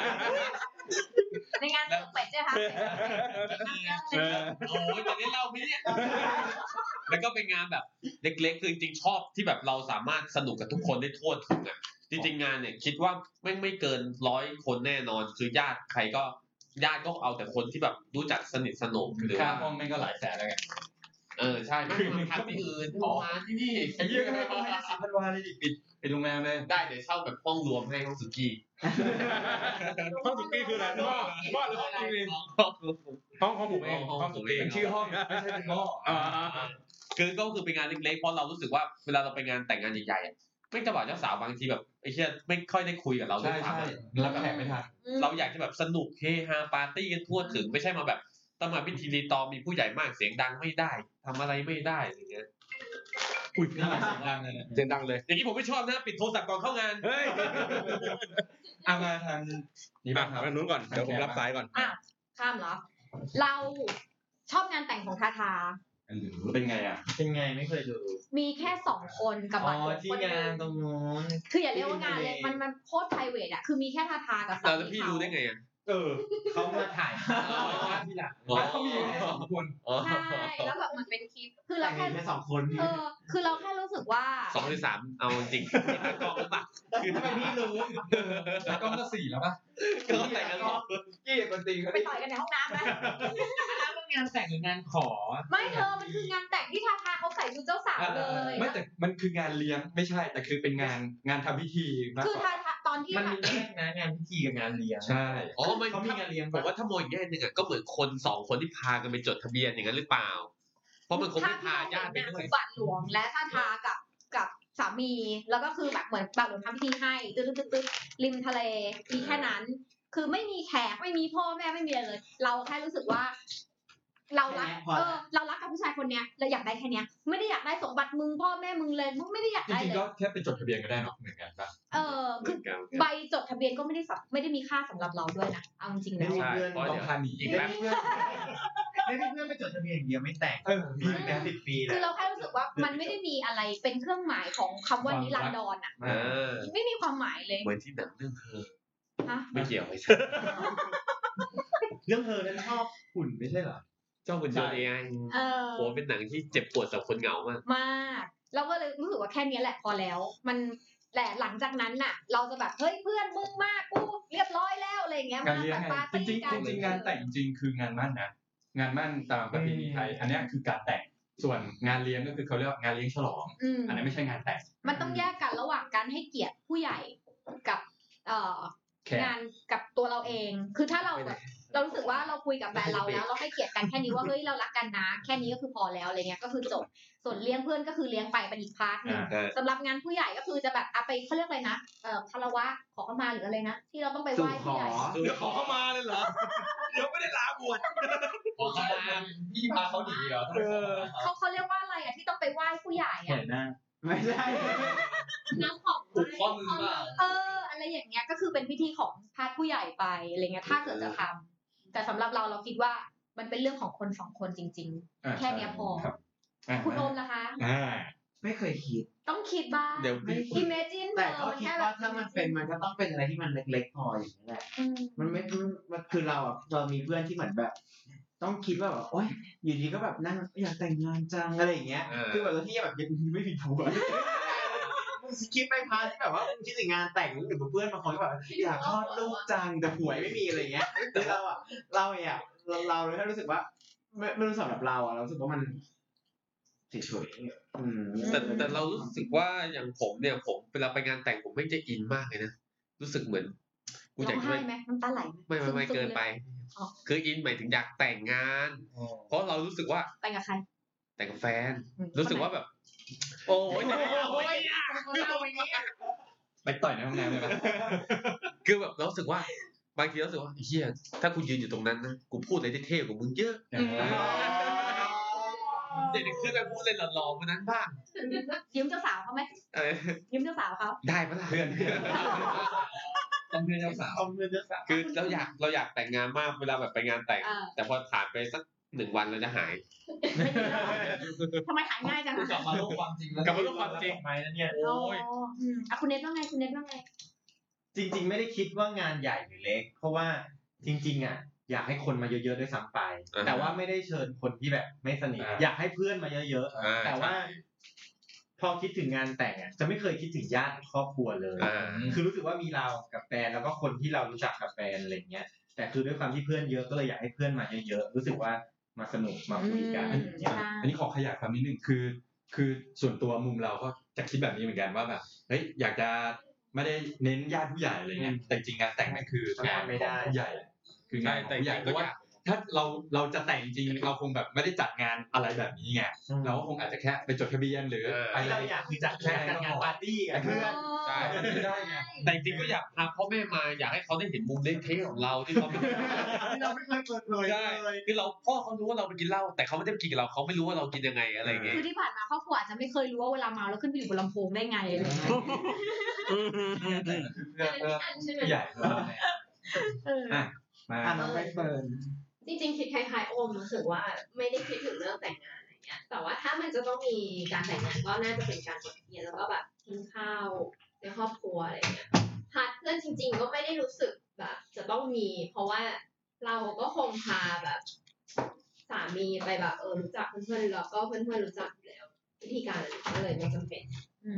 [SPEAKER 8] ในงานเป็ดใช่ไหมคะ
[SPEAKER 3] โอ้ยจะได้เล่าไหมเนี่ยแล้วก็เป็นงานแบบเล็กๆคือจริงๆชอบที่แบบเราสามารถสนุกกับทุกคนได้ทั่วถึงอ่ะจริงๆงานเนี่ยคิดว่าไม่เกิน100 คนแน่นอนคือญาติใครก็ญาติก็เอาแต่คนที่แบบรู้จักสนิทสนม
[SPEAKER 2] หรือค่าห้องแม่งก็หลายแสนแล้วไง
[SPEAKER 3] ใช่ไม่มาทำที่อื่นมาที่นี่
[SPEAKER 2] ไอ้เหี้ยก็ไม่ต้องให้10 พันวาเลยดิปิดโรงแรมเลย
[SPEAKER 3] ได้เดี๋ยวเช่าแบบห้องรวมให้ห้องสุกี้
[SPEAKER 4] ห้องสุกี้คืออะไรบ้านหรือห้องจริงห้องผมเองห้องสุกี้
[SPEAKER 2] เป็นชื่อห้องไม่ใช่เป็นห้อง
[SPEAKER 3] คือก็คือเป็นงานเล็กๆเพราะเรารู้สึกว่าเวลาเราไปงานแต่งงานใหญ่ๆไม่เจ้าบ่าวเจ้าสาวบางทีแบบไอ้เหี้ยไม่ค่อยได้คุยกับเราด้วยซ้ำ
[SPEAKER 2] แล้วแขกไม่ทัน
[SPEAKER 3] เราอยากจะแบบสนุกเฮฮาปาร์ตี้กันทั่วถึงไม่ใช่มาแบบต้องมาพิธีรีตองมีผู้ใหญ่มากเสียงดังไม่ได้ทำอะไรไม่ได้อย่างเงี้ย
[SPEAKER 2] อุ้ยเสียงดังเลย
[SPEAKER 4] เสียงดังเลย
[SPEAKER 3] อย่างนี้ผมไม่ชอบนะปิดโทรศัพท์ก่อนเข้างาน
[SPEAKER 4] เฮ้ย
[SPEAKER 2] มาทาง
[SPEAKER 4] นี่บ้างทางนู้นก่อนเดี๋ยวผมรับสายก่อน
[SPEAKER 8] ข้ามเหรอเราชอบงานแต่งของทาทา
[SPEAKER 2] เป็นไงอ่ะ
[SPEAKER 6] เป็นไงไม่เคยดู
[SPEAKER 8] มีแค่2 คนกับบัตร
[SPEAKER 6] ที่งานตรงนู้น
[SPEAKER 8] คืออย่าเรียกว่างานเลยมันโคตรไพรเวทอ่ะคือมีแค่ทาทากับ
[SPEAKER 3] แล้วพี่รู้ได้ไงอ่ะ
[SPEAKER 6] เขามาถ่ายที่หลัง
[SPEAKER 2] เขามี2 คน
[SPEAKER 8] ใช่แล้วแบบมันเป็นคลิปคือเราแค่
[SPEAKER 6] 2 คน
[SPEAKER 8] คือเราแค่รู้สึกว่า
[SPEAKER 3] 2 หรือ 3เอาจริงที่ตากล้องหรือเปล่า
[SPEAKER 6] คือทำไมพี่รู้
[SPEAKER 2] ตากล้องก็4แล้วป่ะ
[SPEAKER 3] ก็แต่งกันหรอ
[SPEAKER 2] กี้คนตี
[SPEAKER 8] ไปต่อยกันในห้องน้ำนะ
[SPEAKER 6] งานแต่งหรืองานขอ
[SPEAKER 8] ไม่เธอมันคืองานแต่งที่ทาทาเขาใส่ชุดเจ้าสาวเลย
[SPEAKER 2] ไม่แต่มันคืองานเลี้ยงไม่ใช่แต่คือเป็นงานทำพิธี
[SPEAKER 8] คือทาตอนที่
[SPEAKER 6] มันมีแยกนะงานพิธีกับงานเลี้ยง
[SPEAKER 2] ใช่
[SPEAKER 3] เขามีงานเลี้ยงผมว่าถ้ามองอีกแง่นึงอ่ะก็เหมือนคน2 คนที่พากันไปจดทะเบียนอย่างนั้นหรือเปล่าเพราะมันคงไม่พาญาติไปด้วย
[SPEAKER 8] บัตรหลวงและทาทากับสามีแล้วก็คือแบบเหมือนบัตรหลวงทำพิธีให้ตึ๊ดริมทะเลมีแค่นั้นคือไม่มีแขกไม่มีพ่อแม่ไม่มีอะไรเลยเราแค่รู้สึกว่าเรารักกับผู้ชายคนเนี้ยเราอยากได้แค่เนี้ยไม่ได้อยากได้สมบัติมึงพ่อแม่มึงเลยมึงไม่ได้อยากได้เลย
[SPEAKER 2] จริงๆก็แค่เป็นจดทะเบียนก็ได้เนาะเหมือนกันป่ะ
[SPEAKER 8] คือใบจดทะเบียนก็ไม่ได้มีค่าสำหรับเราด้วยนะเอาจริงๆนะ
[SPEAKER 2] ต้องพาหนี
[SPEAKER 6] อีกแล้วไม่มีเพื่อนไปจดทะเบียนอย่างเดียวไม่แต่งมีเป็น10 ปี
[SPEAKER 8] คือเราแค่รู้สึกว่ามันไม่ได้มีอะไรเป็นเครื่องหมายของคำว่านิรันดรอ่ะไม่มีความหมายเลย
[SPEAKER 3] เหมือนที่หนังเรื่องเธอไม่เกี่ยวไม่ใช่
[SPEAKER 6] เรื่องเธอนั้นชอบหุ่นไม่ใช่เหรอ
[SPEAKER 3] เจ้าหุ่นยนต์ AI โหเป็นหนังที่เจ็บปวดสำหรับคนเหงามาก
[SPEAKER 8] มากเราก็เลยรู้สึกว่าแค่นี้แหละพอแล้วมันแหละหลังจากนั้นน่ะเราจะแบบเฮ้ยเพื่อนมึงมากกูเรียบร้อยแล้วอะไรเงี้ย
[SPEAKER 2] มาจัดปาร์ตี้กันจริงงานแต่งจริงคืองานมั่นนะงานมั่นตามประเพณีไทยอันนี้คือการแต่งส่วนงานเลี้ยงก็คือเขาเรียกงานเลี้ยงฉลองอันนั้นไม่ใช่งานแต่ง
[SPEAKER 8] มันต้องแยกกันระหว่างการให้เกียรติผู้ใหญ่กับงานกับตัวเราเองคือถ้าเราแบบเรารู้สึกว่าเราคุยกับแฟนเราแล้วเราให้เกียรติกันแค่นี้ว่าเฮ้ยเรารักกันนะแค่นี้ก็คือพอแล้วอะไรเงี้ยก็คือจบส่วนเลี้ยงเพื่อนก็คือเลี้ยงไปเป็นอีกพาร์ทนึงสำหรับงานผู้ใหญ่ก็คือจะแบบไปเขาเรียกอะไรนะคารวะขอเข้ามาหรืออะไรนะที่เราต้องไปไหว้ผู้ใหญ่
[SPEAKER 4] เดี๋ยวขอเข้ามาเลยเหรอเดี๋ยวไม่ได้ลาบวช
[SPEAKER 3] ขอเข้ามา
[SPEAKER 2] พี่พาเขาหนีเหรอ
[SPEAKER 8] เขาเรียกว่าอะไรที่ต้องไปไหว้ผู้ใหญ่
[SPEAKER 6] อะไม่ใช่
[SPEAKER 8] น้ำของ
[SPEAKER 3] ผูกข้อมือบ้าง
[SPEAKER 8] อะไรอย่างเงี้ยก็คือเป็นพิธีของพาร์ทผู้ใหญ่ไปอะไรเงี้ยถ้าเกิดจะทำแต่สำหรับเราคิดว่ามันเป็นเรื่องของคน2 คนจริงๆแค่นี้พอคุณโอมนะคะ
[SPEAKER 6] ไม่เคยคิด
[SPEAKER 8] ต้องคิดบ้าง
[SPEAKER 3] เดี๋ยว
[SPEAKER 8] imagine
[SPEAKER 7] แต่ก็คิดว่าถ้ามันเป็นมันก็ต้องเป็นอะไรที่มันเล็กๆพออย่างนี้แหละมันไม่มันคือเรามีเพื่อนที่เหมือนแบบ ต้องคิดว่าแบบโอ๊ยอยู่ดีก็แบบนั่งอยากแต่งงานจังอะไรอย่างเงี้ยคือแบบที่แบบยังไม่มีผัวคิดไปพาที่แบบว่าคิดถึงงานแต่งหรือเพื่อนบางคนก็แบบอยากคลอดลูกจังแต่ผัวไม่มีอะไรเงี้ยแต่เราเลยแค่รู้สึกว่าไม่รู้สำหรับเราเรารู้สึกว่ามันเฉยๆ
[SPEAKER 3] แต่เรารู้สึกว่าอย่างผมเนี่ยผมเวลาไปงานแต่งผมไม่จะอินมากเลยนะรู้สึกเหมือน
[SPEAKER 8] กูอยากให้ไหมน้ำตาไหล
[SPEAKER 3] ไม่เกินไปคืออินหมายถึงอยากแต่งงานเพราะเรารู้สึกว่า
[SPEAKER 8] แต่งกับใคร
[SPEAKER 3] แต่งกับแฟนรู้สึกว่าแบบโอ้ย
[SPEAKER 2] ไปต่อยในห้องน้ำเลยป่ะ
[SPEAKER 3] คือแบบเรารู้สึกว่าบางทีเราสึกว่าเฮียถ้ากูยืนอยู่ตรงนั้นนะกูพูดอะไรได้เท่กว่ามึงเยอะเด็กขึ้นไปพูดเล่นหล่อๆคนนั้นบ้าง
[SPEAKER 8] ยืมเจ้าสาวเขาไหมยืมเจ้าสาวเขา
[SPEAKER 3] ได้ปะล่ะเพื่อน
[SPEAKER 2] ต้องเพื่อนเจ้าสาว
[SPEAKER 3] คือเราอยากแต่งงานมากเวลาแบบไปงานแต่งแต่พอผ่านไปสัก1 วันเราจะหาย
[SPEAKER 8] ทำไมหายง่ายจัง
[SPEAKER 5] กลับมาโลกความจริง
[SPEAKER 3] กลับมาโลกความจริง
[SPEAKER 5] ไหมนั่นเนี่ย
[SPEAKER 8] โอ้ยคุณเน็ตว่าไง
[SPEAKER 7] จริงๆไม่ได้คิดว่างานใหญ่หรือเล็กเพราะว่าจริงๆอ่ะอยากให้คนมาเยอะๆด้วยซ้ำไปแต่ว่าไม่ได้เชิญคนที่แบบไม่สนิทอยากให้เพื่อนมาเยอะๆแต่ว่าพอคิดถึงงานแต่งอ่ะจะไม่เคยคิดถึงญาติครอบครัวเลยคือรู้สึกว่ามีเรากับแฟนแล้วก็คนที่เรารู้จักกับแฟนอะไรเงี้ยแต่คือด้วยความที่เพื่อนเยอะก็เลยอยากให้เพื่อนมาเยอะๆรู้สึกว่ามาสนุกมาคุยกัน
[SPEAKER 2] อันนี้ขอขยายความนิดนึงคือส่วนตัวมุมเราก็จะคิดแบบนี้เหมือนกันว่าแบบเฮ้ยอยากจะไม่ได้เน้นญาติผู้ใหญ่อะไรเงี้ยแต่จริงงานแต่งมันคืองานไม่ได้ผู้ใหญ่คืองานผู้ใหญ่เพราะว่าถ้าเราจะแต่งจริงเราคงแบบไม่ได้จัดงานอะไรแบบนี้ไงเราก็คงอาจจะแค่ไปจดทะเบียนหรือ
[SPEAKER 7] เราอยากคือจัดแค่งานปาร์ตี้กันเพื่อน
[SPEAKER 3] ใช่ไม่ได้ไงแต่จริงก็อยากพาพ่อแม่มาอยากให้เขาได้เห็นมุมเล็กๆของเราที่เขาไม่
[SPEAKER 7] เคยเปิดเผย
[SPEAKER 3] เลยคือเราพ่อเขารู้ว่าเราไปกินเหล้าแต่เขาไม่ได้กินกับเราเขาไม่รู้ว่าเรากินยังไงอะไรเงี้ย
[SPEAKER 8] คือที่ผ่านมาครอบครัวอาจจะไม่เคยรู้ว่าเวลาเมาแล้วขึ้นไปอยู่บนลำโพงได้ไงอะไรเงี้ย
[SPEAKER 2] ใหญ่
[SPEAKER 7] มาน้องใบเฟิร์น
[SPEAKER 9] จริงๆคิดคล้ายๆโอมรู้สึกว่าไม่ได้คิดถึงเรื่องแต่งงานอะไรเงี้ยแต่ว่าถ้ามันจะต้องมีการแต่งงานก็น่าจะเป็นการจดทะเบียนแล้วก็แบบกินข้าวในครอบครัวอะไรเงี้ยพาร์ทเพื่อนจริงๆก็ไม่ได้รู้สึกแบบจะต้องมีเพราะว่าเราก็คงพาแบบสามีไปแบบรู้จักเพื่อนๆแล้วก็เพื่อนๆรู้จักอยู่แล้ววิธีการก็เลยไม่จำเป็น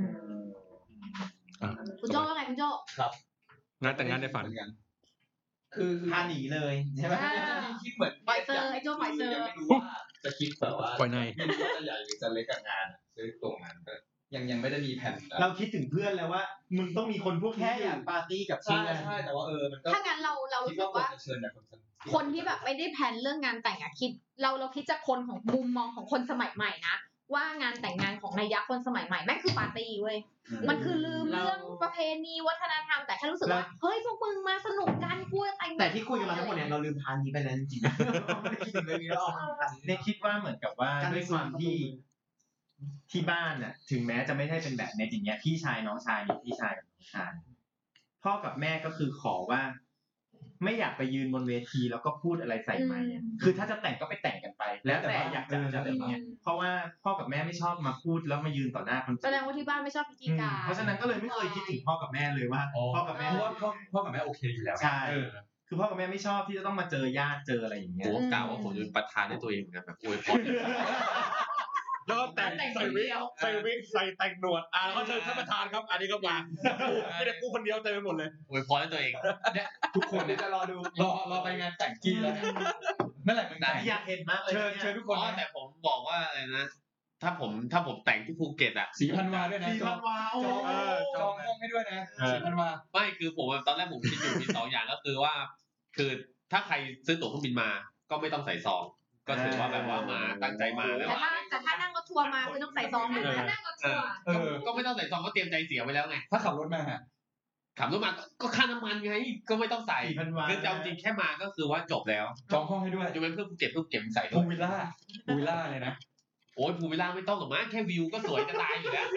[SPEAKER 8] คุณโจ้ว่าไงคุณโจ้
[SPEAKER 5] ครับ
[SPEAKER 4] งานแต่งงานในฝันกัน
[SPEAKER 5] คือ
[SPEAKER 7] พาหนีเลยใช่ไหม
[SPEAKER 5] คิดเหมือน
[SPEAKER 8] ปล่อยเซอร์ไอ้โจ้ปล่อยเซอร์
[SPEAKER 5] ยังไม่รู้ว่าจะคิดแบบว่า
[SPEAKER 4] ปล่อยใน
[SPEAKER 5] ไม่รู้ว่าจะใหญ่หรือจะเล็กกับงานซึ่งตรงนั้นก็ยังไม่ได้มีแผน
[SPEAKER 7] เราคิดถึงเพื่อนแล้วว่ามึงต้องมีคนพวกแค่อยากปาร์ตี้กับเพื่อน
[SPEAKER 5] ใช่แต่ว่ามันก็
[SPEAKER 8] ถ้างั้นเรารู้สึกว่าคนที่แบบไม่ได้แพลนเรื่องงานแต่งอะคิดเราคิดจากคนของมุมมองของคนสมัยใหม่นะว่างานแต่งงานของนายยักษ์คนสมัยใหม่แม่งคือปาร์ตี้เว้ยมันคือลืมเรื่องประเพณีวัฒนธรรมแต่แค่รู้สึกว่าเฮ้ยพวกมึงมาสนุกกันกูแต่ง
[SPEAKER 7] แต่ที่คุยกันมาทั้งหมดเนี่ยเราลืมพาร์ทนี้ไปแล้วจริงๆไม่ได้คิดถึงเรื่องนี้หรอกเนี่ยคิดว่าเหมือนกับว่าด้วยความที่บ้านน่ะถึงแม้จะไม่ใช่เป็นแบบในอย่างเงี้ยพี่ชายน้องชายมีพี่ชายกับน้องชายพ่อกับแม่ก็คือขอว่าไม่อยากไปยืนบนเวทีแล้วก็พูดอะไรใส่ไมค์คือถ้าจะแต่งก็ไปแต่งกันไปแล้วแต่อยากจะอะไรเงี้ยเพราะว่าพ่อกับแม่ไม่ชอบมาพูดแล้วมายืนต่อหน้าคน
[SPEAKER 8] แสดงว่าที่บ้านไม่ชอบพิธีการ
[SPEAKER 7] เพราะฉะนั้นก็เลยไม่เคยคิดถึงพ่อกับแม่เลยว่าพ่อกับแม่
[SPEAKER 2] เพราะว่าพ่อกับแม่โอเคอยู่แล้ว
[SPEAKER 7] ใช่คือพ่อกับแม่ไม่ชอบที่จะต้องมาเจอญาติเจออะไรอย่างเงี้ย
[SPEAKER 3] กล่าวว่าผมจะเป็นประธานให้ตัวเองเหมือนกันแบบอวยพร
[SPEAKER 4] แล้วก็แต่งใส่วิกใส่แต่งหนวดแล้วก็เชิญท่านประธานครับอันนี้ก็มาไม่ได้กูคนเดียวเต็มไปหมดเลย
[SPEAKER 3] อวยพรให้ตัวเอง
[SPEAKER 2] เนี่ยทุกคนเนี่ยจะรอไปงานแต่งกี้แล้วเมื่อไหร่มึงแต่ง
[SPEAKER 7] อยากเห็นมากเลย
[SPEAKER 2] เชิญทุกคน
[SPEAKER 3] แต่ผมบอกว่าอะไรนะถ้าผมแต่งที่ภูเก็ตอ่ะ
[SPEAKER 2] 4,000 วาด้วยนะ
[SPEAKER 7] 4,000 วา
[SPEAKER 2] จองห้องให้ด้วยนะ4,000 วา
[SPEAKER 3] ไม่คือผมตอนแรกผมคิดอยู่มี2อย่างก็คือว่าคือถ้าใครซื้อตั๋วเครื่องบินมาก็ไม่ต้องใส่ซองก็ถือว่าแบบว่ามาตั้งใจมาแล้ว
[SPEAKER 8] แต่ถ้านั่งรถทัวร์มาคือต้องใส่ซองถ้านั่งรถทัวร์
[SPEAKER 3] ก็ไม่ต้องใส่ซองก็เตรียมใจเสียไว้แล้วไง
[SPEAKER 2] ถ้าขับรถมา
[SPEAKER 3] ก็ค่าน้ำมันไงก็ไม่ต้องใส่คือจะจริงแค่มาก็คือว่าจบแล้ว
[SPEAKER 2] จองห้องให้ด้วย
[SPEAKER 3] จะเป็นเพื่อภูเก็ตใส่
[SPEAKER 2] ภูวิลล่าเลยนะ
[SPEAKER 3] โอ้ยภูวิลล่าไม่ต้องหรอกมั้งแค่วิวก็สวยจะตายอยู่แล้ว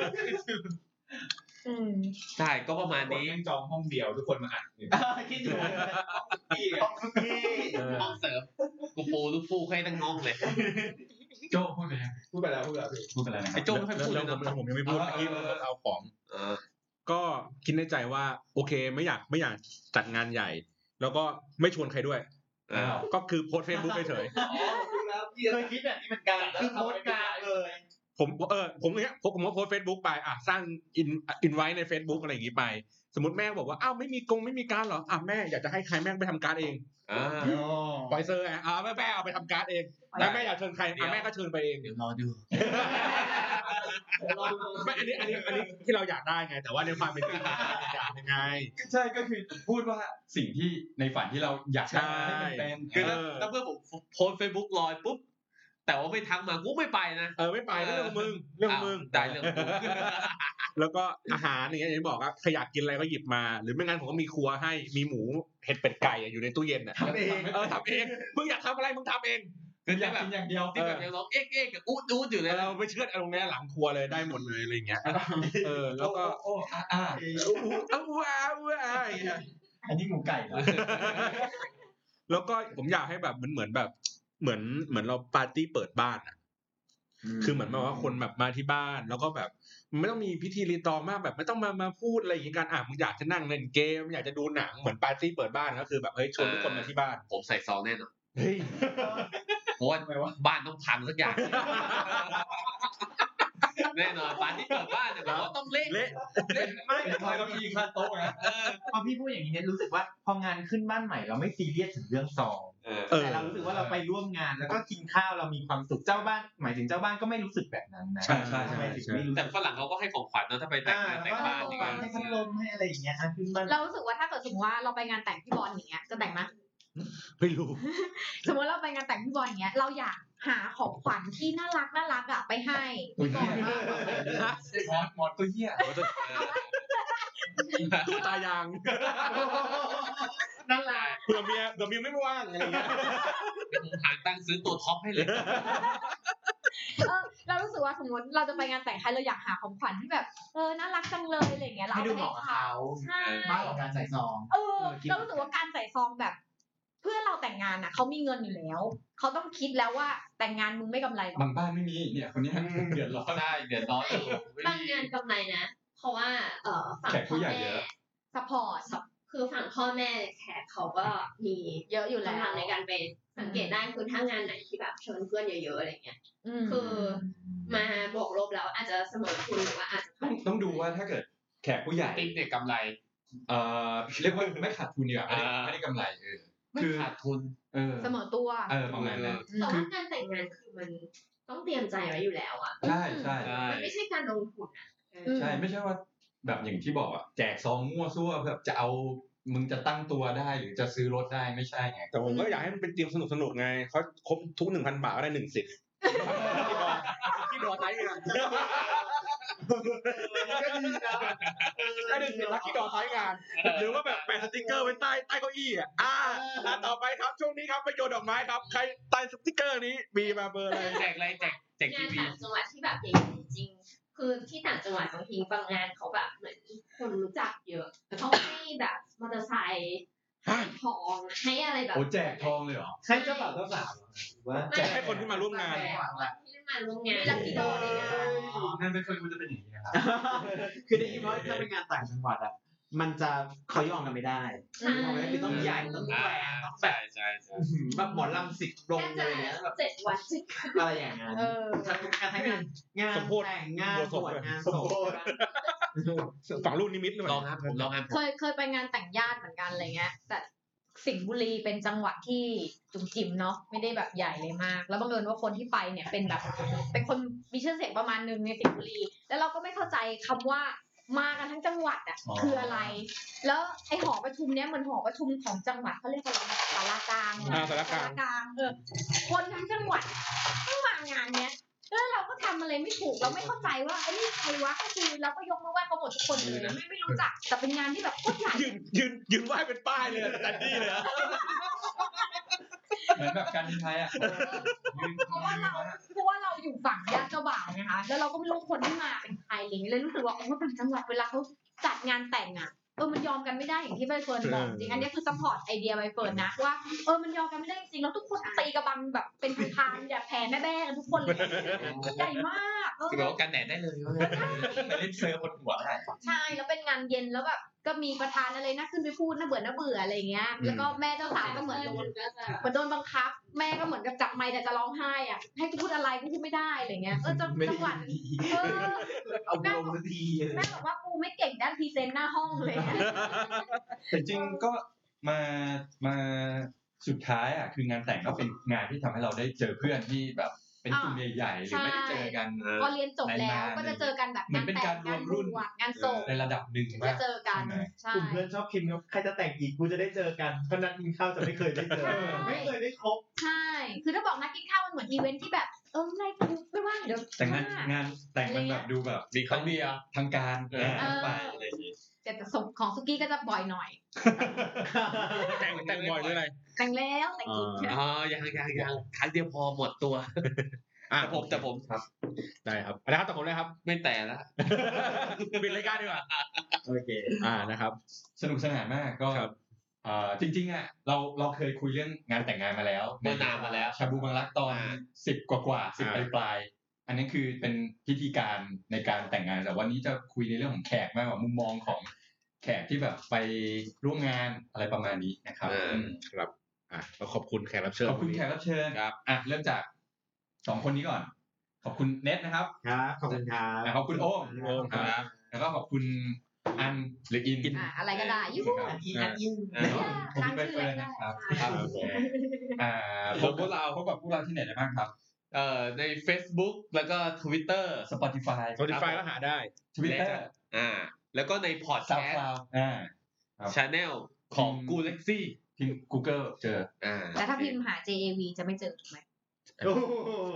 [SPEAKER 3] ใช่ก็ประมาณนี้
[SPEAKER 5] จองห้องเดียวทุกคนมาอัด
[SPEAKER 7] คิดอยู่ห้อง
[SPEAKER 3] เสริมกูปูลูกฟูให้ตั้งน้องเลย
[SPEAKER 2] โจ้พูดไปยัง
[SPEAKER 5] พูดไปแล้ว
[SPEAKER 2] นะครับ
[SPEAKER 3] ไอ้โจ้ไม่ค่อยพูดเลยนะ
[SPEAKER 4] ผมยังไม่พูดเมื่อกี้เอาของก็คิดในใจว่าโอเคไม่อยากจัดงานใหญ่ แล้วก็ไม่ชวนใครด้วยก็คือโพสเฟซบุ๊กเฉย
[SPEAKER 7] เคยคิดแบบนี้เหมือนกันคือโพสต์กลางเลย
[SPEAKER 4] ผมอย่างเงี้ยผมก็โพสเฟซบุ๊กไปสร้างอินไว้ใน Facebook อะไรอย่างงี้ไปสมมติแม่บอกว่าอ้าวไม่มีการหรอแม่อยากจะให้ใครแม่ไปทำการเองปล่อยเซอร์แม่เอาไปทำการเองแล้วแม่อยากเชิญใครแม่ก็เชิญไปเองเดี๋ยวรอดูไม่อันนี้ที่เราอยากได้ไงแต่ว่าในความเป็นจริงอยากยังไง
[SPEAKER 2] ใช่ก็คือพูดว่าสิ่งที่ในฝันที่เราอยากให้มันเป็น
[SPEAKER 3] คือถ้าเพื่อนผมโพสเฟซบุ๊กลอยปุ๊บแต่ว่าไม่ทักมากูไม่ไปนะ
[SPEAKER 4] ไม่ไปเรื่องมึง
[SPEAKER 3] ได้เรื่องมึง
[SPEAKER 4] แล้วก็อาหารอย่างเงี้ยอย่างที่บอกว่าใครอยากกินอะไรก็หยิบมาหรือไม่งั้นผมก็มีครัวให้มีหมูเห็ดเป็ดไก่อยู่ในตู้เย็นท
[SPEAKER 5] ำเอง
[SPEAKER 4] ทำเองมึงอยากทำอะไรมึงทำเอง
[SPEAKER 2] คืออยากกินอย่างเดียว
[SPEAKER 3] ที่แบบยังร้องเอ๊กกับอูดอยู่เลย
[SPEAKER 4] เราไปเชือดตรงนี้หลังครัวเลยได้หมดเลยอะไรอย่างเงี้ยแล้วก็
[SPEAKER 6] อันนี้หมูไก่เหรอ
[SPEAKER 4] แล้วก็ผมอยากให้แบบเหมือนแบบเหมือนเราปาร์ตี้เปิดบ้านคือเหมือนว่าคนแบบมาที่บ้านแล้วก็แบบไม่ต้องมีพิธีรีตองมากแบบไม่ต้องมาพูดอะไรอย่างงี้กันมึงอยากจะนั่งเล่นเกมอยากจะดูหนังเหมือนปาร์ตี้เปิดบ้านก็คือแบบเฮ้ยชวนทุกคนมาที่บ้าน
[SPEAKER 3] ผมใส่ซองแน่นอน
[SPEAKER 4] เฮ้ย
[SPEAKER 3] เพราะว่าบ้านต้องพังสักอย่างแน่นอนปาร์ตี้เปิดบ้านเนี่ยผมว่าต้องเละ
[SPEAKER 5] ไม่พอเรามีค่าโต๊ะนะ
[SPEAKER 7] พอพี่พูดอย่างนี้เนี่ยรู้สึกว่าพองานขึ้นบ้านใหม่เราไม่ซีเรียสถึงเรื่องซองแต่เรารู้สึกว่าเราไปร่วมงานแล้วก็กินข้าวเรามีความสุขเจ้าบ้านหมายถึงเจ้าบ้านก็ไม่รู้สึกแบบนั้นนะ
[SPEAKER 4] ใช่
[SPEAKER 3] แต่ฝรั่งเขาก็ให้ของขวัญนะถ้าไปแต่งบ้าน
[SPEAKER 7] อย่างเงี้ยให้พัดลมให้อะไรอย่างเงี้ยขึ้นบ้าน
[SPEAKER 8] เรารู้สึกว่าถ้าเกิดสมมติว่าเราไปงานแต่งพี่บอลอย่างเงี้ยจะแต่งไหม
[SPEAKER 4] ไม่รู้
[SPEAKER 8] สมมติเราไปงานแต่งพี่บอลอย่างเงี้ยเราอยากหาของขวัญที่น่ารักไปให้
[SPEAKER 2] มอดตัวเหี้ย
[SPEAKER 4] ตัวตายาง
[SPEAKER 8] นั่นแหละ
[SPEAKER 4] เดี๋ยวเมียไม่ว่างอะไรเงี้ย
[SPEAKER 3] ผมหาตังค์ซื้อตัวท็อปให้เลย
[SPEAKER 8] เรารู้สึกว่าสมมติเราจะไปงานแต่งใครเราอยากหาของขวัญที่แบบน่ารักจังเลยอะไรเงี้ยเรา
[SPEAKER 7] ให้ดูเหมาะกับเขามากกว่าการใส่ซอง
[SPEAKER 8] เรารู้สึกว่าการใส่ซองแบบเพื่อเราแต่งงานเขามีเงินอยู่แล้วเขาต้องคิดแล้วว่าแต่งงานมึงไม่กำไรหรอก
[SPEAKER 2] บางบ้านไม่มีเนี่ยคนนี้เดือดร้อน
[SPEAKER 3] ได้เดือดร้อน
[SPEAKER 9] บางงานกำไรนะเพราะว่าฝั่งพ่อแม่
[SPEAKER 8] ซัพพอร์ต
[SPEAKER 9] คือฝั่งพ่อแม่แขกเขาก็มี
[SPEAKER 8] เยอะอยู่แล้ว
[SPEAKER 9] กำลังในการไปสังเกตได้คือถ้างานไหนที่แบบชวนเพื่อนเยอะๆอะไรเงี้ยคือมาบวกลบแล้วอาจจะเสมอทุนหรือว่าอาจจะ
[SPEAKER 2] ต้องดูว่าถ้าเกิดแขกผู้ใหญ่
[SPEAKER 3] ติ๊กเนี่ยกำไร
[SPEAKER 2] เรียกว่าไม่ขาดทุนดีกว่าไม่ได้กำไร
[SPEAKER 3] ไม่ขาดทุน
[SPEAKER 8] เสมอตัว
[SPEAKER 2] ประมาณนั้น
[SPEAKER 9] แต่ว่าการแต่งงานคือมันต้องเตรียมใจไว้อยู่แล้ว
[SPEAKER 2] ใช่
[SPEAKER 9] มันไม่ใช่การลงทุน
[SPEAKER 2] ใช่ไม่ใช่ว่าแบบอย่างที่บอกแจกซองมั่วซั่วแบบจะเอามึงจะตั้งตัวได้หรือจะซื้อรถได้ไม่ใช่ไง
[SPEAKER 4] แต่ผมก็อยากให้มันเป็นเตรียมสนุกไงเขาครบทุก 1,000 บาทก็ได้1 สิทธิ์ที่ดอไทยงานก็ดีนะได้1 สิทธิ์ลัคกี้ดอไทยงานหรือว่าแบบแปะสติ๊กเกอร์ไว้ใต้เก้าอี้ต่อไปครับช่วงนี้ครับไปโยนดอกไม้ครับใครใต้สติ๊กเกอร์นี้มีมาเบอร์อะไร
[SPEAKER 3] แจกอะไรแจกทีวี
[SPEAKER 9] จังหวัดที่แบบใหญ่จริงคือที่ต่างจังหวัดบางทีบางงานเขาแบบเหมือนคนรู้จักเยอะเขาให้แบบมอเตอร์ไซค์ให้ทองให้อะไรแบบ
[SPEAKER 2] แจกทองเลยเหรอ
[SPEAKER 5] ให้เจ้าบ่าวเจ้าสาว
[SPEAKER 4] ว่าแจกให้คนที่มาร่วมงาน
[SPEAKER 9] ที่มาร่วมงานลัคกี้ดอเลยนะ
[SPEAKER 2] นั่นไม่เคยรู้จะเป็นอย่างนี้นะครับ
[SPEAKER 7] คือได้ยินว่าถ้าเป็นงานต่างจังหวัดมันจะเขายอมกันไม่ได้คือต้องใหญ่ต้องแหวนต้องแบบแบบหมอลำ10 โรงเลยเนี่ยแบบ
[SPEAKER 9] 7 วัน
[SPEAKER 7] อะไรอย่างเงี้ยทั้งงานแต่งงานบวชงานศพ
[SPEAKER 4] ฝั่งลูกนิมิตเลย
[SPEAKER 3] ลองครับ
[SPEAKER 8] เคยไปงานแต่งญาติเหมือนกันอะไรเงี้ยแต่สิงห์บุรีเป็นจังหวัดที่จุ่มจิ๋มเนาะไม่ได้แบบใหญ่เลยมากแล้วบังเอิญว่าคนที่ไปเนี่ยเป็นแบบเป็นคนมีชื่อเสียงประมาณนึงในสิงห์บุรีแล้วเราก็ไม่เข้าใจคำว่ามากันทั้งจังหวัดคืออะไรแล้วไอหอประชุมเนี้ยมันหอประชุมของจังหวัดเขาเรียกว่าศาลากลาง
[SPEAKER 4] ศาลาก
[SPEAKER 8] ลางคนทั้งจังหวัดต้องมางานเนี้ยแล้วเราก็ทำอะไรไม่ถูกเราไม่เข้าใจว่าไอ้นี่ใครวะก็คือเราก็ยกมือไหว้เขาหมดทุกคนเลยไม่รู้จักแต่เป็นงานที่แบบโคตรใหญ่
[SPEAKER 4] ยืนไหว้เป็นป้ายเลยแต่ดีเลย
[SPEAKER 2] เหมือนแบบการบินไทย
[SPEAKER 8] เพราะว่าเราอยู่ฝั่งญาติเจ้าบ่าวนะคะแล้วเราก็ไม่รู้คนที่มาเป็นใครอะไรอย่างเงี้ยเลยรู้สึกว่าต่างจังหวัดเวลาเขาจัดงานแต่งมันยอมกันไม่ได้อย่างที่ใบเฟิร์นบอกจริงอันนี้คือซัพพอร์ตไอเดียใบเฟิร์นนะว่ามันยอมกันไม่ได้จริงแล้วทุกคนตีกระบังแบบเป็นทางแบบแผ่แม่แบ้กันทุกคนเลยใหญ่มาก
[SPEAKER 3] คือแบบกันแดดได้เลยไปเล่นเซิร์ฟบนหัวได้
[SPEAKER 8] ใช่แล้วเป็นงานเย็นแล้วแบบก็มีประธานอะไรนะขึ้นไปพูดน่าเบื่ออะไรเงี้ยแล้วก็แม่เจ้าสาวก็เหมือนโดนบังคับแม่ก็เหมือนกับจับไมค์แต่จะร้องไห้อ่ะให้กูพูดอะไรกูพูดไม่ได้อะไรเงี้ยจังหวะ
[SPEAKER 7] เอาลงสักที
[SPEAKER 8] แม่บอกว่ากูไม่เก่งด้านพรีเซนต์หน้าห้องเลย
[SPEAKER 2] แต่จริงก็มาสุดท้ายอ่ะคืองานแต่งก็เป็นงานที่ทำให้เราได้เจอเพื่อนที่แบบเป็นกลุ่มใหญ่ๆหรือไม่ได้เจอกัน
[SPEAKER 8] พอเรียนจบแล้วก็จะเจอกันแบบ
[SPEAKER 2] งานแต่งงานรุ่น
[SPEAKER 8] งานศพ
[SPEAKER 2] ในระดับหนึ่ง
[SPEAKER 8] จะเจอกัน
[SPEAKER 7] กลุ่มเพื่อนชอบคิมครับใครจะแต่งอีกกูจะได้เจอกันเพราะนัดกินข้าวจะไม่เคยได้เจอไม่เคยได้คบ
[SPEAKER 8] ใช่คือถ้าบอกนัดกินข้าวมันเหมือนอีเวนท์ที่แบบไม่กูไม่ว่างเดี๋ยว
[SPEAKER 2] แต่งานแต่งมันแบบดูแบบ
[SPEAKER 3] มีครั้งเดียว
[SPEAKER 2] ทางการไปอะไรอย่างงี้
[SPEAKER 8] แต่ของซุกี้ก็จะบ่อยหน่อย
[SPEAKER 4] แต่งบ่อยด้วยอะไร
[SPEAKER 8] แต่งแล้วแต่งอีก
[SPEAKER 3] ยังครั้งเดียวพอหมดตัวแต่ผมครับ
[SPEAKER 4] ได้ครับนะครับแต่ผมเลยครับ
[SPEAKER 3] ไม่แต่ละ
[SPEAKER 4] ปิดรายการดีกว่า
[SPEAKER 7] โอเค
[SPEAKER 4] นะครับ
[SPEAKER 2] สนุกสนานมากก็จริงๆอ่ะเราเคยคุยเรื่องงานแต่งงานมาแล้ว
[SPEAKER 3] นานมาแล้ว
[SPEAKER 2] ชาบูบังรักตอน10กว่า10ปลายอันนั้นคือเป็นพิธีการในการแต่งงานแต่วันนี้จะคุยในเรื่องของแขกมากกว่ามุมมองของแขกที่แบบไปร่วมงานอะไรประมาณนี้นะครับ
[SPEAKER 4] ครับเราขอบคุณแขกรับเชิญ
[SPEAKER 2] ขอบคุณแขกรับเชิญครับเริ่มจาก2คนนี้ก่อนขอบคุณเน็ตนะครับ
[SPEAKER 7] ครับขอบคุณครับ
[SPEAKER 2] ขอบคุณโอ้ครับแล้วก็ขอบคุณอันหรืออิน
[SPEAKER 8] อะไรก็ได้
[SPEAKER 7] อินขอบ
[SPEAKER 2] คุณไปเฟิร์นนะครับพบกับพวกเราที่ไหนได้บ้างครับ
[SPEAKER 3] ใน Facebook แล้วก็ Twitter
[SPEAKER 2] Spotify
[SPEAKER 4] ก็หาได้
[SPEAKER 2] Twitter
[SPEAKER 3] แล้วก็ใน Podcast Channel ของ Galaxy
[SPEAKER 2] พิมพ์ Google เจอ
[SPEAKER 8] แต่ถ้าพิมพ์หา JAV จะไม่เจอถูกไหม
[SPEAKER 7] โอ้โห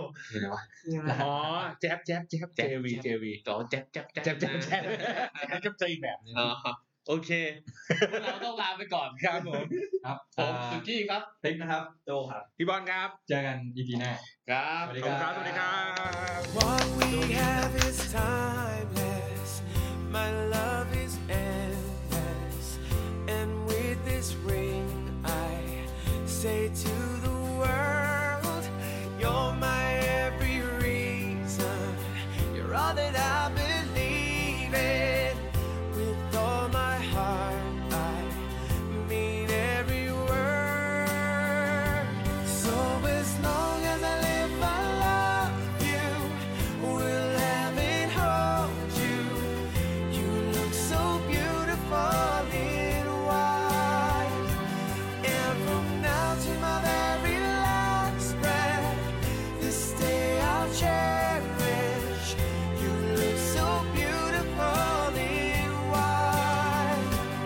[SPEAKER 4] แจ๊บ JAV
[SPEAKER 3] ต่อแจ๊บ
[SPEAKER 4] จะอีกแบบนึง
[SPEAKER 3] โอเคพวกเราต้องลาไปก่อน
[SPEAKER 2] ครับผม
[SPEAKER 3] ครับผมสุกี้ครับ
[SPEAKER 2] ติ๊กนะครับ
[SPEAKER 7] โจครับ
[SPEAKER 4] พี่บอลครับ
[SPEAKER 2] เจอกัน EP หน้า
[SPEAKER 3] ครับ
[SPEAKER 4] สวัสดีครับ
[SPEAKER 1] What we have is timeless My love is endless And with this ring I say to the world You're my every reason You're all that I believe in With all my heart I mean every word So as long as I live I love you Will have and hold you You look so beautiful in white And from now to my very last breath This day I'll cherish You look so beautiful in white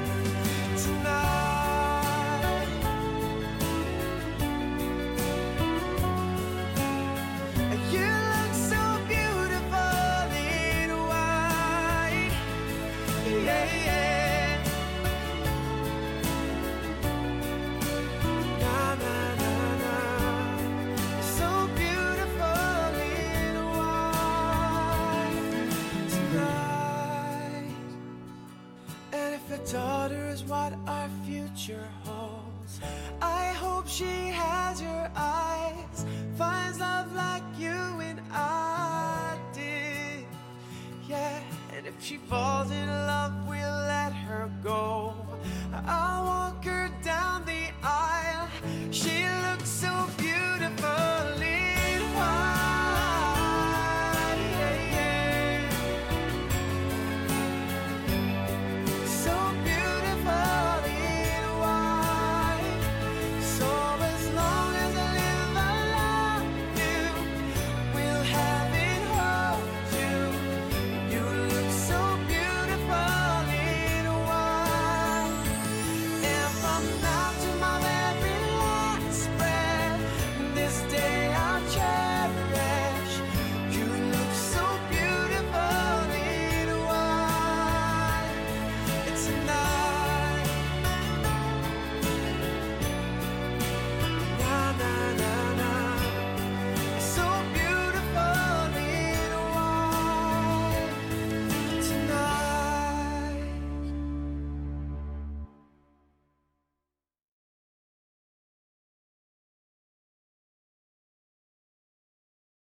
[SPEAKER 1] Tonight You look so beautiful in white Yeah Na na na na So beautiful in white Tonight And if a daughter is what our future holds I hope she has your eyes Finds love like you and I did Yeah And if she falls in love we'll let her go I'll walk her down the aisle She looks so